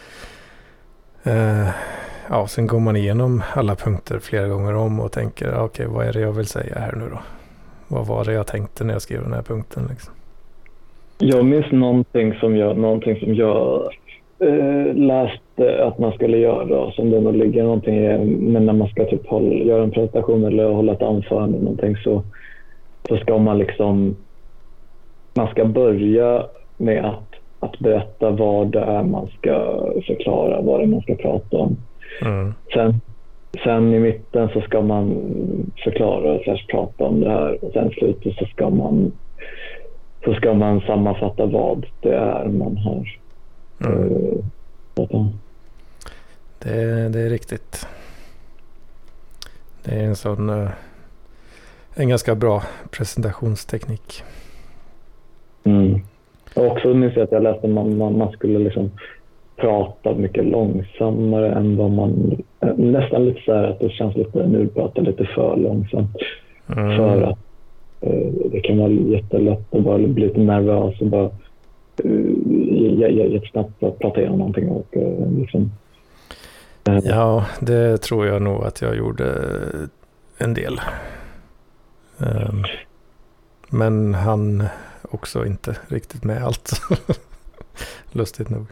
eh, ja, sen går man igenom alla punkter flera gånger om och tänker, okej, okay, vad är det jag vill säga här nu då? Vad var det jag tänkte när jag skrev den här punkten liksom? Jag minns någonting som jag, någonting som jag eh, läste att man skulle göra, som det nog ligger någonting i, men när man ska typ hålla, göra en presentation eller hålla ett anförande någonting, så, så ska man liksom man ska börja med att, att berätta vad det är man ska förklara, vad det är man ska prata om. Mm. Sen, sen i mitten så ska man förklara och prata om det här, och sen slutet så ska man så ska man sammanfatta vad det är man har mm. uh, pratat om. Det, det är riktigt. Det är en sån uh, en ganska bra presentationsteknik. Mm. Och också minns jag att jag läste att man, man, man skulle liksom prata mycket långsammare än vad man, nästan lite så här att det känns lite, nu pratar lite för långsamt. Mm. För att uh, det kan vara jättelätt att bara bli lite nervös och bara uh, jättesnabbt prata igenom någonting och uh, liksom. Uh. Ja, det tror jag nog att jag gjorde en del. Um, men han också inte riktigt med allt. Lustigt nog.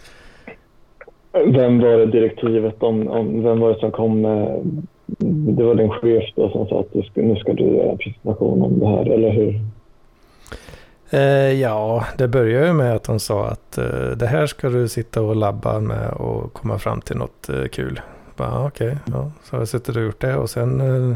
Vem var det direktivet om, om vem var det som kom med, det var din chef då som sa att du ska, nu ska du göra en presentation om det här, eller hur? Eh, ja, det började ju med att de sa att eh, det här ska du sitta och labba med och komma fram till något eh, kul. Bara okej, okay, ja, så har jag suttit och gjort det, och sen eh,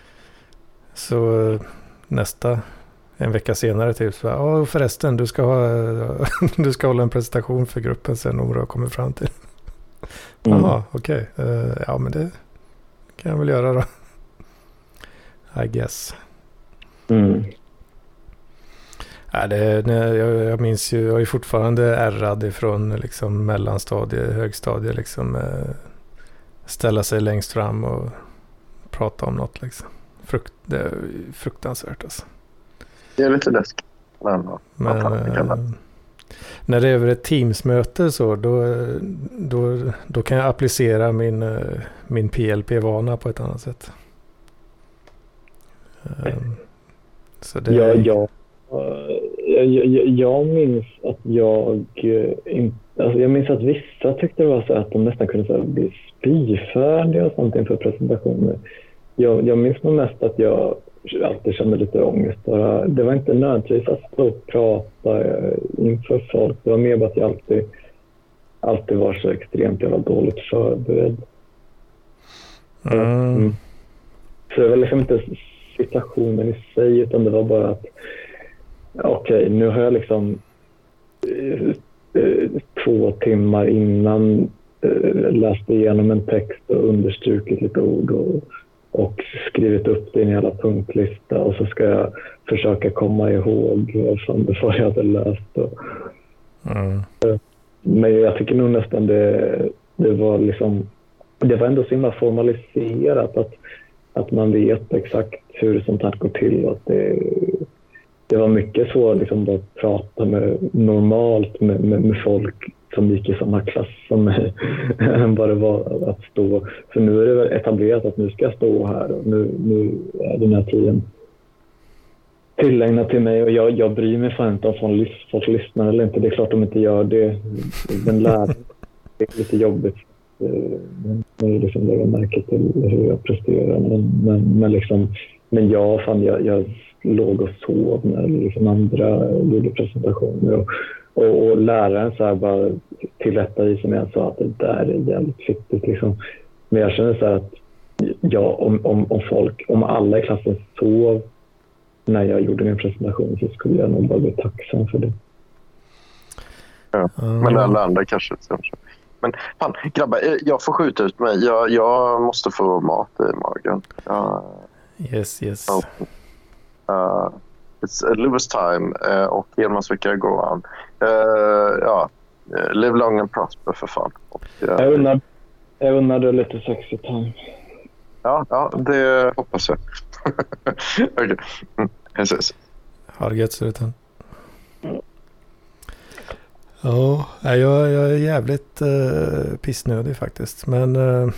så eh, nästa en vecka senare typ så ja, förresten, du ska ha du ska hålla en presentation för gruppen sen om du har kommit fram till. Mm. Jaha, okej. Okay. Uh, ja, men det kan jag väl göra då. I guess. Mm. Ja, det, jag, jag minns ju, jag är fortfarande ärrad ifrån liksom mellanstadie, högstadie liksom, uh, ställa sig längst fram och prata om något liksom. Frukt, det är fruktansvärt alltså. Det är lite läskigt. Men, Men äh, när det är över ett Teams-möte så då, då, då kan jag applicera min, min P L P-vana på ett annat sätt. Um, så det... Ja, ja. Jag, jag, jag minns att jag inte, alltså jag minns att vissa tyckte det var så att de nästan kunde så här bli spyfärdiga och sånt inför presentationer. Jag, jag minns nog mest att jag alltid kände lite ångest. Det var inte nödvändigtvis att stå och prata inför folk. Det var mer bara att jag alltid, alltid var så extremt jävla dåligt förberedd. Mm. Mm. Så det var liksom inte situationen i sig, utan det var bara att okej, okay, nu har jag liksom eh, eh, två timmar innan eh, läst igenom en text och understrukit lite ord och, och skrivit upp det i en hela punktlista, och så ska jag försöka komma ihåg vad som det var jag hade läst. Och, mm. Men jag tycker nog nästan det, det var liksom, det var ändå så himla formaliserat att, att man vet exakt hur sånt här går till, och att det Det var mycket så liksom att prata med normalt med, med, med folk som gick i samma klass som mig än bara det var att stå. För nu är det väl etablerat att nu ska jag stå här och nu, nu är den här tiden tillägnad till mig, och jag, jag bryr mig fan inte om folk, folk lyssnar eller inte. Det är klart de inte gör det. Den lär det är lite jobbigt. Men liksom lägga märke till hur jag presterar. Men, men, men, liksom, men jag, fan, jag, jag låg och sov när liksom andra gjorde presentationer, och, och, och läraren så här bara tillrättade i som jag sa att det där är jävligt viktigt liksom. Men jag känner så här att ja, om, om, om folk, om alla i klassen sov när jag gjorde min presentation, så skulle jag nog bara bli tacksam för det. Ja, mm. Men alla andra kanske inte. Men fan, grabbar, jag får skjuta ut mig. Jag, jag måste få mat i magen. Jag... Yes, yes. Ja. Uh, it's Lewis time uh, och Elmas vecka går an. Uh, ja, uh, live long and prosper för fan. Och, uh, jag undrar, jag undrar det lite sexy time. Ja, ja, det hoppas jag. Okej, okay. mm, ses. Ha det gött, Surutan. Ja, jag, jag är jävligt uh, pissnödig faktiskt. Men uh,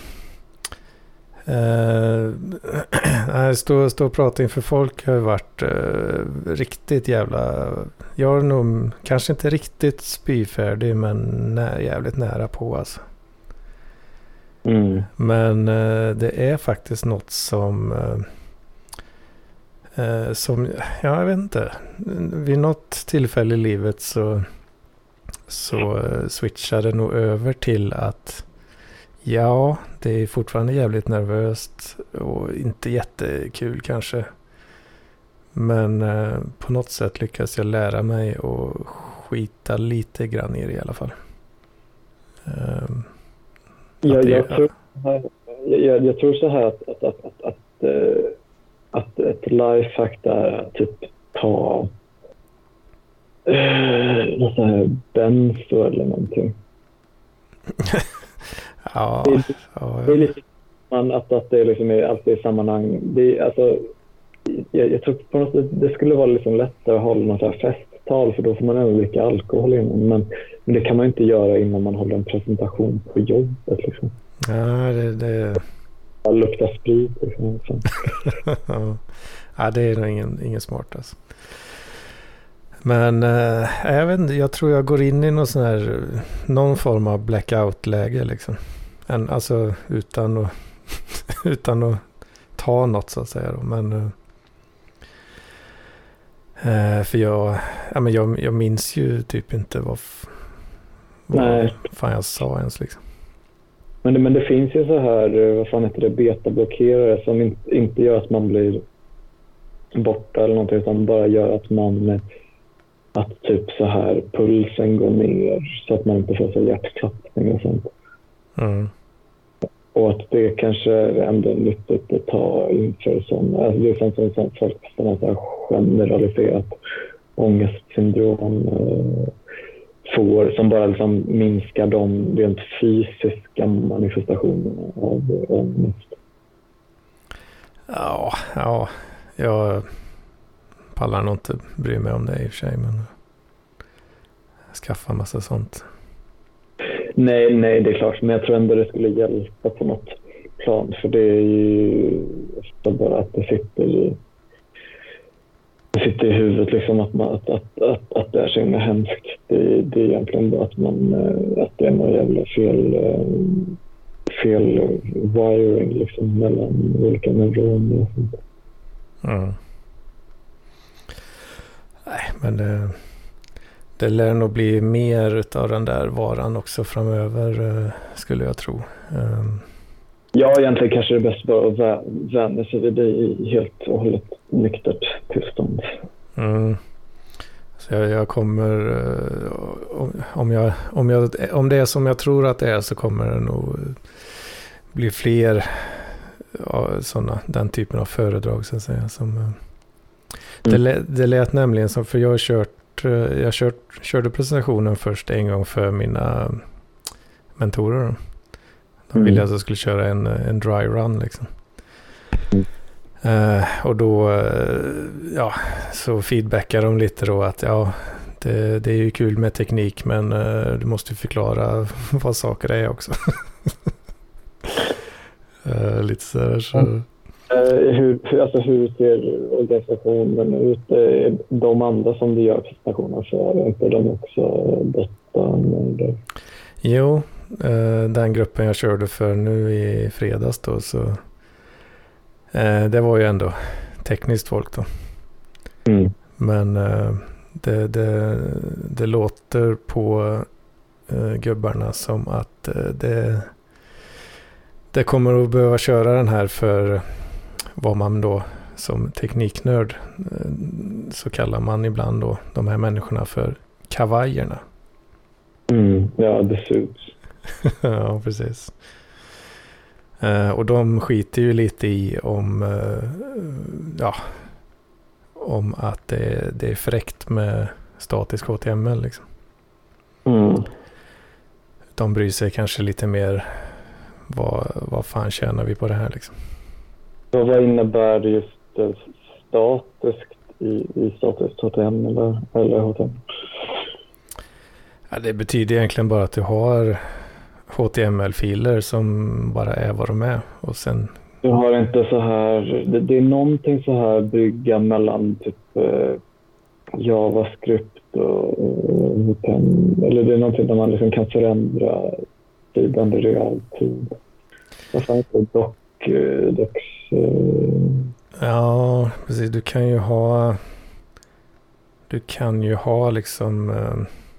uh, stå, stå och prata inför folk har varit uh, riktigt jävla... Jag är nog kanske inte riktigt spyfärdig, men nä, jävligt nära på alltså. Mm. Men uh, det är faktiskt något som... Uh, uh, som, ja, jag vet inte. Vid något tillfälle i livet så... så uh, switchade nog över till att ja, det är fortfarande jävligt nervöst och inte jättekul kanske. Men uh, på något sätt lyckas jag lära mig och skita lite grann i det i alla fall. Um, ja, det, jag, tror, jag, jag tror så här att, att, att, att, att, uh, att ett lifehack är att typ ta Uh, något sånt här benzo eller någonting. ja, det, är, ja, ja. det är lite man att, att det är liksom är alltid i sammanhang. Det är, alltså, jag, jag tror på något sätt det skulle vara liksom lättare att hålla något här festtal, för då får man ändå dricka alkohol innan. Men, men det kan man inte göra innan man håller en presentation på jobbet liksom. Ja, det... det... Det luktar sprit liksom. Ja, det är nog ingen, ingen smart alltså. Men eh, jag vet inte, jag tror jag går in i någon sån här, någon form av blackout-läge liksom. En, alltså utan att, utan att ta något så att säga då. Men eh, för jag, ja, men jag, jag minns ju typ inte vad, f- vad fan jag sa ens liksom. Men det, men det finns ju så här, vad fan heter det, betablockerare som inte, inte gör att man blir borta eller någonting, utan bara gör att man att typ så här pulsen går ner så att man inte får så hjärtklappning och sånt. Mm. Och att det kanske ändå är nyttigt att ta inför sådana. Alltså det är sånt som, som folk som har så här generaliserat ångestsyndrom eh, får, som bara liksom minskar de rent fysiska manifestationerna av ångest. Ja, ja, jag pallar nog inte bry mig om det i och för sig, men skaffa massa sånt. Nej, nej, det är klart. Men jag tror ändå det skulle hjälpa på något plan. För det är ju ofta bara att det sitter i, det sitter i huvudet liksom att, man, att, att, att, att det är så himla hemskt. Det, det är egentligen bara att, man, att det är någon jävla fel, fel wiring liksom mellan olika neuroner och sånt. Mm. Nej, men det, det lär nog bli mer utav den där varan också framöver, skulle jag tro. Um. Ja, egentligen kanske det är bäst bara att vä- vänja sig vid det i helt och hållet nyktert tillstånd. Mm. Så jag, jag kommer, om, jag, om, jag, om det är som jag tror att det är, så kommer det nog bli fler ja, såna, den typen av föredrag så att säga. Som, mm. det, lät, det lät nämligen som, för jag har kört, jag kört, körde presentationen först en gång för mina mentorer. De ville mm. att jag skulle köra en, en dry run liksom. Mm. Uh, och då uh, ja, så feedbackar de lite då att ja, det, det är ju kul med teknik, men uh, du måste förklara vad saker är också. uh, lite sådär så. Mm. Uh, hur, alltså, hur ser organisationen ut? Uh, de andra som du gör presentationer för, är inte de också datan? Eller? Jo, uh, den gruppen jag körde för nu i fredags då, så Eh, det var ju ändå tekniskt folk då. Mm. Men eh, det, det, det låter på eh, gubbarna som att eh, det, det kommer att behöva köra den här för vad man då som tekniknörd eh, så kallar man ibland då de här människorna för kavajerna. Mm. Ja, det sugs. Ja, precis. Uh, och de skiter ju lite i om uh, ja, om att det, det är fräckt med statisk H T M L liksom. Mm. De bryr sig kanske lite mer vad, vad fan tjänar vi på det här liksom. Så vad innebär det just det statiskt i, i statiskt H T M L eller, eller H T M L? Ja, det betyder egentligen bara att du har H T M L-filer som bara är vad de är. Och sen... Du har inte så här... Det, det är någonting så här brygga mellan typ eh, JavaScript och, och H T M L. Eller det är någonting där man liksom kan förändra sidan i realtid. Vad fan heter det? Doc, eh, docs... Eh... Ja, precis. Du kan ju ha... Du kan ju ha liksom... Eh...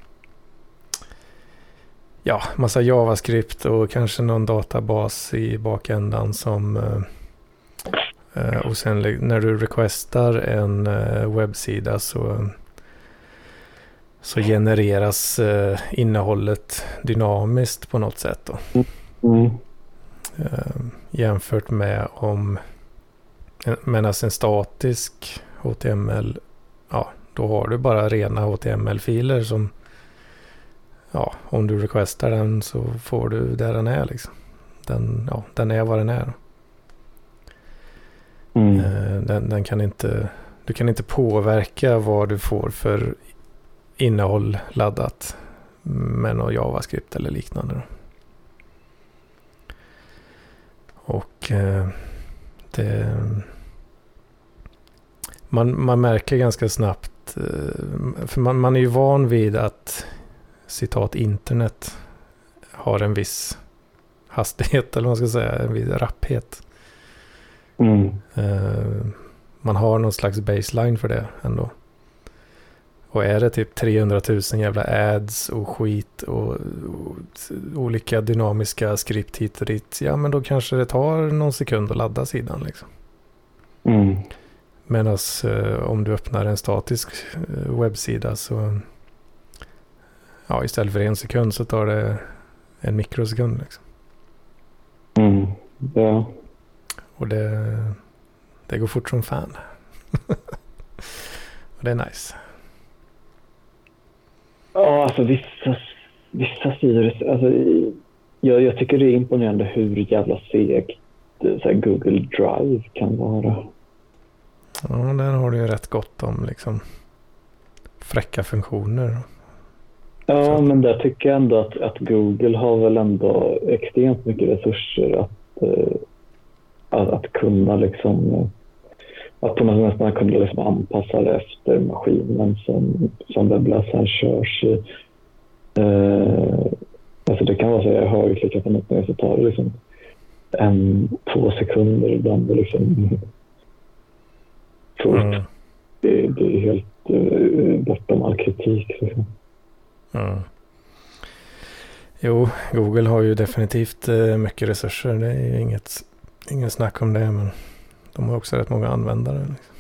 Ja, massa JavaScript och kanske någon databas i bakändan som eh, och sen när du requestar en eh, webbsida så så genereras eh, innehållet dynamiskt på något sätt då. Mm. Eh, jämfört med om medan en statisk H T M L, ja, då har du bara rena H T M L-filer som ja, om du requestar den så får du där den är liksom. Den, ja, den är vad den är. Mm. Eh, den, den kan inte, du kan inte påverka vad du får för innehåll laddat med någon JavaScript eller liknande. Och eh, det, man, man märker ganska snabbt, eh, för man, man är ju van vid att citat internet har en viss hastighet eller vad man ska säga, en viss rapphet. Mm. Uh, man har någon slags baseline för det ändå. Och är det typ trehundratusen jävla ads och skit och, och olika dynamiska skript hit och dit, ja men då kanske det tar någon sekund att ladda sidan liksom. Mm. Medan uh, om du öppnar en statisk uh, webbsida så ja, istället för en sekund så tar det en mikrosekund liksom. Mm, ja. Och det, det går fort som fan. Och det är nice. Ja, alltså vissa, vissa sidor, alltså jag, jag tycker det är imponerande hur jävla segt så här, Google Drive kan vara. Ja, där har du ju rätt gott om liksom fräcka funktioner. Ja, Så. Men där tycker jag ändå att, att Google har väl ändå extremt mycket resurser att, eh, att, att kunna liksom, att på något sätt man kunde liksom anpassa det efter maskinen som, som webbläsaren körs i. Eh, alltså det kan vara så att jag har högerklickat på något så tar det liksom en, två sekunder ibland och liksom mm. det, det är helt uh, bortom all kritik. Liksom. Mm. Jo, Google har ju definitivt uh, mycket resurser. Det är ju inget, inget snack om det, men de har också rätt många användare. Liksom.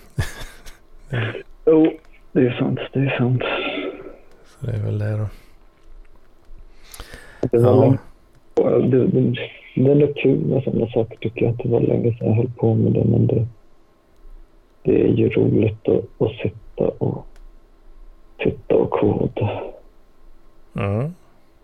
Jo, oh, det är sant, det är sant. Så det är väl det då. Det var ja. det, det, det är nog kul med sådana saker tycker jag. Att det var länge sedan jag höll på med det, men det, det är ju roligt att, att sitta och sitta och koda. Mm.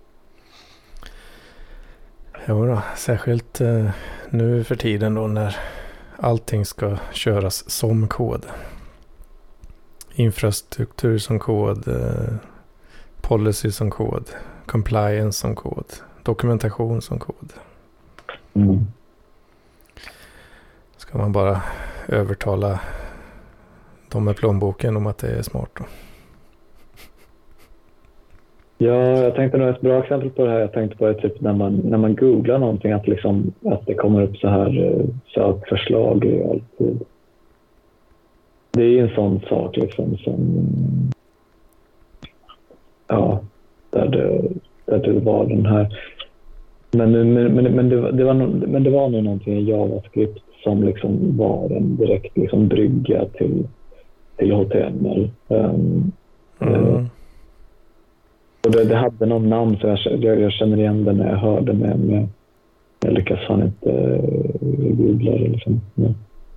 Jo då, särskilt eh, nu för tiden då när allting ska köras som kod. Infrastruktur som kod, eh, policy som kod, compliance som kod, dokumentation som kod. Mm. Ska man bara övertala de med plånboken om att det är smart då. Ja, jag tänkte nog ett bra exempel på det här. Jag tänkte på det typ när man, när man googlar någonting att, liksom, att det kommer upp så här uh, sökförslag i alltid. Det är en sån sak liksom som ja, där det, där det var den här men, men, men, men, det, det var no, men det var nog någonting i JavaScript som liksom var en direkt liksom brygga till, till H T M L. Um, mm. uh, och det, det hade någon namn så jag, jag, jag känner igen det när jag hörde med, med jag lyckas fan inte uh, googla det liksom. Ja.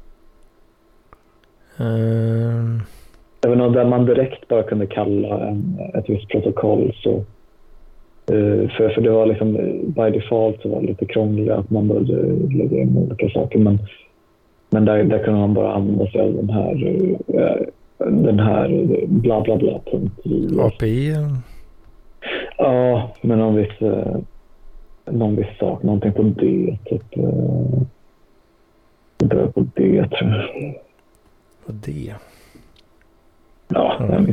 Um. Även där man direkt bara kunde kalla en, ett visst protokoll så uh, för, för det var liksom by default så var det lite krångligt att man började lägga in olika saker men, men där, där kunde man bara använda sig av den här uh, den här bla bla bla punkt. A P I? Ja, men någon viss uh, någon viss sak, någonting på D typ uh, det börjar på D tror jag. På D? Ja, mm. Mm.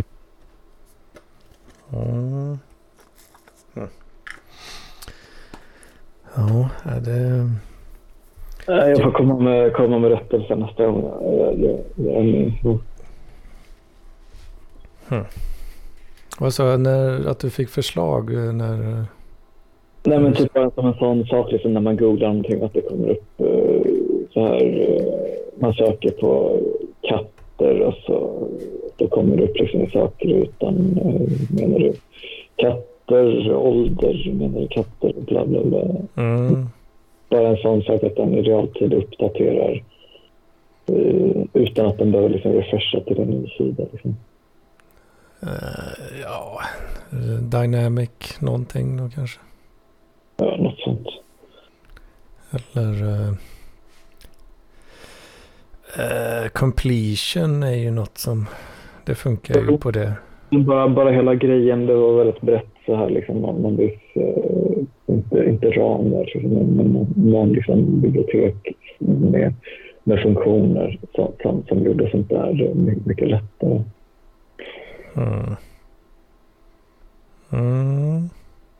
Mm. Ja, är det... Jag får komma med, komma med rättelse nästa gång. Jag, jag, jag, jag... Hmm. Vad sa jag när att du fick förslag? När... Nej, men typ bara som en sån sak liksom när man googlar någonting att det kommer upp så här, man söker på katter och så då kommer det upp liksom saker utan menar du katter, ålder, menar du katter, bla bla bla. Mm. Bara en sån sak att den i realtid uppdaterar uh, utan att den behöver liksom refresha till en ny sida. Liksom. Uh, ja, dynamic någonting då kanske. Ja, något sånt. Eller uh, uh, completion är ju något som det funkar ju på det. Bara, bara hela grejen, det var väldigt brett så här liksom någon, någon viss, uh, inte, inte ram där, men, men någon liksom bibliotek med, med funktioner som, som, som gjorde sånt där mycket, mycket lättare. Mm. Mm.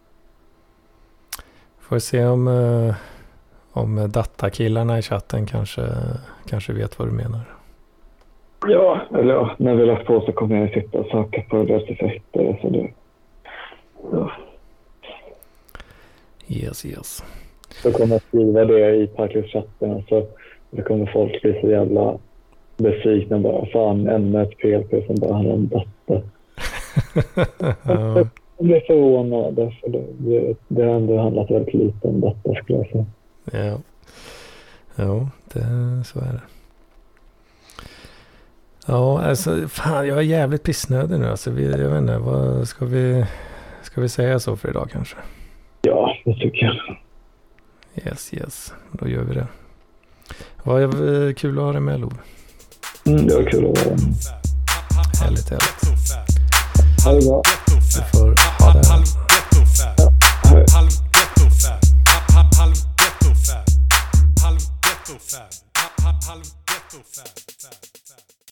Får se om, uh, om datakillarna i chatten kanske, kanske vet vad du menar. Ja, eller ja, när vi lagt på så kommer jag sitta och söka på deras effekter. Så det, ja. Yes, yes. Så kommer jag skriva det i Parklivs-chatten och så det kommer folk bli så jävla besvikna bara. Fan, ännu ett P L P som bara handlar om data. Ja. Jag blir förvånad för det, det, det har ändå handlat väldigt lite om data skulle jag säga. Ja, ja det, så är det. Ja, alltså fan, jag är jävligt pissnödig nu. Alltså, vi, jag vet inte, vad ska vi, ska vi säga så för idag kanske? Ja, det tycker jag. Yes, yes. Då gör vi det. Vad är kul att ha dig med, Lov. Mm, det var kul att vara med. Härligt, härligt. Ha det bra. Du får ha det här. Ja, hej.